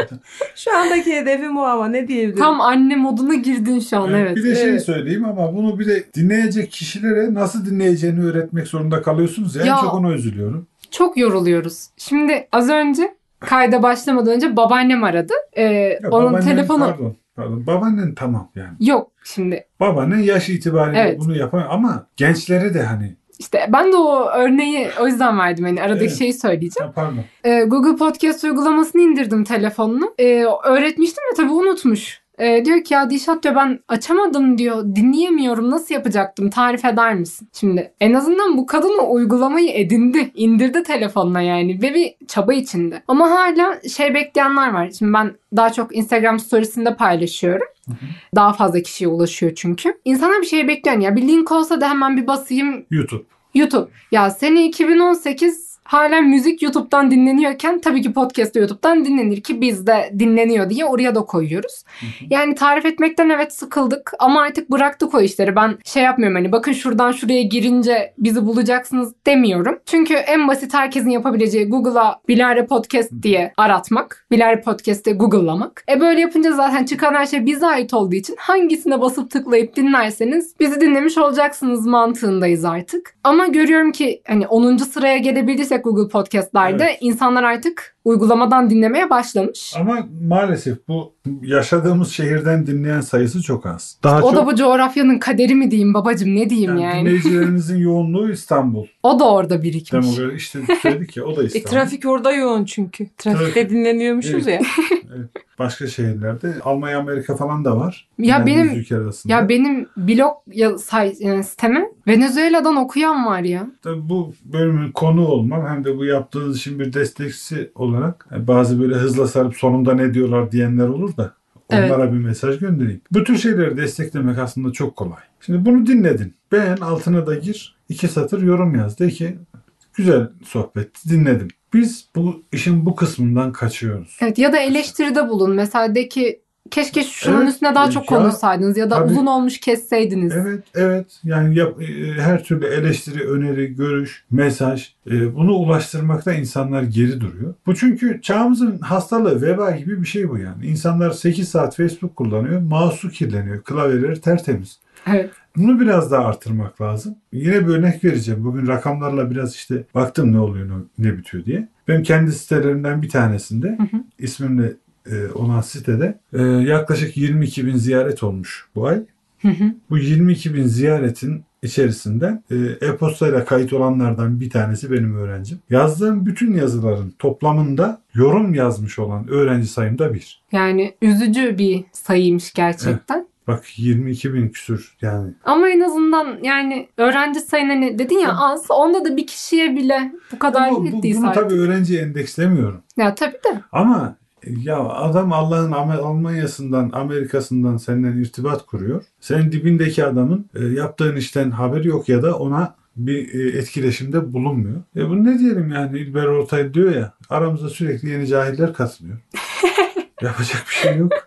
Şu andaki hedefim o ama ne diyebilirim? Tam anne moduna girdin şu an, evet. Bir de şey Evet. söyleyeyim ama bunu bir de dinleyecek kişilere nasıl dinleyeceğini öğretmek zorunda kalıyorsunuz ya. En Ya. çok ona üzülüyorum. Çok yoruluyoruz. Şimdi az önce kayda başlamadan önce babaannem aradı. Ya Onun babaannen- telefonu Pardon. Babaannen tamam yani. yok şimdi. Babaannen yaş itibariyle Evet. bunu yapar ama gençleri de hani. İşte ben de o örneği o yüzden verdim. Hani aradaki Evet. şeyi söyleyeceğim. Ha, pardon. Google Podcast uygulamasını indirdim telefonunu. Öğretmiştim de tabii unutmuş. Diyor ki ya Dişat diyor ben açamadım diyor. Dinleyemiyorum. Nasıl yapacaktım? Tarif eder misin? Şimdi en azından bu kadın o uygulamayı edindi. İndirdi telefonuna yani. Ve bir çaba içinde. Ama hala bekleyenler var. Şimdi ben daha çok Instagram storiesinde paylaşıyorum. Daha fazla kişiye ulaşıyor çünkü. İnsanlar bir şey bekleyen ya bir link olsa da hemen bir basayım. YouTube. Ya sene 2018 hala müzik YouTube'dan dinleniyorken tabii ki podcast de YouTube'dan dinlenir ki biz de dinleniyor diye oraya da koyuyoruz. Yani tarif etmekten evet sıkıldık ama artık bıraktık o işleri. Ben yapmıyorum hani bakın şuradan şuraya girince bizi bulacaksınız demiyorum. Çünkü en basit herkesin yapabileceği Google'a Bilal'le podcast diye aratmak. Bilal'le podcast'te Google'lamak. Böyle yapınca zaten çıkan her şey bize ait olduğu için hangisine basıp tıklayıp dinlerseniz bizi dinlemiş olacaksınız mantığındayız artık. Ama görüyorum ki hani 10. sıraya gelebilirsek Google Podcast'larda insanlar artık uygulamadan dinlemeye başlamış. Ama maalesef bu yaşadığımız şehirden dinleyen sayısı çok az. O da bu coğrafyanın kaderi mi diyeyim babacığım ne diyeyim yani. Dinleyicilerinizin yoğunluğu İstanbul. O da orada birikmiş. İşte söyledik ya o da İstanbul. Trafik orada yoğun çünkü. Trafikte dinleniyormuşuz ya. Evet. Başka şehirlerde Almanya, Amerika falan da var. Ya benim blog siteme Venezuela'dan okuyan var ya. Tabii bu bölümün konu olmam hem de bu yaptığınız işin bir destekçisi olarak bazı böyle hızla sarıp sonunda ne diyorlar diyenler olur da onlara bir mesaj göndereyim. Bu tür şeyleri desteklemek aslında çok kolay. Şimdi bunu dinledin. Beğen, altına da gir. 2 satır yorum yaz. De ki güzel sohbetti, dinledim. Biz bu işin bu kısmından kaçıyoruz. Evet ya da eleştiride bulun. Mesela de ki keşke şunun üstüne daha çok konuşsaydınız ya da tabii, uzun olmuş kesseydiniz. Evet. Yani her türlü eleştiri, öneri, görüş, mesaj bunu ulaştırmakta insanlar geri duruyor. Bu çünkü çağımızın hastalığı, veba gibi bir şey bu yani. İnsanlar 8 saat Facebook kullanıyor, mouse'u kirleniyor, klavyeleri tertemiz. Evet. Bunu biraz daha artırmak lazım. Yine bir örnek vereceğim. Bugün rakamlarla biraz baktım ne oluyor, ne bitiyor diye. Benim kendi sitelerimden bir tanesinde ismimle olan sitede yaklaşık 22 bin ziyaret olmuş bu ay. Bu 22 bin ziyaretin içerisinden e-postayla kayıt olanlardan bir tanesi benim öğrencim. Yazdığım bütün yazıların toplamında yorum yazmış olan öğrenci sayımda 1. Yani üzücü bir sayıymış gerçekten. Evet. Bak 22 bin küsür yani. Ama en azından yani öğrenci sayın hani dedin ya az. Onda da bir kişiye bile bu kadar gittiyse bunu tabii öğrenciye endekslemiyorum. Ya tabii de. Ama ya adam Allah'ın Almanya'sından, Amerika'sından senden irtibat kuruyor. Senin dibindeki adamın yaptığın işten haberi yok ya da ona bir etkileşimde bulunmuyor. Bunu ne diyelim yani İlber Ortaylı diyor ya aramıza sürekli yeni cahiller katılıyor. Yapacak bir şey yok.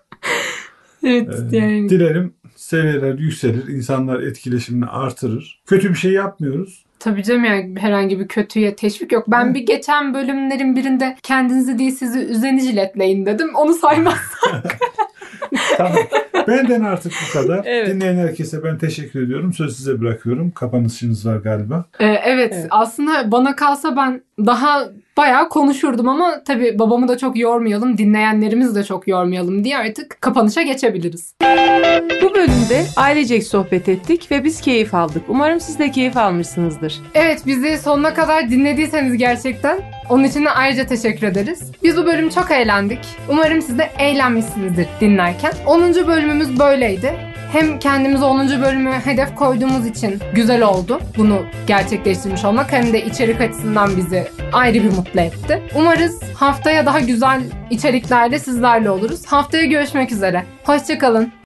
Evet yani. Dilerim seviyeler yükselir, insanlar etkileşimini artırır. Kötü bir şey yapmıyoruz. Tabii canım yani herhangi bir kötüye teşvik yok. Ben bir geçen bölümlerin birinde kendinizi değil sizi üzeni jiletleyin dedim. Onu saymazsak. Tamam. Benden artık bu kadar. Evet. Dinleyen herkese ben teşekkür ediyorum. Sözü size bırakıyorum. Kapanışınız var galiba. Evet. Aslında bana kalsa ben daha bayağı konuşurdum ama tabii babamı da çok yormayalım, dinleyenlerimizi de çok yormayalım diye artık kapanışa geçebiliriz. Bu bölümde ailecek sohbet ettik ve biz keyif aldık. Umarım siz de keyif almışsınızdır. Evet, bizi sonuna kadar dinlediyseniz gerçekten onun için de ayrıca teşekkür ederiz. Biz bu bölüm çok eğlendik. Umarım siz de eğlenmişsinizdir dinlerken. 10. bölümümüz böyleydi. Hem kendimize 10. bölümü hedef koyduğumuz için güzel oldu bunu gerçekleştirmiş olmak, hem de içerik açısından bizi ayrı bir mutlu etti. Umarız haftaya daha güzel içeriklerle sizlerle oluruz. Haftaya görüşmek üzere. Hoşça kalın.